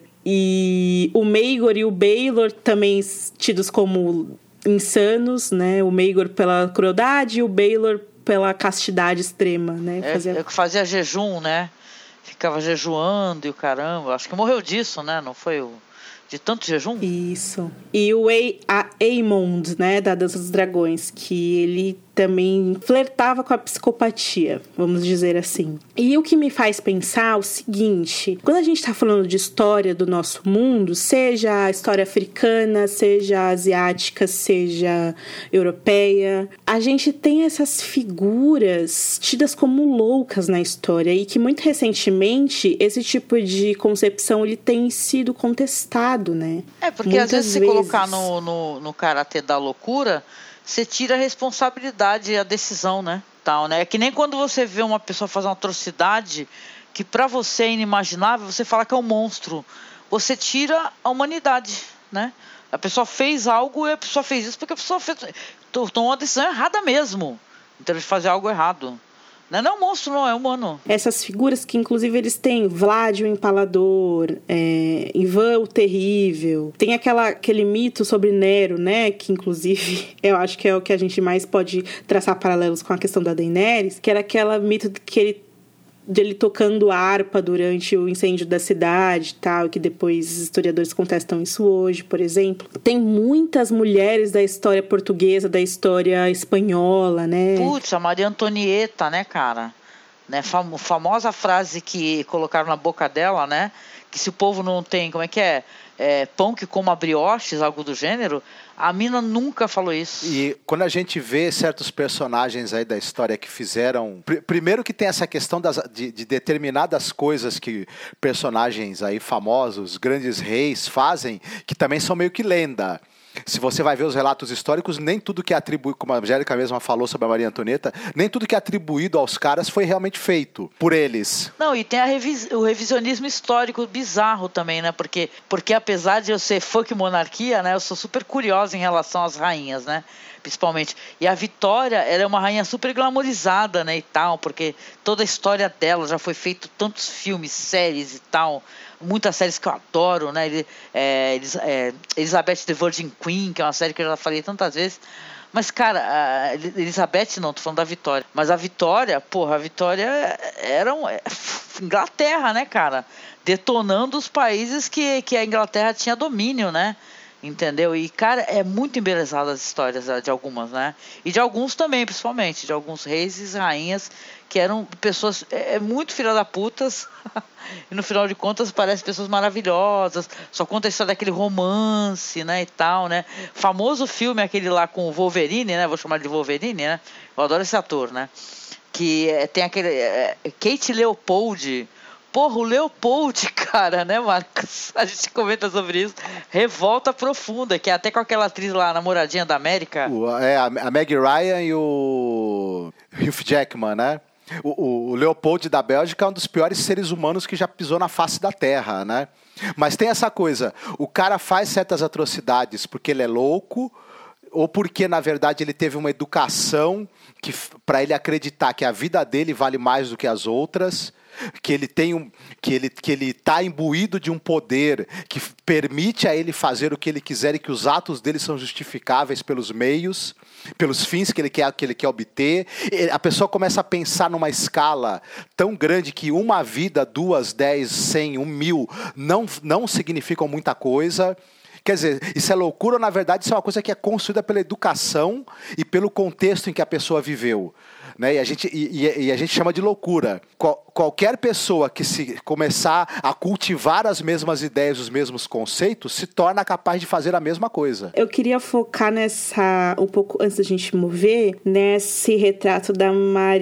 E o Maegor e o Baelor também tidos como insanos, né? O Maegor pela crueldade e o Baelor pela castidade extrema, né? Fazia... É, fazia jejum, né? Ficava jejuando e o caramba. Acho que morreu disso, né? Não foi o... de tanto jejum? Isso. E o a Aemond, né? Da Dança dos Dragões, que ele também flertava com a psicopatia, vamos dizer assim. E o que me faz pensar o seguinte, quando a gente está falando de história do nosso mundo, seja a história africana, seja asiática, seja europeia, a gente tem essas figuras tidas como loucas na história e que muito recentemente esse tipo de concepção ele tem sido contestado, né? É, porque Muitas às vezes, vezes se colocar no, no, no karatê da loucura, você tira a responsabilidade e a decisão, né? Tal, né? É que nem quando você vê uma pessoa fazer uma atrocidade que pra você é inimaginável, você fala que é um monstro. Você tira a humanidade, né? A pessoa fez algo e a pessoa fez isso porque a pessoa fez, tomou uma decisão errada mesmo. Então, de fazer algo errado. Não é um monstro, não, é humano. Essas figuras que, inclusive, eles têm Vlad o Empalador, é, Ivan o Terrível. Tem aquela, aquele mito sobre Nero, né? Que, inclusive, eu acho que é o que a gente mais pode traçar paralelos com a questão da Daenerys. Que era aquela mito que ele... dele tocando harpa durante o incêndio da cidade e tal, que depois os historiadores contestam isso hoje, por exemplo. Tem muitas mulheres da história portuguesa, da história espanhola, né? Putz, a Maria Antonieta, né, cara? Né, fam- famosa frase que colocaram na boca dela, né? Que se o povo não tem, como é que é? É pão que coma brioches, algo do gênero. A mina nunca falou isso. E quando a gente vê certos personagens aí da história que fizeram... Pr- primeiro que tem essa questão das, de, de determinadas coisas que personagens aí famosos, grandes reis, fazem, que também são meio que lenda. se você vai ver os relatos históricos, nem tudo que é atribuído, como a Angélica mesma falou sobre a Maria Antonieta, nem tudo que é atribuído aos caras foi realmente feito por eles. Não, e tem a revis, o revisionismo histórico bizarro também, né? Porque, porque apesar de eu ser funk monarquia, né? Eu sou super curiosa em relação às rainhas, né? Principalmente. E a Vitória, ela é uma rainha super glamorizada, né? E tal, porque toda a história dela já foi feito tantos filmes, séries e tal. Muitas séries que eu adoro, né? É, é, Elizabeth the Virgin Queen, que é uma série que eu já falei tantas vezes. Mas, cara, a Elizabeth não, tô falando da Vitória. Mas a Vitória, porra, a Vitória era um, Inglaterra, né, cara? Detonando os países que, que a Inglaterra tinha domínio, né? Entendeu? E, cara, é muito embelezado as histórias de algumas, né? E de alguns também, principalmente. De alguns reis e rainhas que eram pessoas é, muito filha da putas. E no final de contas parecem pessoas maravilhosas. Só conta a história daquele romance, né? E tal, né? Famoso filme aquele lá com o Wolverine, né? Vou chamar de Wolverine, né? Eu adoro esse ator, né? Que é, tem aquele... É, Kate Leopold... Porra, o Leopold, cara, né, Marcos? A gente comenta sobre isso. Revolta profunda, que é até com aquela atriz lá, a namoradinha da América. O, é, a, a Meg Ryan e o Hugh Jackman, né? O, o, o Leopold da Bélgica é um dos piores seres humanos que já pisou na face da Terra, né? Mas tem essa coisa, o cara faz certas atrocidades porque ele é louco, ou porque, na verdade, ele teve uma educação que, para ele acreditar que a vida dele vale mais do que as outras, que ele tem um, que ele que ele está imbuído de um poder que permite a ele fazer o que ele quiser e que os atos dele são justificáveis pelos meios, pelos fins que ele quer, que ele quer obter. A pessoa começa a pensar numa escala tão grande que uma vida, duas, dez, cem, um mil não, não significam muita coisa. Quer dizer, isso é loucura ou, na verdade, isso é uma coisa que é construída pela educação e pelo contexto em que a pessoa viveu, né? E, a gente, e, e a gente chama de loucura. Qual, qualquer pessoa que se começar a cultivar as mesmas ideias, os mesmos conceitos, se torna capaz de fazer a mesma coisa. Eu queria focar nessa, um pouco antes da gente mover, nesse retrato da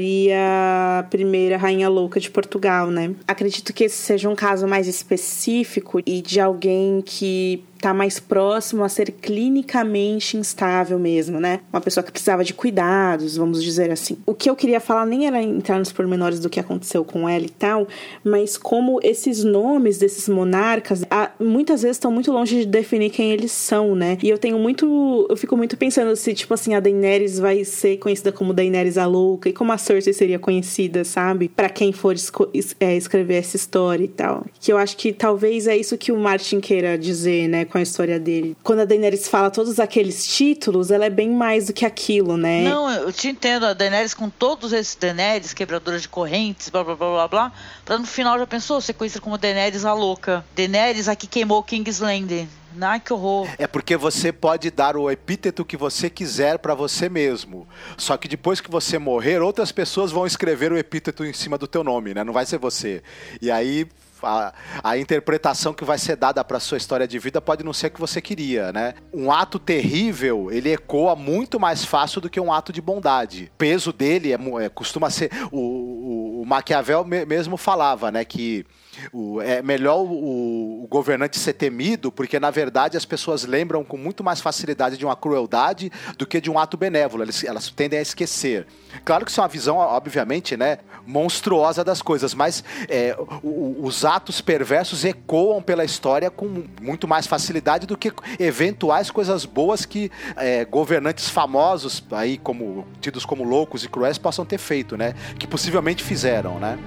Maria I, Rainha Louca de Portugal, né? Acredito que esse seja um caso mais específico e de alguém que tá mais próximo a ser clinicamente instável mesmo, né? Uma pessoa que precisava de cuidados, vamos dizer assim. O que eu queria falar nem era entrar nos pormenores do que aconteceu com ela e tal, mas como esses nomes desses monarcas muitas vezes estão muito longe de definir quem eles são, né? E eu tenho muito... Eu fico muito pensando se, tipo assim, a Daenerys vai ser conhecida como Daenerys a Louca e como a Cersei seria conhecida, sabe? Pra quem for esco- é, escrever essa história e tal. Que eu acho que talvez é isso que o Martin queira dizer, né? Com a história dele. Quando a Daenerys fala todos aqueles títulos, ela é bem mais do que aquilo, né? Não, eu te entendo. A Daenerys com todos esses Daenerys, quebradoras de correntes, blá, blá, blá, blá, blá, pra no final já pensou ser conhecida como Daenerys a Louca. Daenerys a que queimou King's Landing. Ai, que horror. É porque você pode dar o epíteto que você quiser pra você mesmo. Só que depois que você morrer, outras pessoas vão escrever o epíteto em cima do teu nome, né? Não vai ser você. E aí... A, a interpretação que vai ser dada para sua história de vida pode não ser a que você queria, né? Um ato terrível, ele ecoa muito mais fácil do que um ato de bondade. O peso dele é, é, costuma ser... O, o, o Maquiavel me, mesmo falava, né, que o, é melhor o, o governante ser temido, porque, na verdade, as pessoas lembram com muito mais facilidade de uma crueldade do que de um ato benévolo. Eles, elas tendem a esquecer. Claro que isso é uma visão, obviamente, né, monstruosa das coisas, mas é, o, os atos perversos ecoam pela história com muito mais facilidade do que eventuais coisas boas que é, governantes famosos, aí como, tidos como loucos e cruéis, possam ter feito, né? Que possivelmente fizeram, né?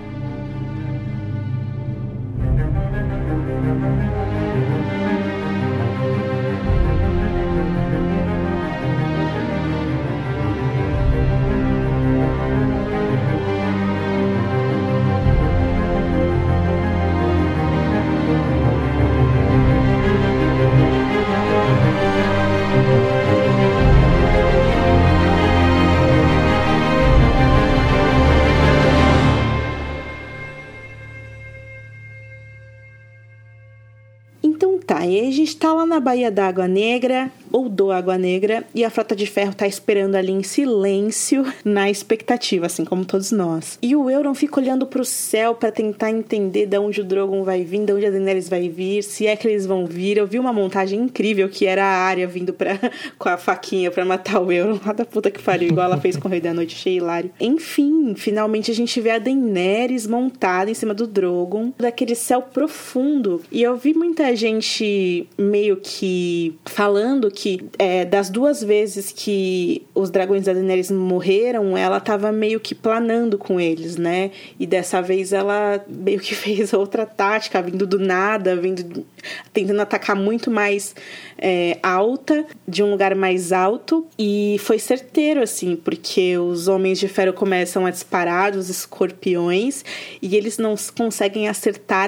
Tá, e aí a gente tá lá na Baía da Água Negra, ou do Água Negra, e a Frota de Ferro tá esperando ali em silêncio, na expectativa, assim como todos nós. E o Euron fica olhando pro céu pra tentar entender de onde o Drogon vai vir, de onde a Daenerys vai vir, se é que eles vão vir. Eu vi uma montagem incrível que era a Arya vindo pra, com a faquinha pra matar o Euron, lá da puta que pariu, igual ela fez com o Rei da Noite, achei hilário. Enfim, finalmente a gente vê a Daenerys montada em cima do Drogon, daquele céu profundo. E eu vi muita gente meio que falando que é, das duas vezes que os dragões da Daenerys morreram, ela tava meio que planando com eles, né? E dessa vez ela meio que fez outra tática, vindo do nada, vindo tentando atacar muito mais é, alta, de um lugar mais alto. E foi certeiro, assim, porque os Homens de Ferro começam a disparar dos escorpiões e eles não conseguem acertar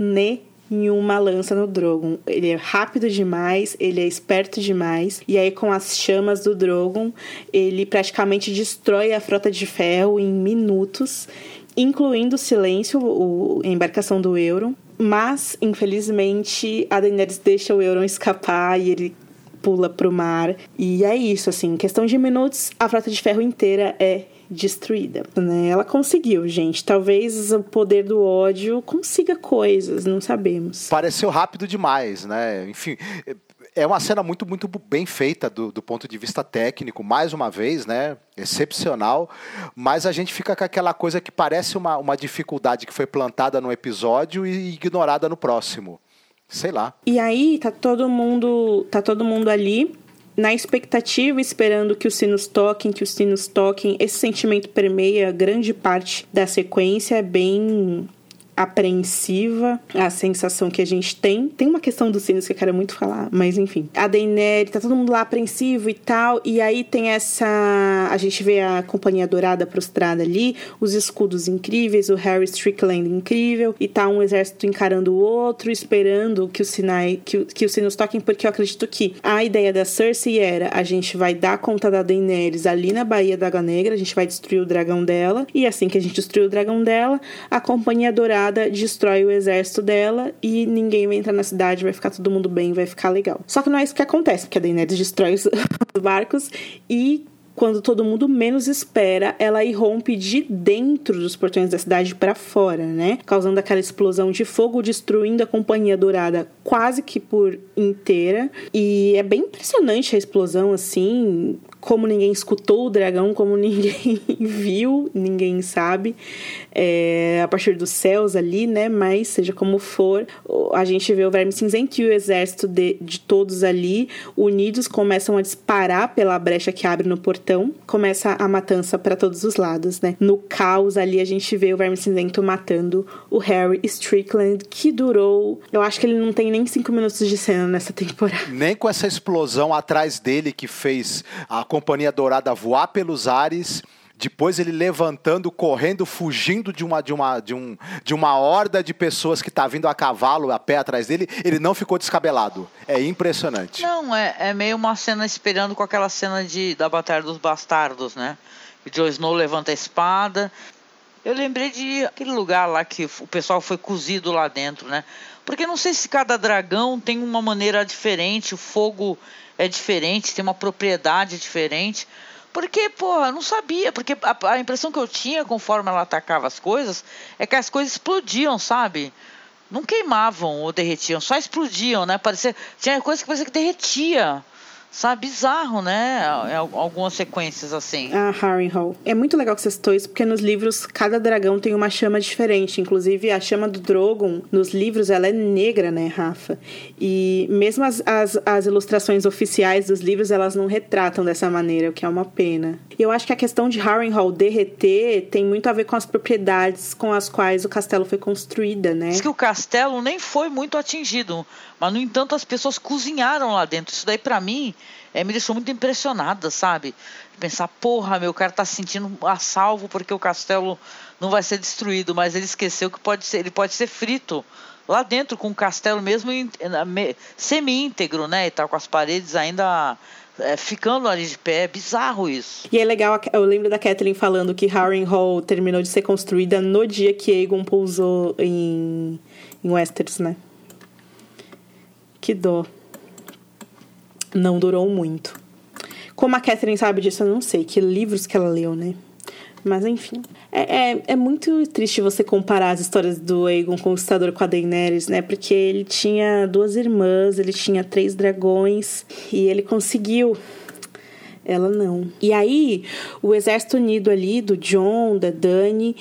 nenhuma lança no Drogon. Ele é rápido demais, ele é esperto demais, e aí com as chamas do Drogon, ele praticamente destrói a Frota de Ferro em minutos, incluindo o Silêncio, o, a embarcação do Euron. Mas, infelizmente, a Daenerys deixa o Euron escapar e ele pula pro mar. E é isso, assim, em questão de minutos, a Frota de Ferro inteira é destruída, né? Ela conseguiu, gente. Talvez o poder do ódio consiga coisas, não sabemos. Pareceu rápido demais, né? Enfim, é uma cena muito, muito bem feita do, do ponto de vista técnico, mais uma vez, né? Excepcional, mas a gente fica com aquela coisa que parece uma, uma dificuldade que foi plantada no episódio e ignorada no próximo. Sei lá. E aí, tá todo mundo, tá todo mundo ali na expectativa, esperando que os sinos toquem, que os sinos toquem. Esse sentimento permeia grande parte da sequência, é bem apreensiva a sensação que a gente tem. Tem uma questão dos sinos que eu quero muito falar, mas enfim. A Daenerys, tá todo mundo lá apreensivo e tal, e aí tem essa... A gente vê a Companhia Dourada prostrada ali, os escudos incríveis, o Harry Strickland incrível, e tá um exército encarando o outro, esperando que os sinais, que, que os sinos toquem, porque eu acredito que a ideia da Cersei era: a gente vai dar conta da Daenerys ali na Baía da Água Negra, a gente vai destruir o dragão dela, e assim que a gente destruir o dragão dela, a Companhia Dourada destrói o exército dela e ninguém vai entrar na cidade, vai ficar todo mundo bem, vai ficar legal. Só que não é isso que acontece, porque a Daenerys destrói os barcos e, quando todo mundo menos espera, ela irrompe de dentro dos portões da cidade para fora, né? Causando aquela explosão de fogo, destruindo a Companhia Dourada quase que por inteira. E é bem impressionante a explosão, assim, como ninguém escutou o dragão, como ninguém viu, ninguém sabe, é, a partir dos céus ali, né? Mas, seja como for, a gente vê o Verme Cinzento e o exército de, de todos ali, unidos, começam a disparar pela brecha que abre no portão. Começa a matança para todos os lados, né? No caos ali, a gente vê o Verme Cinzento matando o Harry Strickland, que durou... Eu acho que ele não tem nem cinco minutos de cena nessa temporada. Nem com essa explosão atrás dele que fez a Companhia Dourada voar pelos ares, depois ele levantando, correndo, fugindo de uma, de uma, de um, de uma horda de pessoas que tá vindo a cavalo, a pé atrás dele, ele não ficou descabelado. É impressionante. Não, é, é meio uma cena esperando com aquela cena de, da Batalha dos Bastardos, né? O Jon Snow levanta a espada. Eu lembrei de aquele lugar lá que o pessoal foi cozido lá dentro, né? Porque não sei se cada dragão tem uma maneira diferente, o fogo é diferente, tem uma propriedade diferente. Porque, pô, eu não sabia. Porque a, a impressão que eu tinha, conforme ela atacava as coisas, é que as coisas explodiam, sabe? Não queimavam ou derretiam, só explodiam, né? Parecia, tinha coisa que parecia que derretia. Sabe, bizarro, né? Algumas sequências assim. Ah, Harrenhal. É muito legal que você citou isso, porque nos livros cada dragão tem uma chama diferente. Inclusive, a chama do Drogon, nos livros, ela é negra, né, Rafa? E mesmo as, as, as ilustrações oficiais dos livros, elas não retratam dessa maneira, o que é uma pena. E eu acho que a questão de Harrenhal derreter tem muito a ver com as propriedades com as quais o castelo foi construída, né? Diz que o castelo nem foi muito atingido, mas, no entanto, as pessoas cozinharam lá dentro. Isso daí, pra mim, é, me deixou muito impressionada, sabe? Pensar, porra, meu, o cara tá se sentindo a salvo porque o castelo não vai ser destruído, mas ele esqueceu que pode ser, ele pode ser frito lá dentro, com o castelo mesmo semi-íntegro, né? E tal, com as paredes ainda... É, ficando ali de pé, é bizarro isso. E é legal, eu lembro da Catelyn falando que Harrenhal terminou de ser construída no dia que Aegon pousou em, em Westeros, né? Que dó. não durou muito. Como a Catherine sabe disso, eu não sei. Que livros que ela leu, né? Mas, enfim. É, é, é muito triste você comparar as histórias do Aegon Conquistador com a Daenerys, né? Porque ele tinha duas irmãs, ele tinha três dragões. E ele conseguiu. Ela não. E aí, o exército unido ali, do Jon, da Dany...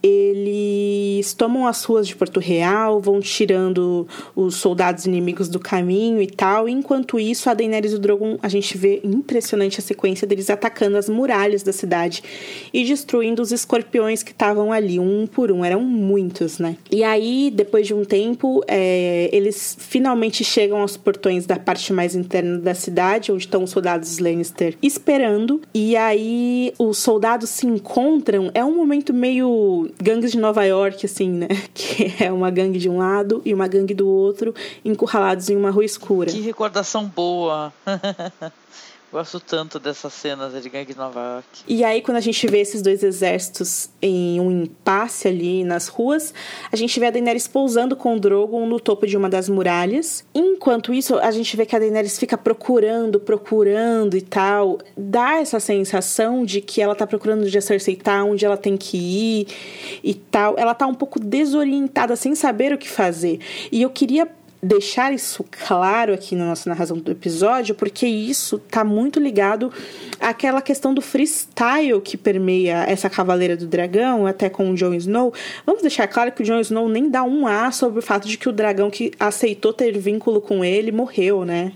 eles tomam as ruas de Porto Real, vão tirando os soldados inimigos do caminho e tal. E enquanto isso, a Daenerys e o Drogon, a gente vê impressionante a sequência deles atacando as muralhas da cidade e destruindo os escorpiões que estavam ali, um por um. Eram muitos, né? E aí, depois de um tempo, é, eles finalmente chegam aos portões da parte mais interna da cidade, onde estão os soldados Lannister esperando. E aí, os soldados se encontram. É um momento meio... gangues de Nova York, assim, né? Que é uma gangue de um lado e uma gangue do outro, encurralados em uma rua escura. Que recordação boa! Gosto tanto dessas cenas de gangue de Nova York. E aí, quando a gente vê esses dois exércitos em um impasse ali nas ruas, a gente vê a Daenerys pousando com o Drogon no topo de uma das muralhas. Enquanto isso, a gente vê que a Daenerys fica procurando, procurando e tal. Dá essa sensação de que ela tá procurando onde a Cersei tá, onde ela tem que ir e tal. Ela tá um pouco desorientada, sem saber o que fazer. E eu queria deixar isso claro aqui na nossa narração do episódio, porque isso tá muito ligado àquela questão do freestyle que permeia essa Cavaleira do Dragão, até com o Jon Snow. Vamos deixar claro que o Jon Snow nem dá um A sobre o fato de que o dragão que aceitou ter vínculo com ele morreu, né?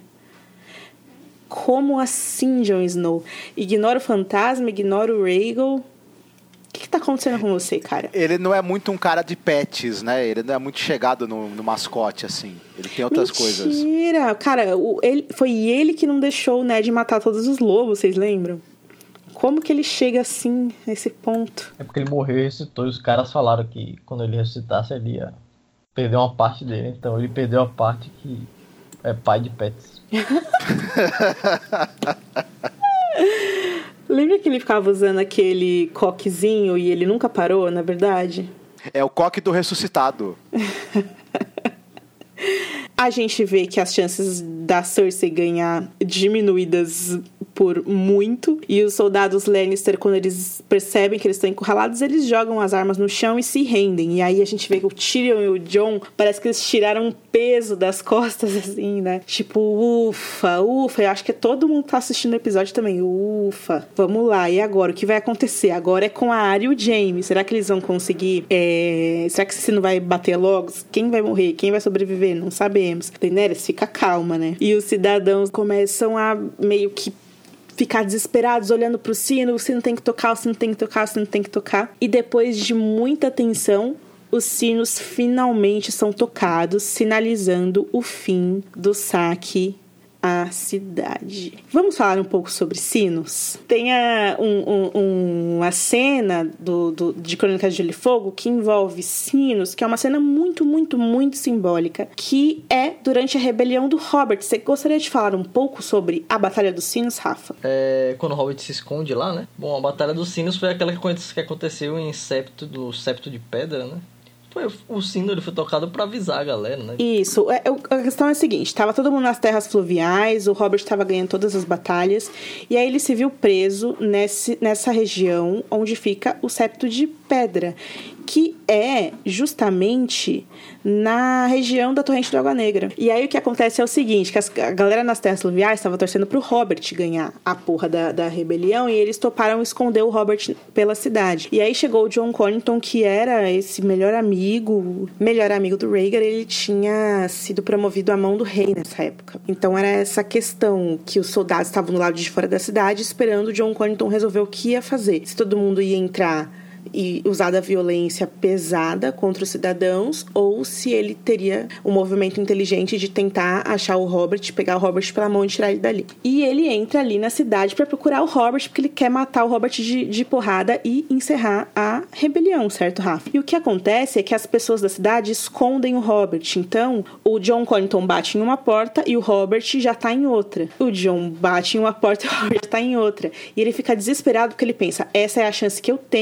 Como assim, Jon Snow? Ignora o fantasma, ignora o Rhaegal. O que, que tá acontecendo com você, cara? Ele não é muito um cara de pets, né? Ele não é muito chegado no, no mascote, assim. Ele tem outras Mentira. coisas. Mentira! Cara, o, ele, foi ele que não deixou o Ned matar todos os lobos, vocês lembram? Como que ele chega assim, nesse ponto? É porque ele morreu e ressuscitou. E os caras falaram que quando ele ressuscitasse, ele ia perder uma parte dele. Então ele perdeu a parte que é pai de pets. Lembra que ele ficava usando aquele coquezinho e ele nunca parou, na verdade? É o coque do ressuscitado. A gente vê que as chances da Cersei ganhar diminuídas por muito. E os soldados Lannister, quando eles percebem que eles estão encurralados, eles jogam as armas no chão e se rendem. E aí a gente vê que o Tyrion e o Jon, parece que eles tiraram um peso das costas, assim, né? Tipo, ufa, ufa. Eu acho que todo mundo tá assistindo o episódio também. Ufa, vamos lá. E agora? O que vai acontecer? Agora é com a Arya e o Jaime. Será que eles vão conseguir? É... Será que você não vai bater logo? Quem vai morrer? Quem vai sobreviver? Não sabemos. Daenerys, fica calma, né? E os cidadãos começam a meio que ficar desesperados, olhando pro sino. O sino tem que tocar, o sino tem que tocar, o sino tem que tocar. E depois de muita tensão, os sinos finalmente são tocados, sinalizando o fim do saque à cidade. Vamos falar um pouco sobre sinos? Tem a, um, um, uma cena do, do, de Crônicas de Gelo e Fogo que envolve sinos, que é uma cena muito, muito, muito simbólica, que é durante a rebelião do Robert. Você gostaria de falar um pouco sobre a Batalha dos Sinos, Rafa? É, quando o Robert se esconde lá, né? Bom, a Batalha dos Sinos foi aquela que aconteceu em Septo, do Septo de Pedra, né? Foi, o sino ele foi tocado pra avisar a galera, né? Isso. É, a questão é a seguinte. Tava todo mundo nas terras fluviais, o Robert tava ganhando todas as batalhas, e aí ele se viu preso nesse, nessa região onde fica o Septo de Pedra, que é justamente na região da Torrente do Água Negra. E aí o que acontece é o seguinte, que as, a galera nas terras fluviais estava torcendo pro Robert ganhar a porra da, da rebelião, e eles toparam esconder o Robert pela cidade. E aí chegou o Jon Connington, que era esse melhor amigo, melhor amigo do Rhaegar. Ele tinha sido promovido à mão do rei nessa época. Então era essa questão que os soldados estavam do lado de fora da cidade esperando o Jon Connington resolver o que ia fazer. Se todo mundo ia entrar e usar da violência pesada contra os cidadãos, ou se ele teria um movimento inteligente de tentar achar o Robert, pegar o Robert pela mão e tirar ele dali. E ele entra ali na cidade para procurar o Robert, porque ele quer matar o Robert de, de porrada e encerrar a rebelião, certo, Rafa? E o que acontece é que as pessoas da cidade escondem o Robert. Então, o Jon Connington bate em uma porta e o Robert já tá em outra. O Jon bate em uma porta e o Robert tá em outra. E ele fica desesperado porque ele pensa, essa é a chance que eu tenho de acabar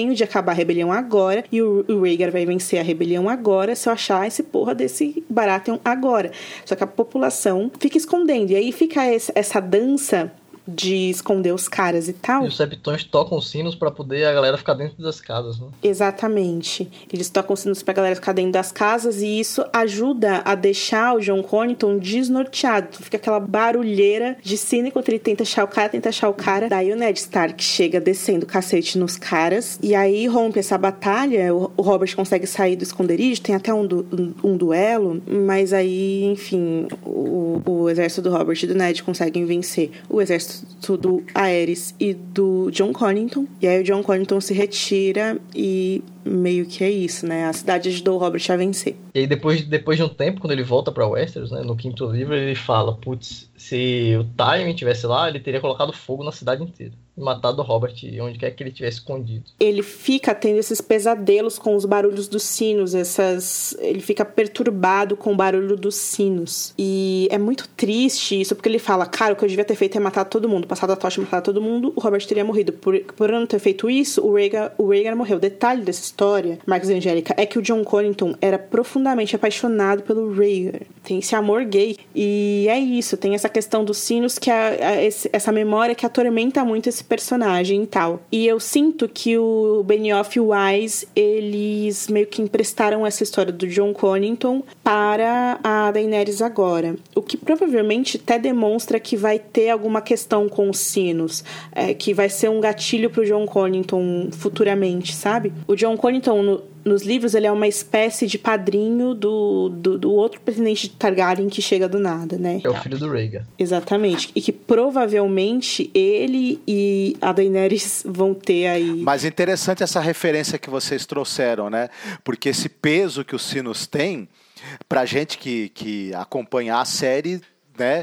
acabar a rebelião agora, e o, o Rhaegar vai vencer a rebelião agora se eu achar esse porra desse Baratheon agora. Só que a população fica escondendo, e aí fica esse, essa dança de esconder os caras e tal. E os septões tocam sinos pra poder a galera ficar dentro das casas, né? Exatamente. Eles tocam sinos pra galera ficar dentro das casas e isso ajuda a deixar o Jon Connington desnorteado. Fica aquela barulheira de sino enquanto ele tenta achar o cara, tenta achar o cara. Daí o Ned Stark chega descendo o cacete nos caras e aí rompe essa batalha. O Robert consegue sair do esconderijo, tem até um, du- um, um duelo, mas aí, enfim, o, o exército do Robert e do Ned conseguem vencer o exército do Aerys e do Jon Connington. E aí o Jon Connington se retira e meio que é isso, né? A cidade ajudou o Robert a vencer. E aí depois, depois de um tempo, quando ele volta pra Westeros, né, no quinto livro, ele fala, putz, se o Tywin estivesse lá, ele teria colocado fogo na cidade inteira. E matado o Robert onde quer que ele tivesse escondido. Ele fica tendo esses pesadelos com os barulhos dos sinos, essas... ele fica perturbado com o barulho dos sinos. E é muito triste isso, porque ele fala, cara, o que eu devia ter feito é matar todo mundo, passado a tocha e matar todo mundo, o Robert teria morrido. Por, por eu não ter feito isso, o Rhaegar, o Rhaegar morreu. O detalhe dessa história, Marcos e Angélica, é que o Jon Connington era profundamente apaixonado pelo Rhaegar. Tem esse amor gay. E é isso, tem essa questão dos sinos, que é, é esse, essa memória que atormenta muito esse personagem e tal. E eu sinto que o Benioff e o Weiss, eles meio que emprestaram essa história do Jon Connington para a Daenerys agora. O que provavelmente até demonstra que vai ter alguma questão com os sinos, é, que vai ser um gatilho pro Jon Connington futuramente, sabe? O Jon Connington, no, nos livros, ele é uma espécie de padrinho do, do, do outro pretendente de Targaryen que chega do nada, né? É o filho do Rhaegar. Exatamente. E que provavelmente ele e a Daenerys vão ter aí... Mas interessante essa referência que vocês trouxeram, né? Porque esse peso que os sinos têm, pra gente que, que acompanha a série... Né?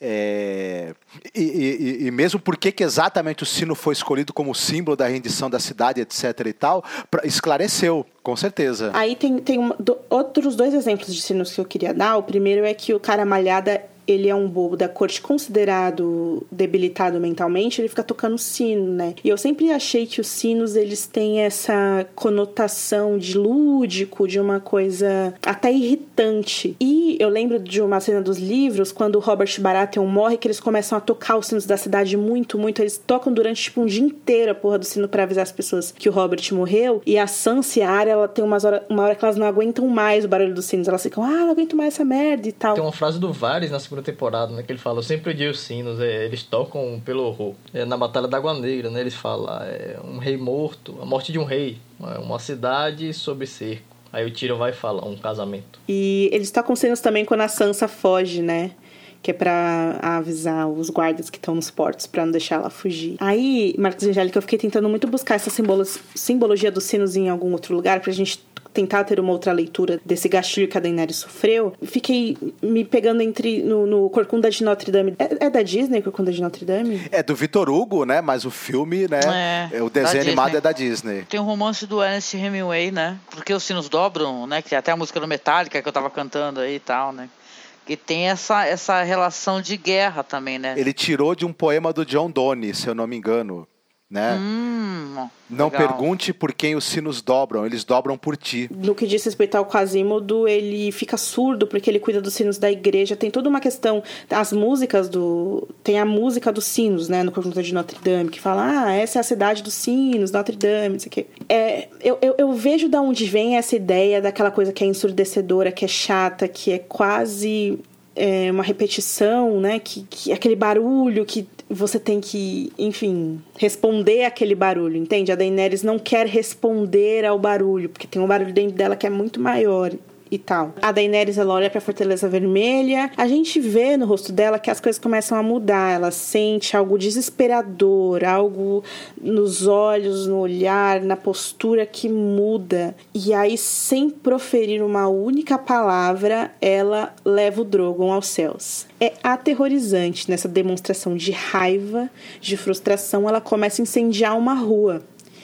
É... E, e, e mesmo por que exatamente o sino foi escolhido como símbolo da rendição da cidade, etc e tal, pra... esclareceu, com certeza. Aí tem, tem uma, do, outros dois exemplos de sinos que eu queria dar. O primeiro é que o cara malhada, ele é um bobo da corte considerado debilitado mentalmente, ele fica tocando sino, né? E eu sempre achei que os sinos, eles têm essa conotação de lúdico, de uma coisa até irritante. E eu lembro de uma cena dos livros, quando o Robert Baratheon morre, que eles começam a tocar os sinos da cidade muito, muito. Eles tocam durante, tipo, um dia inteiro a porra do sino pra avisar as pessoas que o Robert morreu. E a Sansa e a Arya, ela tem umas hora, uma hora que elas não aguentam mais o barulho dos sinos. Elas ficam, ah, não aguento mais essa merda e tal. Tem uma frase do Varys na segunda temporada, né, que ele fala, eu sempre odiei os sinos, é, eles tocam pelo horror. É, na Batalha da Água Negra, né, eles falam, é, um rei morto, a morte de um rei, uma cidade sob cerco. Aí o Tyrion vai falar, um casamento. E eles tocam sinos também quando a Sansa foge, né? Que é pra avisar os guardas que estão nos portos, pra não deixar ela fugir. Aí, Marcos e Angélica, eu fiquei tentando muito buscar essa simbolo- simbologia dos sinos em algum outro lugar, pra gente tentar ter uma outra leitura desse gatilho que a Daenerys sofreu. Fiquei me pegando entre no, no Corcunda de Notre Dame. É, é da Disney, Corcunda de Notre Dame? É do Vitor Hugo, né? Mas o filme, né? É, o desenho da animado Disney. é da Disney. Tem um romance do Ernest Hemingway, né? Porque os sinos dobram, né? Que tem até a música do Metallica que eu tava cantando aí e tal, né? Que tem essa, essa relação de guerra também, né? Ele tirou de um poema do John Donne, se eu não me engano. Né? Hum, não legal. pergunte por quem os sinos dobram, eles dobram por ti. No que diz respeito ao Quasimodo, ele fica surdo porque ele cuida dos sinos da igreja. Tem toda uma questão, as músicas do... Tem a música dos sinos, né, no Corcunda de Notre Dame, que fala, ah, essa é a cidade dos sinos, Notre Dame, não sei o quê. É, eu, eu, eu vejo de onde vem essa ideia daquela coisa que é ensurdecedora, que é chata, que é quase... É uma repetição, né? Que, que aquele barulho que você tem que, enfim, responder àquele barulho, entende? A Daenerys não quer responder ao barulho, porque tem um barulho dentro dela que é muito maior e tal. A Daenerys, ela olha pra Fortaleza Vermelha, a gente vê no rosto dela que as coisas começam a mudar, ela sente algo desesperador, algo nos olhos, no olhar, na postura que muda, e aí, sem proferir uma única palavra, ela leva o Drogon aos céus. É aterrorizante nessa demonstração de raiva, de frustração, ela começa a incendiar uma rua,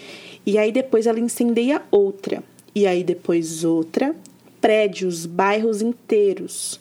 e aí depois ela incendeia outra, e aí depois outra, prédios, bairros inteiros,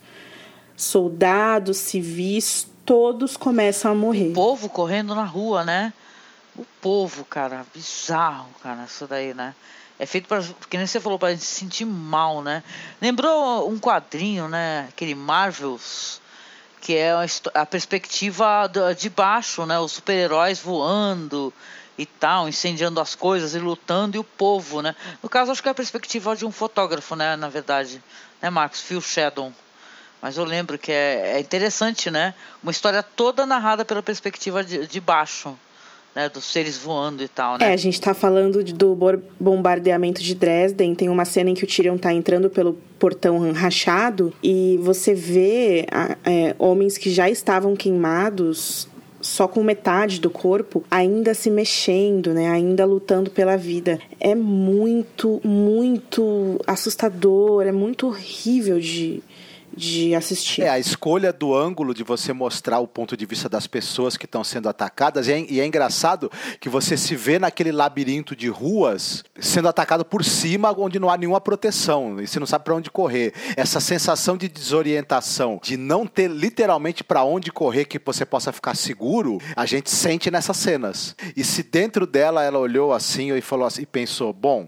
soldados, civis, todos começam a morrer. O povo correndo na rua, né? O povo, cara, bizarro, cara, isso daí, né? É feito para, que nem você falou, pra gente se sentir mal, né? Lembrou um quadrinho, né? Aquele Marvels, que é a perspectiva de baixo, né? Os super-heróis voando e tal, incendiando as coisas e lutando, e o povo, né? No caso, acho que é a perspectiva de um fotógrafo, né? Na verdade, né, Marcos? Phil Shadow. Mas eu lembro que é, é interessante, né? Uma história toda narrada pela perspectiva de, de baixo, né? Dos seres voando e tal, né? É, a gente tá falando de, do bombardeamento de Dresden. Tem uma cena em que o Tyrion tá entrando pelo portão rachado e você vê é, homens que já estavam queimados, só com metade do corpo, ainda se mexendo, né? Ainda lutando pela vida. É muito, muito assustador, é muito horrível de... de assistir. É, a escolha do ângulo de você mostrar o ponto de vista das pessoas que estão sendo atacadas, e é, e é engraçado que você se vê naquele labirinto de ruas sendo atacado por cima, onde não há nenhuma proteção, e você não sabe para onde correr. Essa sensação de desorientação, de não ter literalmente para onde correr que você possa ficar seguro, a gente sente nessas cenas. E se dentro dela ela olhou assim e falou assim, e pensou, bom,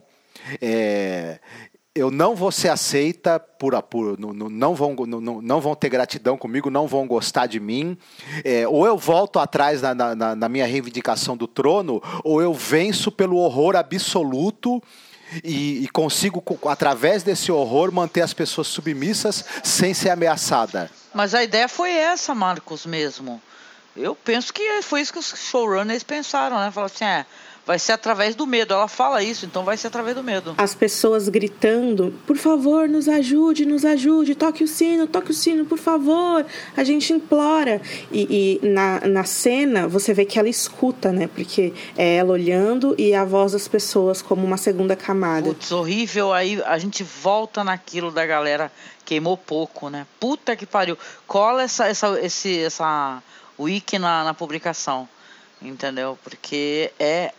é... eu não vou ser aceita, por, por, não, não, vão, não, não vão ter gratidão comigo, não vão gostar de mim. É, ou eu volto atrás na, na, na minha reivindicação do trono, ou eu venço pelo horror absoluto e, e consigo, através desse horror, manter as pessoas submissas sem ser ameaçada. Mas a ideia foi essa, Marcos, mesmo. Eu penso que foi isso que os showrunners pensaram, né? Falaram assim, é... vai ser através do medo. Ela fala isso, então vai ser através do medo. As pessoas gritando, por favor, nos ajude, nos ajude, toque o sino, toque o sino, por favor. A gente implora. E, e na, na cena, você vê que ela escuta, né? Porque é ela olhando e a voz das pessoas como uma segunda camada. Putz, horrível. Aí a gente volta naquilo da galera queimou pouco, né? Puta que pariu. Cola essa, essa, esse, essa wiki na, na publicação. Entendeu? Porque é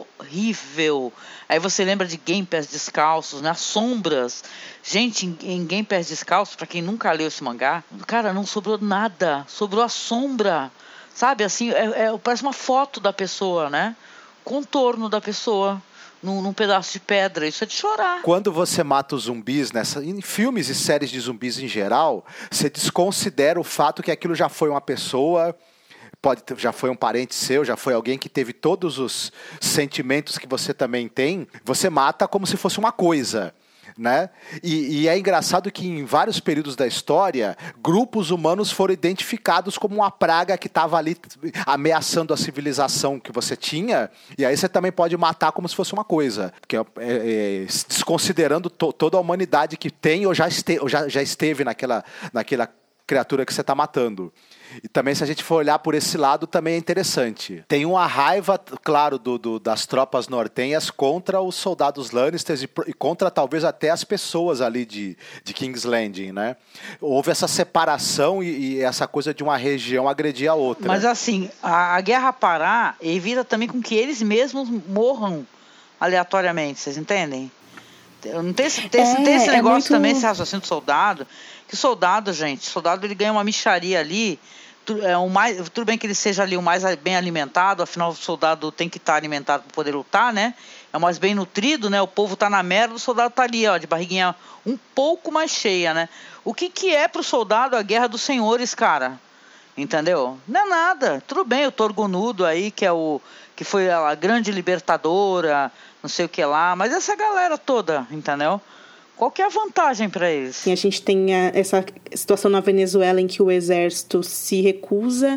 horrível. Aí você lembra de Game Pés Descalços, né? As sombras. Gente, em, em Game Pés Descalços, pra quem nunca leu esse mangá, cara, não sobrou nada. Sobrou a sombra. Sabe, assim, é, é, parece uma foto da pessoa, né? Contorno da pessoa. Num, num pedaço de pedra, isso é de chorar. Quando você mata os zumbis, nessa, em filmes e séries de zumbis em geral, você desconsidera o fato que aquilo já foi uma pessoa... Pode ter, já foi um parente seu, já foi alguém que teve todos os sentimentos que você também tem, você mata como se fosse uma coisa, né? E, e é engraçado que em vários períodos da história, grupos humanos foram identificados como uma praga que estava ali ameaçando a civilização que você tinha, e aí você também pode matar como se fosse uma coisa, porque é, é, desconsiderando to, toda a humanidade que tem ou já, este, ou já, já esteve naquela, naquela criatura que você está matando. E também, se a gente for olhar por esse lado, também é interessante. Tem uma raiva, claro, do, do, das tropas nortenhas contra os soldados Lannisters e, e contra talvez até as pessoas ali de, de King's Landing, né? Houve essa separação e, e essa coisa de uma região agredir a outra. Mas assim, a, a guerra parar evita também com que eles mesmos morram aleatoriamente, vocês entendem? Não tem, tem, é, tem esse negócio é muito... também, esse raciocínio do soldado, que o soldado, gente, o soldado ele ganha uma mixaria ali, é, o mais, tudo bem que ele seja ali o mais bem alimentado, afinal o soldado tem que estar alimentado para poder lutar, né? É o mais bem nutrido, né? O povo tá na merda, o soldado tá ali, ó, de barriguinha um pouco mais cheia, né? O que que é pro soldado a guerra dos senhores, cara? Entendeu? Não é nada. Tudo bem, o Torgonudo aí, que é o que foi a grande libertadora, não sei o que lá, mas essa galera toda, entendeu? Qual que é a vantagem para eles? Sim, a gente tem a, essa situação na Venezuela em que o exército se recusa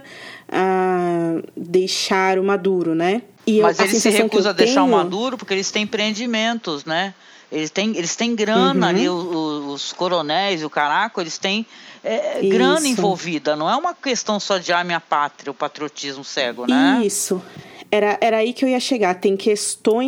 a deixar o Maduro, né? E mas eu, ele se recusa a deixar tenho... o Maduro porque eles têm empreendimentos, né? Eles têm, eles têm grana uhum. ali, os, os coronéis e o caraco, eles têm é, grana envolvida. Não é uma questão só de ah, minha pátria, o patriotismo cego, né? Isso. Era, era aí que eu ia chegar. Tem questões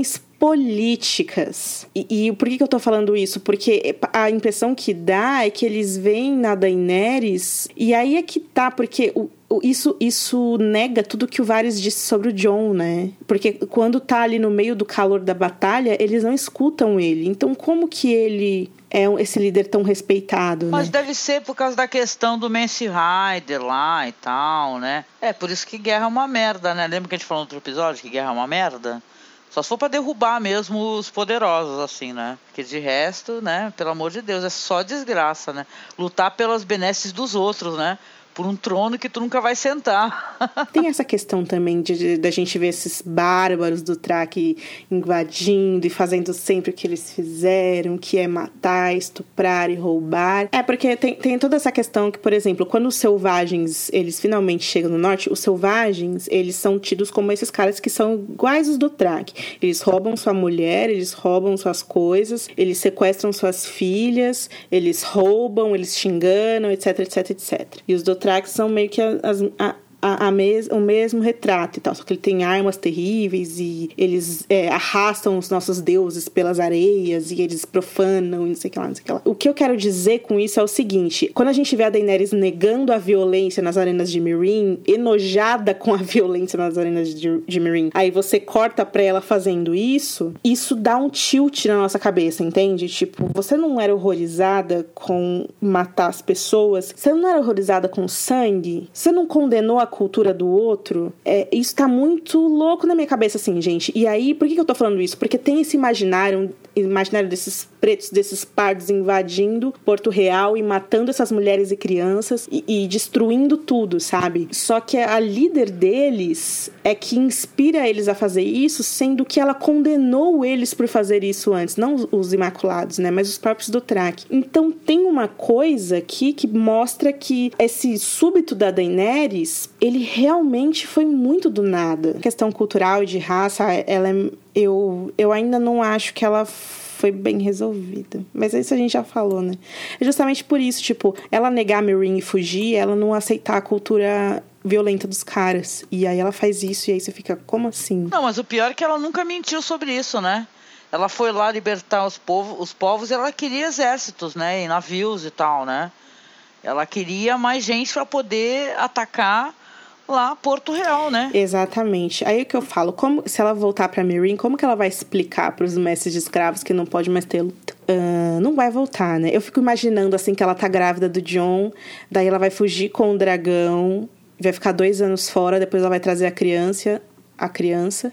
políticas. E, e por que, que eu tô falando isso? Porque a impressão que dá é que eles veem na Daenerys, e aí é que tá, porque o Isso, isso nega tudo que o Varys disse sobre o Jon, né? Porque quando tá ali no meio do calor da batalha, eles não escutam ele. Então, como que ele é esse líder tão respeitado, Mas né? deve ser por causa da questão do Mance Rider lá e tal, né? É, por isso que guerra é uma merda, né? Lembra que a gente falou no outro episódio que guerra é uma merda? Só se for pra derrubar mesmo os poderosos, assim, né? Porque de resto, né? Pelo amor de Deus, é só desgraça, né? Lutar pelas benesses dos outros, né? Por um trono que tu nunca vai sentar. Tem essa questão também de da gente ver esses bárbaros do Track invadindo e fazendo sempre o que eles fizeram, que é matar, estuprar e roubar. É, porque tem, tem toda essa questão que, por exemplo, quando os selvagens, eles finalmente chegam no norte, os selvagens, eles são tidos como esses caras que são iguais os do Track. Eles roubam sua mulher, eles roubam suas coisas, eles sequestram suas filhas, eles roubam, eles te enganam, etc, etc, etcétera. E os do Trax são meio que as, a, a, a mes, o mesmo retrato e tal, só que ele tem armas terríveis e eles é, arrastam os nossos deuses pelas areias e eles profanam e não sei o que lá, não sei o que lá. O que eu quero dizer com isso é o seguinte: quando a gente vê a Daenerys negando a violência nas arenas de Meereen, enojada com a violência nas arenas de, de Meereen, aí você corta pra ela fazendo isso, isso dá um tilt na nossa cabeça, entende? Tipo, você não era horrorizada com matar as pessoas, você não era horrorizada com sangue, você não condenou a cultura do outro. É, isso tá muito louco na minha cabeça, assim, gente. E aí, por que, que eu tô falando isso? Porque tem esse imaginário, imaginário desses pretos, desses pardos invadindo Porto Real e matando essas mulheres e crianças e, e destruindo tudo, sabe? Só que a líder deles é que inspira eles a fazer isso, sendo que ela condenou eles por fazer isso antes. Não os Imaculados, né? Mas os próprios do Track. Então tem uma coisa aqui que mostra que esse súbito da Daenerys, ele realmente foi muito do nada. A questão cultural e de raça, ela é, eu, eu ainda não acho que ela foi bem resolvida. Mas isso a gente já falou, né? É justamente por isso, tipo, ela negar a Meereen e fugir, ela não aceitar a cultura violenta dos caras. E aí ela faz isso e aí você fica, como assim? Não, mas o pior é que ela nunca mentiu sobre isso, né? Ela foi lá libertar os povos, os povos e ela queria exércitos, né? E navios e tal, né? Ela queria mais gente para poder atacar lá Porto Real, né? Exatamente. Aí é que eu falo, como, se ela voltar pra Meereen, como que ela vai explicar pros mestres de escravos que não pode mais ter luta? Uh, não vai voltar, né? Eu fico imaginando, assim, que ela tá grávida do Jon, daí ela vai fugir com o dragão, vai ficar dois anos fora, depois ela vai trazer a criança, a criança,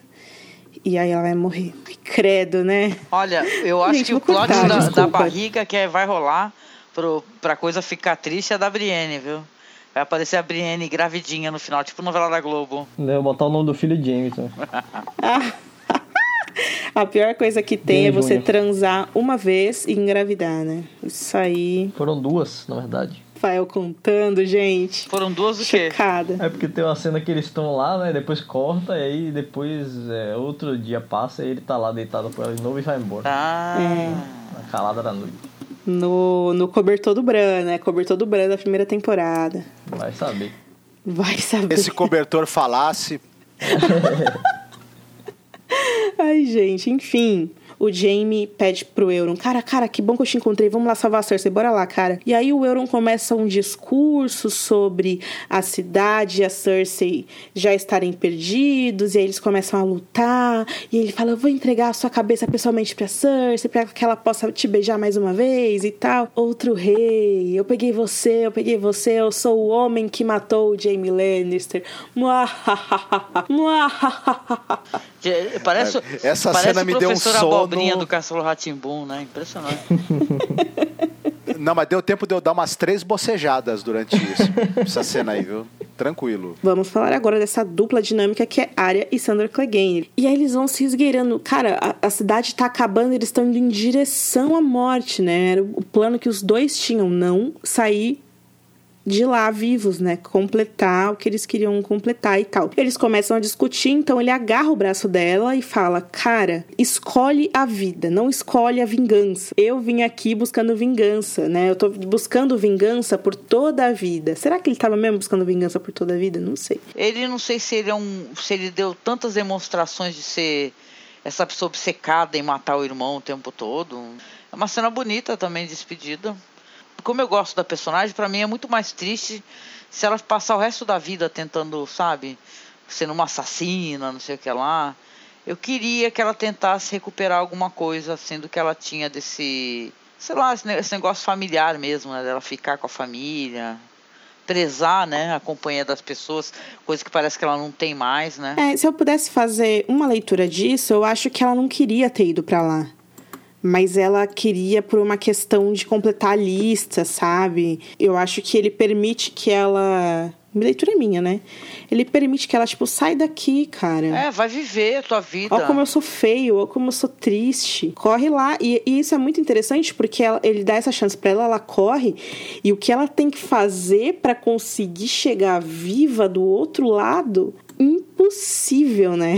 e aí ela vai morrer. Ai, credo, né? Olha, eu acho Gente, que o vou plot cortar, da, da desculpa. barriga que vai rolar pro, pra coisa ficar triste é da Brienne, viu? Vai aparecer a Brienne gravidinha no final, tipo novela da Globo. Vou botar o nome do filho James. Né? A pior coisa que tem James é você Júnior transar uma vez e engravidar, né? Isso aí... Foram duas, na verdade. Rafael contando, gente. Foram duas do quê? Chocada. É porque tem uma cena que eles estão lá, né? Depois corta, e aí depois é, outro dia passa e ele tá lá deitado por ela de novo e vai embora. Ah. É. Na calada da noite. No, no cobertor do Bran, né? Cobertor do Bran da primeira temporada. Vai saber. Vai saber. Esse cobertor falasse. Ai, gente, enfim. O Jaime pede pro Euron, cara, cara, que bom que eu te encontrei, vamos lá salvar a Cersei, bora lá, cara. E aí o Euron começa um discurso sobre a cidade e a Cersei já estarem perdidos, e aí eles começam a lutar, e ele fala, eu vou entregar a sua cabeça pessoalmente pra Cersei, pra que ela possa te beijar mais uma vez e tal. Outro rei, eu peguei você, eu peguei você, eu sou o homem que matou o Jaime Lannister. Muahahaha, muahahaha. Parece, Essa parece cena o me deu um professor sono. Abobrinha do Castelo Rá-Tim-Bum, né? Impressionante. Não, mas deu tempo de eu dar umas três bocejadas durante isso. Essa cena aí, viu? Tranquilo. Vamos falar agora dessa dupla dinâmica que é Arya e Sandor Clegane. E aí eles vão se esgueirando. Cara, a, a cidade tá acabando, eles estão indo em direção à morte, né? Era o plano que os dois tinham, não sair de lá vivos, né? Completar o que eles queriam completar e tal. Eles começam a discutir, então ele agarra o braço dela e fala, cara, escolhe a vida, não escolhe a vingança. Eu vim aqui buscando vingança, né? Eu tô buscando vingança por toda a vida. Será que ele tava mesmo buscando vingança por toda a vida? Não sei. Ele, não sei se ele é um... se ele deu tantas demonstrações de ser essa pessoa obcecada em matar o irmão o tempo todo. É uma cena bonita também, despedida. Como eu gosto da personagem, pra mim é muito mais triste se ela passar o resto da vida tentando, sabe, sendo uma assassina, não sei o que lá. Eu queria que ela tentasse recuperar alguma coisa, assim, do que ela tinha desse, sei lá, esse negócio familiar mesmo, né, dela ficar com a família, prezar, né, a companhia das pessoas, coisa que parece que ela não tem mais, né. É, se eu pudesse fazer uma leitura disso, eu acho que ela não queria ter ido pra lá. Mas ela queria por uma questão de completar a lista, sabe? Eu acho que ele permite que ela... Minha leitura é minha, né? Ele permite que ela, tipo, sai daqui, cara. É, vai viver a tua vida. Olha como eu sou feio, olha como eu sou triste. Corre lá. E, e isso é muito interessante, porque ela, ele dá essa chance pra ela, ela corre. E o que ela tem que fazer pra conseguir chegar viva do outro lado... impossível, né?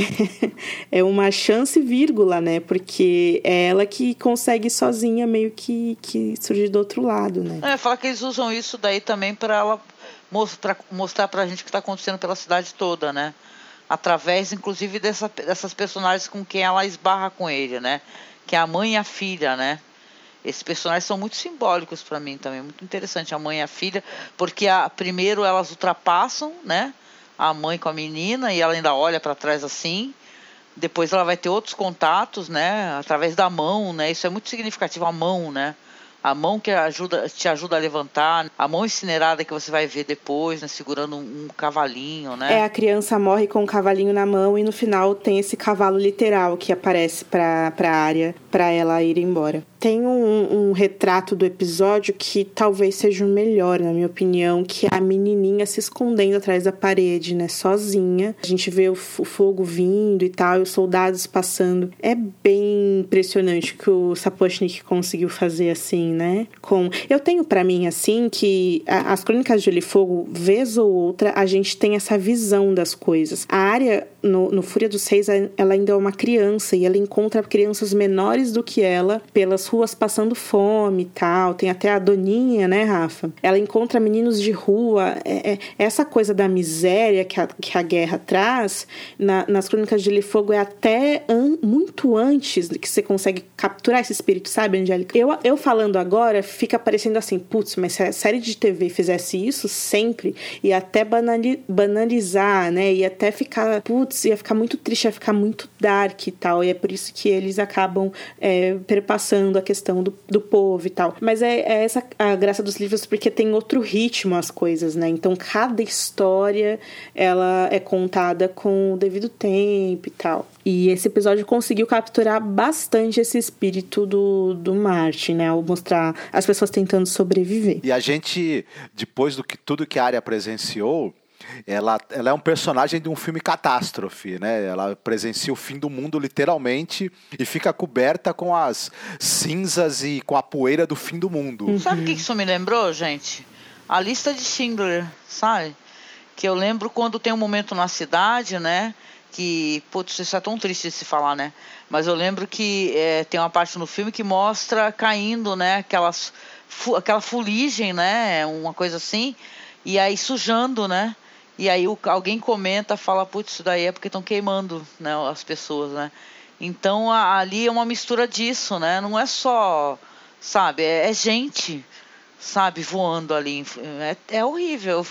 É uma chance vírgula, né? Porque é ela que consegue sozinha meio que, que surgir do outro lado, né? É, fala que eles usam isso daí também para ela mostrar, mostrar pra gente o que tá acontecendo pela cidade toda, né? Através, inclusive, dessa, dessas personagens com quem ela esbarra com ele, né? Que é a mãe e a filha, né? Esses personagens são muito simbólicos para mim também, muito interessante, a mãe e a filha, porque a, primeiro elas ultrapassam, né? A mãe com a menina, e ela ainda olha para trás assim. Depois ela vai ter outros contatos, né, através da mão, né, isso é muito significativo, a mão, né, a mão que ajuda, te ajuda a levantar, a mão incinerada que você vai ver depois, né, segurando um, um cavalinho, né. É, a criança morre com um cavalinho na mão e no final tem esse cavalo literal que aparece para para a área, para ela ir embora. Tem um, um retrato do episódio que talvez seja o melhor, na minha opinião, que é a menininha se escondendo atrás da parede, né, sozinha. A gente vê o, o fogo vindo e tal, e os soldados passando. É bem impressionante que o Sapochnik conseguiu fazer assim, né? Com... Eu tenho pra mim, assim, que a, as Crônicas de Gelo e Fogo, vez ou outra, a gente tem essa visão das coisas. A Arya, no, no Fúria dos Reis, ela ainda é uma criança, e ela encontra crianças menores do que ela pelas ruas passando fome e tal. Tem até a Doninha, né, Rafa? Ela encontra meninos de rua. É, é, essa coisa da miséria que a, que a guerra traz, na, nas Crônicas de Gelo e Fogo, é até an, muito antes que você consegue capturar esse espírito, sabe, Angélica? Eu, eu falando agora, fica parecendo assim, putz, mas se a série de T V fizesse isso sempre, ia até banali, banalizar, né? Ia até ficar, putz, ia ficar muito triste, ia ficar muito dark e tal. E é por isso que eles acabam é, perpassando a questão do, do povo e tal. Mas é, é essa a graça dos livros, porque tem outro ritmo as coisas, né? Então, cada história, ela é contada com o devido tempo e tal. E esse episódio conseguiu capturar bastante esse espírito do, do Martin, né? Ao mostrar as pessoas tentando sobreviver. E a gente, depois do que tudo que a Arya presenciou, Ela, ela é um personagem de um filme catástrofe, né? Ela presencia o fim do mundo literalmente e fica coberta com as cinzas e com a poeira do fim do mundo. Uhum. Sabe o que isso me lembrou, gente? A Lista de Schindler, sabe? Que eu lembro quando tem um momento na cidade, né? Que, putz, isso é tão triste de se falar, né? Mas eu lembro que é, tem uma parte no filme que mostra caindo, né? Aquelas, fu- aquela fuligem, né? Uma coisa assim. E aí sujando, né? E aí o, alguém comenta, fala, putz, isso daí é porque estão queimando, né, as pessoas, né? Então a, ali é uma mistura disso, né? Não é só, sabe, é, é gente, sabe, voando ali. É, é horrível.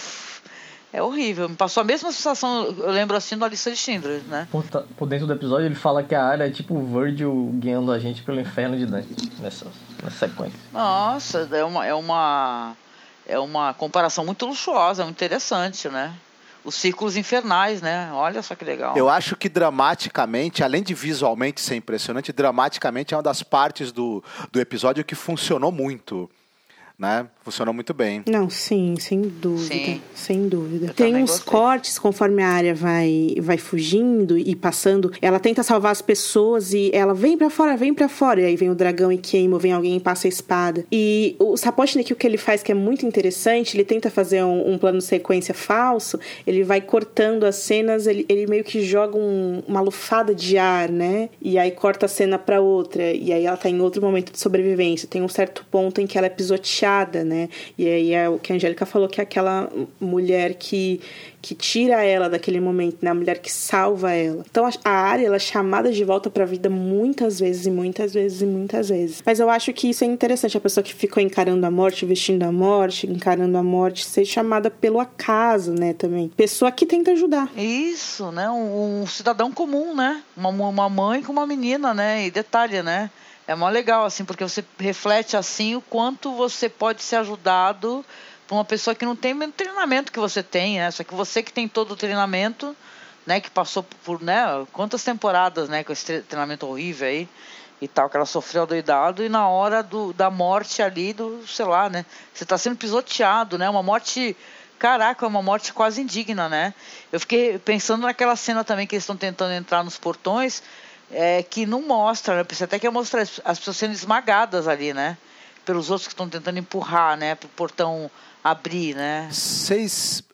É horrível. Me passou a mesma sensação, eu lembro assim, da Lista de Schindler, né? Por, por dentro do episódio ele fala que a Arya é tipo o Virgil guiando a gente pelo inferno de Dante, nessa, nessa sequência. Nossa, é uma, é uma, é uma comparação muito luxuosa, muito interessante, né? Os círculos infernais, né? Olha só que legal. Eu acho que dramaticamente, além de visualmente ser impressionante, dramaticamente é uma das partes do, do episódio que funcionou muito. Né? Funcionou muito bem. Não, sim, sem dúvida. Sim. Sem dúvida. Eu Tem uns gostei. cortes conforme a Arya vai, vai fugindo e passando. Ela tenta salvar as pessoas e ela vem pra fora, vem pra fora. E aí vem o dragão e queima, vem alguém e passa a espada. E o Sapochnik, o que ele faz que é muito interessante, ele tenta fazer um, um plano de sequência falso, ele vai cortando as cenas, ele, ele meio que joga um, uma lufada de ar, né? E aí corta a cena pra outra. E aí ela tá em outro momento de sobrevivência. Tem um certo ponto em que ela é pisoteada jogada, né? E aí é o que a Angélica falou, que é aquela mulher que, que tira ela daquele momento, né? A mulher que salva ela. Então a Arya, ela é chamada de volta pra vida muitas vezes, e muitas vezes, e muitas vezes. Mas eu acho que isso é interessante, a pessoa que ficou encarando a morte, vestindo a morte, encarando a morte, ser chamada pelo acaso, né, também. Pessoa que tenta ajudar. Isso, né? Um, um cidadão comum, né? Uma, uma mãe com uma menina, né? E detalhe, né? É mó legal, assim, porque você reflete, assim, o quanto você pode ser ajudado por uma pessoa que não tem o mesmo treinamento que você tem, né? Só que você que tem todo o treinamento, né? Que passou por, né? Quantas temporadas, né? Com esse treinamento horrível aí e tal, que ela sofreu doidado, e na hora do, da morte ali, do, sei lá, né? Você tá sendo pisoteado, né? Uma morte... Caraca, é uma morte quase indigna, né? Eu fiquei pensando naquela cena também que eles estão tentando entrar nos portões... É, que não mostra, né? Você até quer mostrar as pessoas sendo esmagadas ali, né? Pelos outros que estão tentando empurrar, né? Para o portão abrir, né? Vocês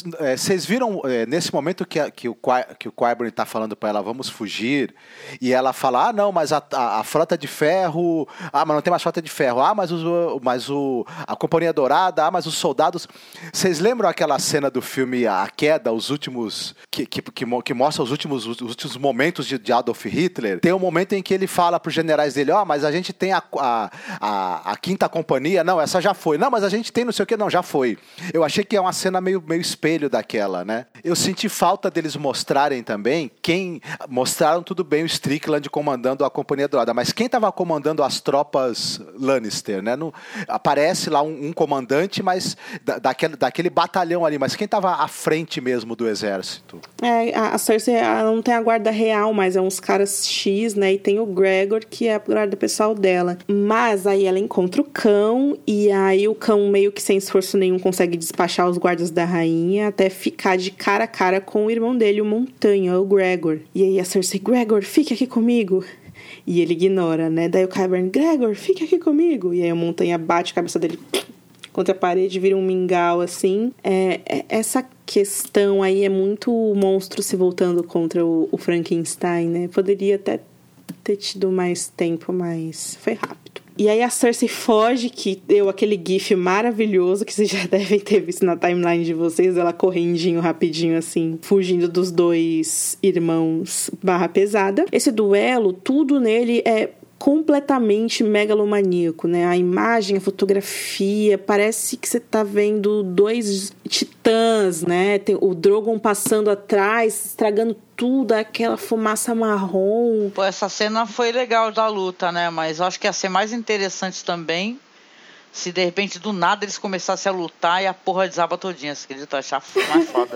é, viram é, nesse momento que, a, que o que o Qyburn está falando para ela, vamos fugir, e ela fala, ah, não, mas a, a, a frota de ferro, ah, mas não tem mais frota de ferro, ah, mas, o, mas o, a Companhia Dourada, ah, mas os soldados... Vocês lembram aquela cena do filme A Queda, os últimos, que, que, que, que mostra os últimos, os últimos momentos de, de Adolf Hitler? Tem um momento em que ele fala para os generais dele, ó, oh, mas a gente tem a, a, a, a Quinta Companhia, não, essa já foi, não, mas a gente tem não sei o que, não, já foi. Eu achei que é uma cena meio, meio espelho daquela, né? Eu senti falta deles mostrarem também quem... Mostraram tudo bem o Strickland comandando a Companhia Dourada, mas quem estava comandando as tropas Lannister, né? No, aparece lá um, um comandante, mas da, daquele, daquele batalhão ali, mas quem estava à frente mesmo do exército? É, a Cersei ela não tem a guarda real, mas é uns caras X, né? E tem o Gregor, que é a guarda pessoal dela. Mas aí ela encontra o cão, e aí o cão meio que sem esforço nenhum consegue despachar os guardas da rainha até ficar de cara a cara com o irmão dele, o Montanha, o Gregor. E aí a Cersei, Gregor, fique aqui comigo. E ele ignora, né? Daí o Qyburn, Gregor, fique aqui comigo. E aí o Montanha bate a cabeça dele contra a parede, vira um mingau, assim. É, é, essa questão aí é muito o monstro se voltando contra o, o Frankenstein, né? Poderia até ter tido mais tempo, mas foi rápido. E aí a Cersei foge, que deu aquele gif maravilhoso que vocês já devem ter visto na timeline de vocês, ela correndinho, rapidinho assim, fugindo dos dois irmãos barra pesada. Esse duelo, tudo nele é completamente megalomaníaco, né? A imagem, a fotografia, parece que você tá vendo dois titãs, né? Tem o Drogon passando atrás, estragando tudo, aquela fumaça marrom. Pô, essa cena foi legal da luta, né? Mas eu acho que ia ser mais interessante também se de repente do nada eles começassem a lutar e a porra desaba todinha. Você acredita? Achar mais foda.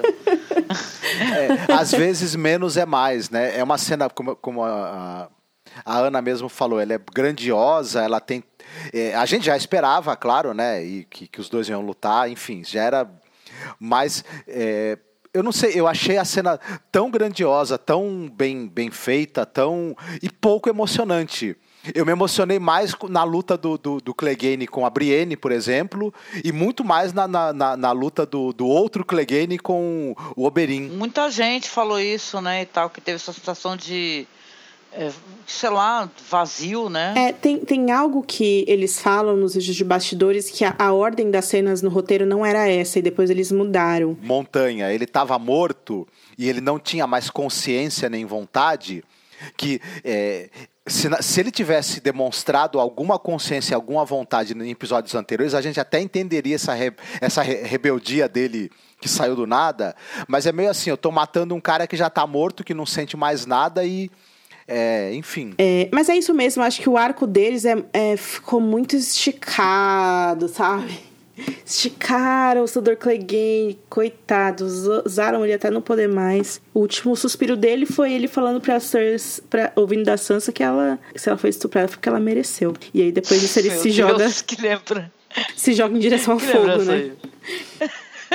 É, às vezes menos é mais, né? É uma cena como, como a... A Ana mesmo falou, ela é grandiosa, ela tem... É, a gente já esperava, claro, né, e que, que os dois iam lutar, enfim, já era... Mas, é, eu não sei, eu achei a cena tão grandiosa, tão bem, bem feita, tão... e pouco emocionante. Eu me emocionei mais na luta do, do, do Clegane com a Brienne, por exemplo, e muito mais na, na, na, na luta do, do outro Clegane com o Oberyn. Muita gente falou isso, né, e tal, que teve essa sensação de... É, sei lá, vazio, né? É, tem, tem algo que eles falam nos vídeos de bastidores que a, a ordem das cenas no roteiro não era essa, e depois eles mudaram. Montanha, ele estava morto e ele não tinha mais consciência nem vontade, que é, se, se ele tivesse demonstrado alguma consciência, alguma vontade em episódios anteriores, a gente até entenderia essa, re, essa re, rebeldia dele que saiu do nada, mas é meio assim, eu tô matando um cara que já tá morto, que não sente mais nada e... É, enfim. É, mas é isso mesmo, acho que o arco deles é, é, ficou muito esticado, sabe? Esticaram o Sandor Clegane, coitado, usaram ele até não poder mais. O último suspiro dele foi ele falando pra Cersei, pra, ouvindo da Sansa, que ela, se ela foi estuprada foi porque ela mereceu. E aí depois disso ele Meu se Deus, joga. Que lembra. Se joga em direção ao que fogo, né?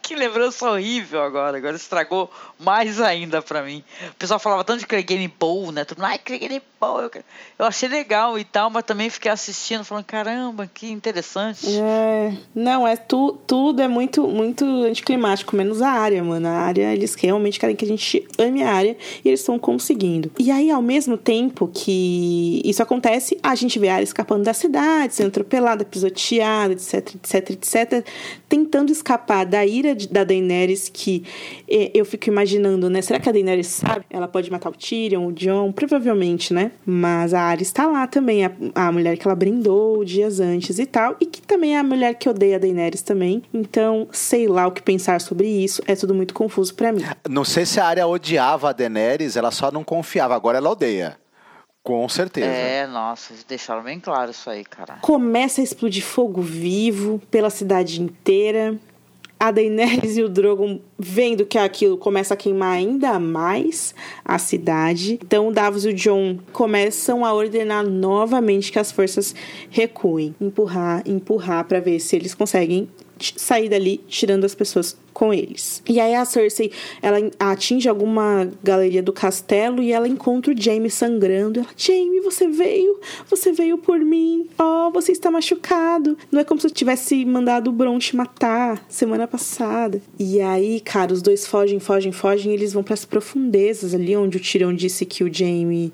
Que lembrança horrível agora. Agora estragou mais ainda pra mim. O pessoal falava tanto de Clegane Bowl, né? Tudo, ai, Clegane Bowl. Eu, eu achei legal e tal, mas também fiquei assistindo, falando, caramba, que interessante. É, não, é tu, tudo é muito, muito anticlimático, menos a área, mano. A área, eles realmente querem que a gente ame a área e eles estão conseguindo. E aí, ao mesmo tempo que isso acontece, a gente vê a área escapando da cidade, sendo atropelada, pisoteada, etc, etc, etc, tentando escapar da ira de, da Daenerys, que eh, eu fico imaginando, né? Será que a Daenerys sabe? Ela pode matar o Tyrion, o Jon? Provavelmente, né? Mas a Arya está lá também, a, a mulher que ela brindou dias antes e tal, e que também é a mulher que odeia a Daenerys também. Então, sei lá o que pensar sobre isso, é tudo muito confuso pra mim. Não sei se a Arya odiava a Daenerys, ela só não confiava, agora ela odeia. Com certeza. É, nossa, deixaram bem claro isso aí, cara. Começa a explodir fogo vivo pela cidade inteira. A Daenerys e o Drogon, vendo que aquilo começa a queimar ainda mais a cidade. Então o Davos e o Jon começam a ordenar novamente que as forças recuem. Empurrar, empurrar para ver se eles conseguem sair dali, tirando as pessoas com eles. E aí a Cersei, ela atinge alguma galeria do castelo e ela encontra o Jaime sangrando. Ela, Jaime, você veio? Você veio por mim. Oh, você está machucado. Não é como se eu tivesse mandado o Bronn te matar semana passada. E aí, cara, os dois fogem, fogem, fogem e eles vão para as profundezas ali onde o Tyrion disse que o Jaime...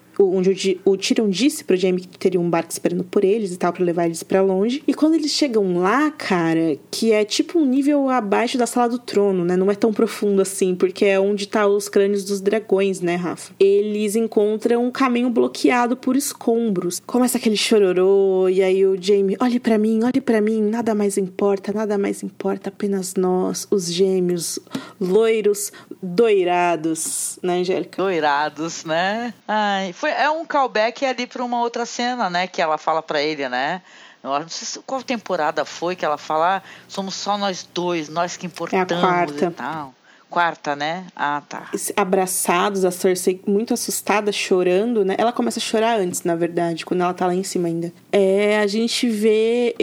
onde o Tyrion disse pro Jaime que teria um barco esperando por eles e tal, pra levar eles pra longe. E quando eles chegam lá, cara, que é tipo um nível abaixo da Sala do Trono, né? Não é tão profundo assim, porque é onde tá os crânios dos dragões, né, Rafa? Eles encontram um caminho bloqueado por escombros. Começa aquele chororô, e aí o Jaime, olhe pra mim, olhe pra mim, nada mais importa, nada mais importa, apenas nós, os gêmeos, loiros, doirados, né, Angélica? Doirados, né? Ai, foi, é um callback ali pra uma outra cena, né? Que ela fala pra ele, né? Eu não sei qual temporada foi que ela fala, ah, somos só nós dois, nós que importamos. É a quarta. E tal. Quarta, né? Ah, tá. Abraçados, a Cersei muito assustada, chorando, né? Ela começa a chorar antes, na verdade, quando ela tá lá em cima ainda. É, a gente vê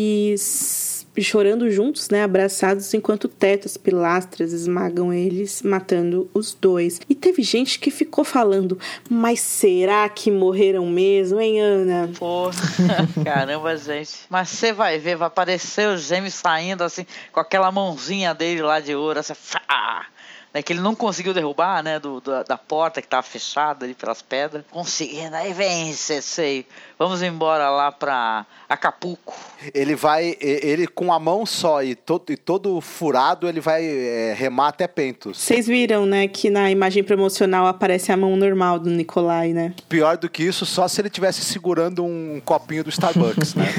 eles chorando juntos, né, abraçados, enquanto o teto, as pilastras esmagam eles, matando os dois. E teve gente que ficou falando, mas será que morreram mesmo, hein, Ana? Porra, caramba, gente. Mas você vai ver, vai aparecer o Jaime saindo assim, com aquela mãozinha dele lá de ouro, assim, fá, né, que ele não conseguiu derrubar, né, do, do, da porta que estava fechada ali pelas pedras. Conseguindo, aí vem, sei, vamos embora lá pra Acapulco. Ele vai, ele com a mão só e todo, e todo furado, ele vai é, remar até Pentos. Vocês viram, né, que na imagem promocional aparece a mão normal do Nikolai, né? Pior do que isso, só se ele estivesse segurando um copinho do Starbucks, né?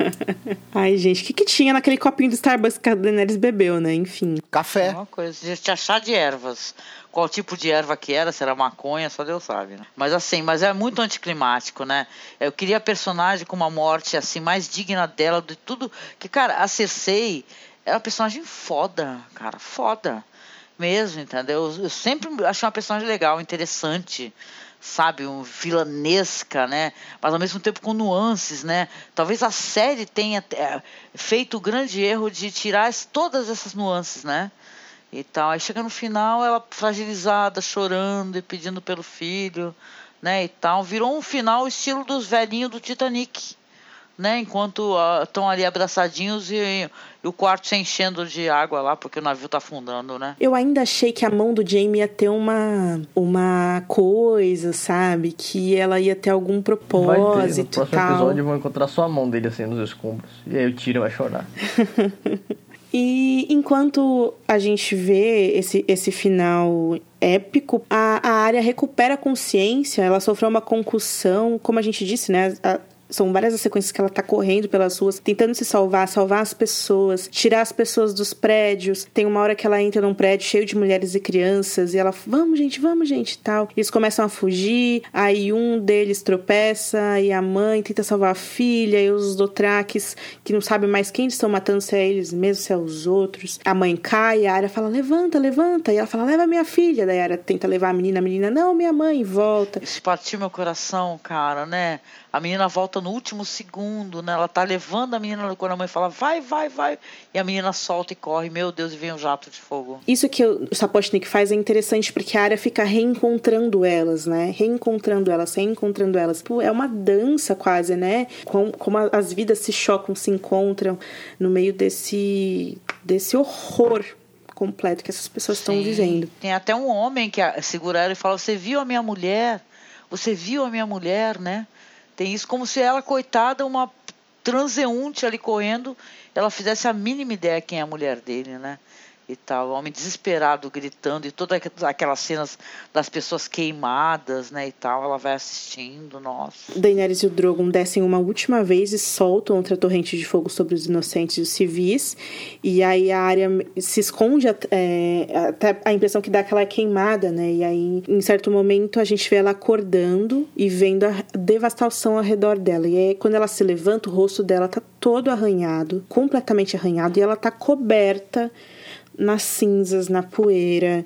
Ai, gente, o que que tinha naquele copinho do Starbucks que a Daenerys bebeu, né? Enfim. Café. Uma coisa, de achar de ervas. Qual tipo de erva que era, se era maconha, só Deus sabe, né? Mas assim, mas é muito anticlimático, né? Eu queria a personagem com uma morte assim, mais digna dela de tudo. Que, cara, a Cersei é uma personagem foda, cara, foda mesmo, entendeu? Eu sempre achei uma personagem legal, interessante, sabe, um vilanesca, né? Mas ao mesmo tempo com nuances, né? Talvez a série tenha é, feito o grande erro de tirar todas essas nuances, né? E tal. Aí chega no final, ela fragilizada, chorando e pedindo pelo filho, né, e tal. Virou um final estilo dos velhinhos do Titanic, né, enquanto estão uh, ali abraçadinhos e, e o quarto se enchendo de água lá, porque o navio tá afundando, né. Eu ainda achei que a mão do Jaime ia ter uma, uma coisa, sabe, que ela ia ter algum propósito. Vai ter. No próximo tal. episódio vão encontrar só a mão dele assim nos escombros. E aí o Tyrion vai chorar. E enquanto a gente vê esse, esse final épico, a, a Arya recupera a consciência, ela sofreu uma concussão, como a gente disse, né? A, São várias as sequências que ela tá correndo pelas ruas, tentando se salvar, salvar as pessoas, tirar as pessoas dos prédios. Tem uma hora que ela entra num prédio cheio de mulheres e crianças e ela, vamos gente, vamos gente, e tal. Eles começam a fugir, aí um deles tropeça e a mãe tenta salvar a filha e os Dothrakis, que não sabem mais quem eles estão matando, se é eles mesmos, se é os outros. A mãe cai, a Arya fala, levanta, levanta. E ela fala, leva minha filha. Daí a Arya tenta levar a menina, a menina, não, minha mãe, volta. Isso partiu meu coração, cara, né? A menina volta solta no último segundo, né? Ela tá levando a menina quando a mãe fala, vai, vai, vai. E a menina solta e corre, meu Deus, e vem um jato de fogo. Isso que o Sapochnik faz é interessante porque a Arya fica reencontrando elas, né? Reencontrando elas, reencontrando elas. Pô, é uma dança quase, né? Como, como as vidas se chocam, se encontram no meio desse, desse horror completo que essas pessoas estão vivendo. Tem até um homem que segura ela e fala, você viu a minha mulher? Você viu a minha mulher, né? Tem isso como se ela, coitada, uma transeunte ali correndo, ela fizesse a mínima ideia quem é a mulher dele, né? E tal, o homem desesperado gritando e todas aquelas cenas das pessoas queimadas, né, e tal, ela vai assistindo, nossa. Daenerys e o Drogon descem uma última vez e soltam outra torrente de fogo sobre os inocentes e os civis, e aí a Arya se esconde, é, até a impressão que dá que ela é queimada, né, e aí em certo momento a gente vê ela acordando e vendo a devastação ao redor dela, e aí quando ela se levanta, o rosto dela tá todo arranhado, completamente arranhado, e ela tá coberta nas cinzas, na poeira,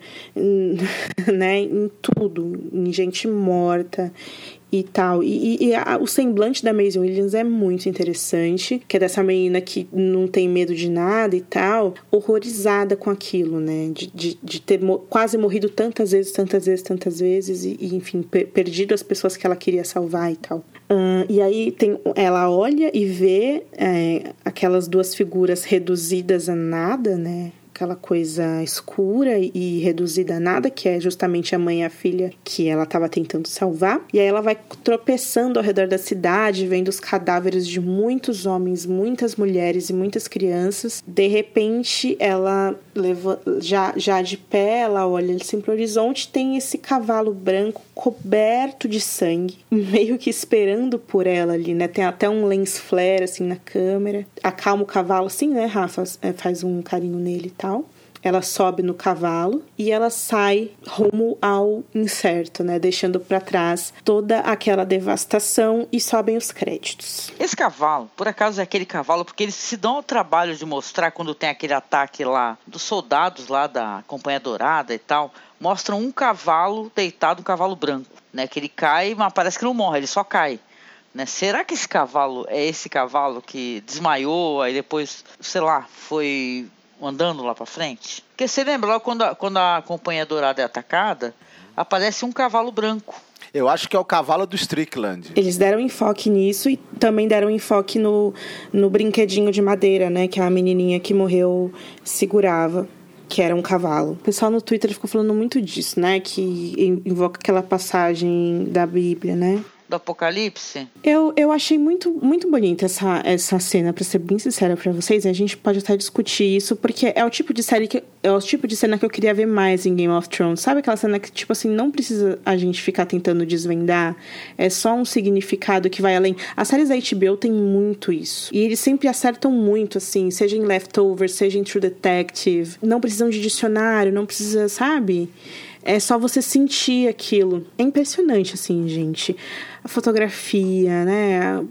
né, em tudo, em gente morta e tal. E, e, e a, o semblante da Maisie Williams é muito interessante, que é dessa menina que não tem medo de nada e tal, horrorizada com aquilo, né, de, de, de ter mo- quase morrido tantas vezes, tantas vezes, tantas vezes, e, e enfim, per- perdido as pessoas que ela queria salvar e tal. Uh, e aí tem, ela olha e vê é, aquelas duas figuras reduzidas a nada, né, aquela coisa escura e reduzida a nada, que é justamente a mãe e a filha que ela estava tentando salvar. E aí ela vai tropeçando ao redor da cidade, vendo os cadáveres de muitos homens, muitas mulheres e muitas crianças. De repente, ela leva, já, já de pé, ela olha assim para o horizonte, tem esse cavalo branco coberto de sangue, meio que esperando por ela ali, né? Tem até um lens flare assim na câmera. Acalma o cavalo assim, né, Rafa? Faz um carinho nele e tal. Ela sobe no cavalo e ela sai rumo ao incerto, né? Deixando para trás toda aquela devastação e sobem os créditos. Esse cavalo, por acaso é aquele cavalo, porque eles se dão ao trabalho de mostrar quando tem aquele ataque lá dos soldados lá da Companhia Dourada e tal, mostram um cavalo deitado, um cavalo branco, né? Que ele cai, mas parece que não morre, ele só cai. Né? Será que esse cavalo é esse cavalo que desmaiou, aí depois, sei lá, foi andando lá pra frente? Porque você lembra lá quando a, quando a Companhia Dourada é atacada, aparece um cavalo branco. Eu acho que é o cavalo do Strickland. Eles deram enfoque nisso e também deram enfoque no, no brinquedinho de madeira, né? Que a menininha que morreu segurava, que era um cavalo. O pessoal no Twitter ficou falando muito disso, né? Que invoca aquela passagem da Bíblia, né? Do Apocalipse? Eu, eu achei muito, muito bonita essa, essa cena, pra ser bem sincera pra vocês. A gente pode até discutir isso, porque é o tipo de série que é o tipo de cena que eu queria ver mais em Game of Thrones. Sabe aquela cena que, tipo assim, não precisa a gente ficar tentando desvendar? É só um significado que vai além. As séries da H B O tem muito isso. E eles sempre acertam muito, assim, seja em Leftovers, seja em True Detective. Não precisam de dicionário, não precisa, sabe? É só você sentir aquilo. É impressionante, assim, gente. A fotografia, né? A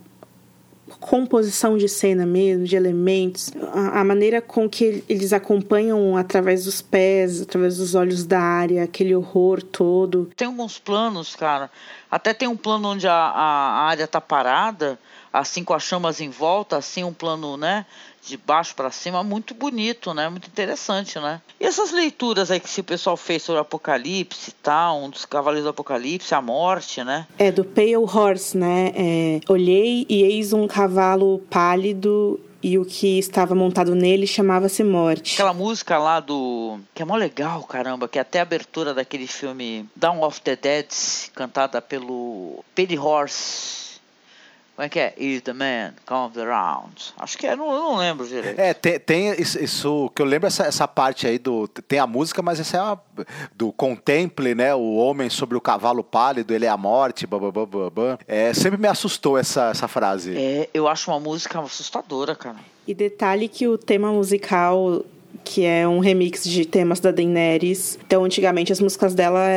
composição de cena mesmo, de elementos. A, a maneira com que eles acompanham através dos pés, através dos olhos da Arya, aquele horror todo. Tem alguns planos, cara. Até tem um plano onde a, a Arya tá parada, assim, com as chamas em volta, assim, um plano, né? De baixo para cima, muito bonito, né? Muito interessante, né? E essas leituras aí que o pessoal fez sobre o Apocalipse e tal, um dos Cavaleiros do Apocalipse, a morte, né? É, do Pale Horse, né? É, olhei e eis um cavalo pálido e o que estava montado nele chamava-se Morte. Aquela música lá do... que é mó legal, caramba, que é até a abertura daquele filme Dawn of the Dead, cantada pelo Pale Horse. Como é que é? Is the man comes around. Acho que é, não, eu não lembro direito. É, tem, tem isso, isso que eu lembro, essa, essa parte aí do... Tem a música, mas essa é uma, do Contemple, né? O homem sobre o cavalo pálido, ele é a morte, bababá, babá. É, sempre me assustou essa, essa frase. É, eu acho uma música assustadora, cara. E detalhe que o tema musical, que é um remix de temas da Daenerys, então antigamente as músicas dela era,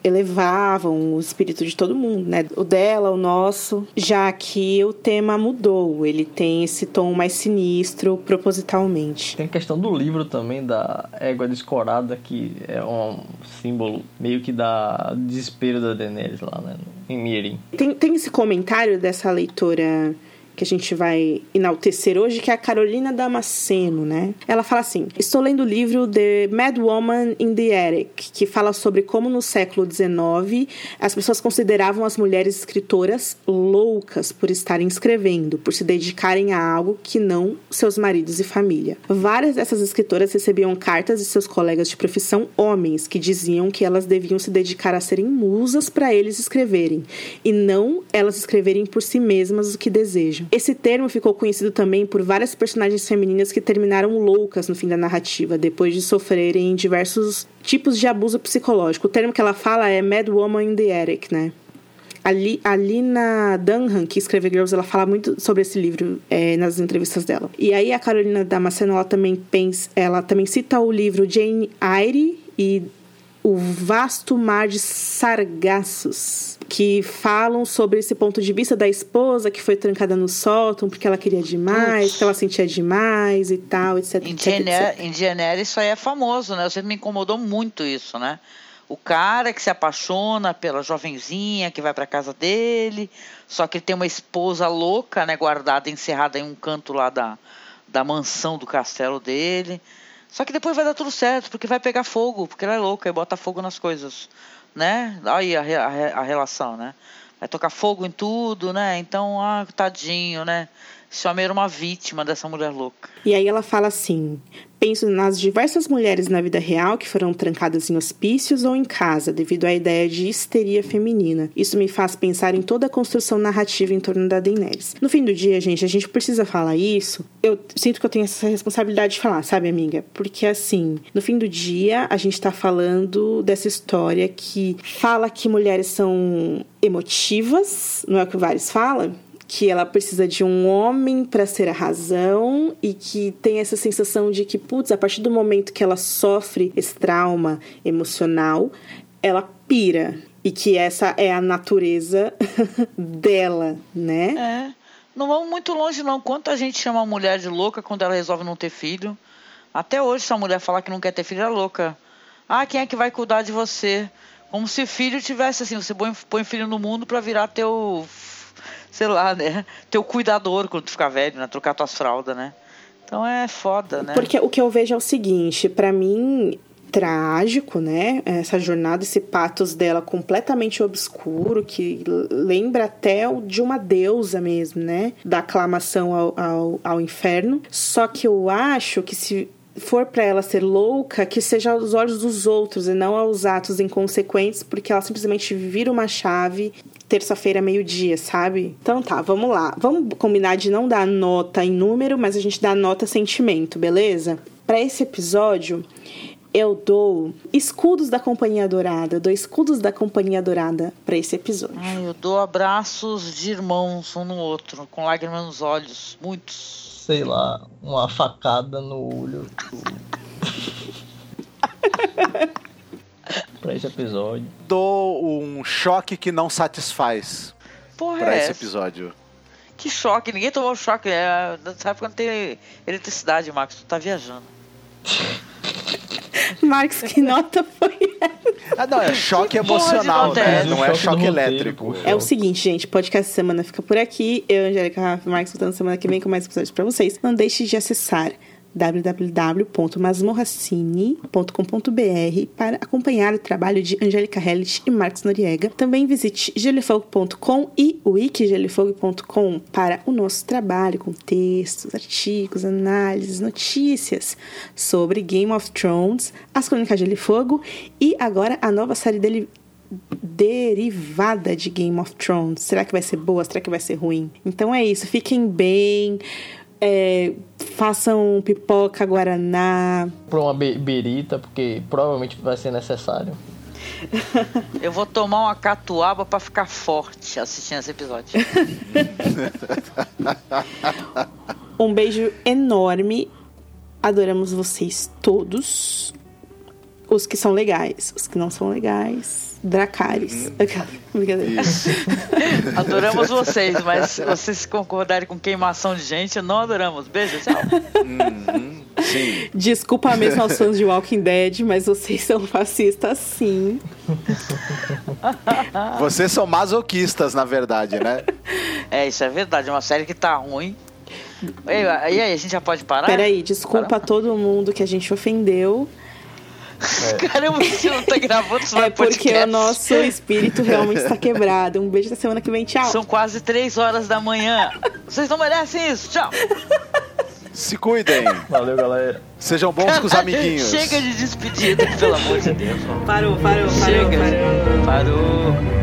elevavam o espírito de todo mundo, né? O dela, o nosso. Já que o tema mudou, ele tem esse tom mais sinistro propositalmente. Tem a questão do livro também, da égua descorada, que é um símbolo meio que da desespero da Daenerys lá, né? Em Meereen. Tem, tem esse comentário dessa leitora que a gente vai enaltecer hoje, que é a Carolina Damasceno, né? Ela fala assim: estou lendo o livro The Mad Woman in the Attic, que fala sobre como no século dezenove as pessoas consideravam as mulheres escritoras loucas por estarem escrevendo, por se dedicarem a algo que não seus maridos e família. Várias dessas escritoras recebiam cartas de seus colegas de profissão homens, que diziam que elas deviam se dedicar a serem musas para eles escreverem, e não elas escreverem por si mesmas o que desejam. Esse termo ficou conhecido também por várias personagens femininas que terminaram loucas no fim da narrativa, depois de sofrerem diversos tipos de abuso psicológico. O termo que ela fala é Mad Woman in the Attic, né? A Lina Dunham, que escreve Girls, ela fala muito sobre esse livro é, nas entrevistas dela. E aí a Carolina Damasceno, ela também, pensa, ela também cita o livro Jane Eyre e O Vasto Mar de Sargassos, que falam sobre esse ponto de vista da esposa que foi trancada no sótão porque ela queria demais, Uf. que ela sentia demais e tal, etc. Em Jane Eyre isso aí é famoso, né? Sempre me incomodou muito isso, né? O cara que se apaixona pela jovenzinha que vai pra casa dele, só que ele tem uma esposa louca, né? Guardada, encerrada em um canto lá da, da mansão do castelo dele. Só que depois vai dar tudo certo, porque vai pegar fogo, porque ela é louca e bota fogo nas coisas, né? Aí a, a, a relação, né? Vai tocar fogo em tudo, né? Então, ah, tadinho, né? Esse homem era uma vítima dessa mulher louca. E aí ela fala assim: penso nas diversas mulheres na vida real que foram trancadas em hospícios ou em casa devido à ideia de histeria feminina. Isso me faz pensar em toda a construção narrativa em torno da Daenerys. No fim do dia, gente, a gente precisa falar isso. Eu sinto que eu tenho essa responsabilidade de falar, sabe, amiga? Porque, assim, no fim do dia, a gente tá falando dessa história que fala que mulheres são emotivas, não é o que o Varys fala? Que ela precisa de um homem para ser a razão e que tem essa sensação de que, putz, a partir do momento que ela sofre esse trauma emocional, ela pira. E que essa é a natureza dela, né? É. Não vamos muito longe, não. Quanta gente chama a mulher de louca quando ela resolve não ter filho? Até hoje, se a mulher falar que não quer ter filho, é louca. Ah, quem é que vai cuidar de você? Como se filho tivesse assim, você põe, põe filho no mundo para virar teu... sei lá, né? Teu cuidador quando tu ficar velho, né? Trocar tuas fraldas, né? Então é foda, né? Porque o que eu vejo é o seguinte, pra mim, trágico, né? Essa jornada, esse pathos dela completamente obscuro, que lembra até de uma deusa mesmo, né? Da aclamação ao, ao, ao inferno. Só que eu acho que se for pra ela ser louca, que seja aos olhos dos outros e não aos atos inconsequentes, porque ela simplesmente vira uma chave terça-feira, meio-dia, sabe? Então tá, vamos lá. Vamos combinar de não dar nota em número, mas a gente dá nota sentimento, beleza? Pra esse episódio, eu dou escudos da Companhia Dourada. Eu dou escudos da Companhia Dourada pra esse episódio. Ai, eu dou abraços de irmãos um no outro, com lágrimas nos olhos. Muitos. Sei lá, uma facada no olho. Pra esse episódio. Dou um choque que não satisfaz. Porra, pra é esse essa? episódio. Que choque, ninguém tomou choque. É, sabe quando tem eletricidade, Marcos? Tu tá viajando. Marcos, que nota foi essa? Ah, não, é choque emocional, né? Não é choque elétrico. É o seguinte, gente, podcast semana fica por aqui. Eu, Angélica, Rafa, Marcos, voltando semana que vem com mais episódios pra vocês. Não deixe de acessar w w w ponto masmorracine ponto com ponto b r para acompanhar o trabalho de Angélica Hellish e Marcos Noriega. Também visite gelifogo ponto com e wiki gelifogo ponto com para o nosso trabalho com textos, artigos, análises, notícias sobre Game of Thrones, as Crônicas de Gelo e Fogo e agora a nova série dele derivada de Game of Thrones. Será que vai ser boa? Será que vai ser ruim? Então é isso, fiquem bem. É, façam pipoca, guaraná. Pra uma be- berita, porque provavelmente vai ser necessário. Eu vou tomar uma catuaba pra ficar forte assistindo esse episódio. Um beijo enorme. Adoramos vocês todos. os que são legais. Os que não são legais, Dracarys. Brincadeira. Adoramos vocês, mas se vocês concordarem com queimação de gente, não adoramos. Beijo, tchau. Uhum. Sim. Desculpa mesmo aos fãs de Walking Dead, mas vocês são fascistas sim. Vocês são masoquistas, na verdade, né? É, isso é verdade. É uma série que tá ruim. E aí, a gente já pode parar? Peraí, desculpa Paramos? a todo mundo que a gente ofendeu. É. Caramba, você não tá gravando isso. É porque o nosso espírito realmente está quebrado. Um beijo, da semana que vem, tchau. São quase três horas da manhã. Vocês não merecem isso, tchau. Se cuidem. Valeu, galera. Sejam bons Caralho, com os amiguinhos. Chega de despedida, pelo amor de Deus. Parou, parou, parou. Chega. Parou. Parou.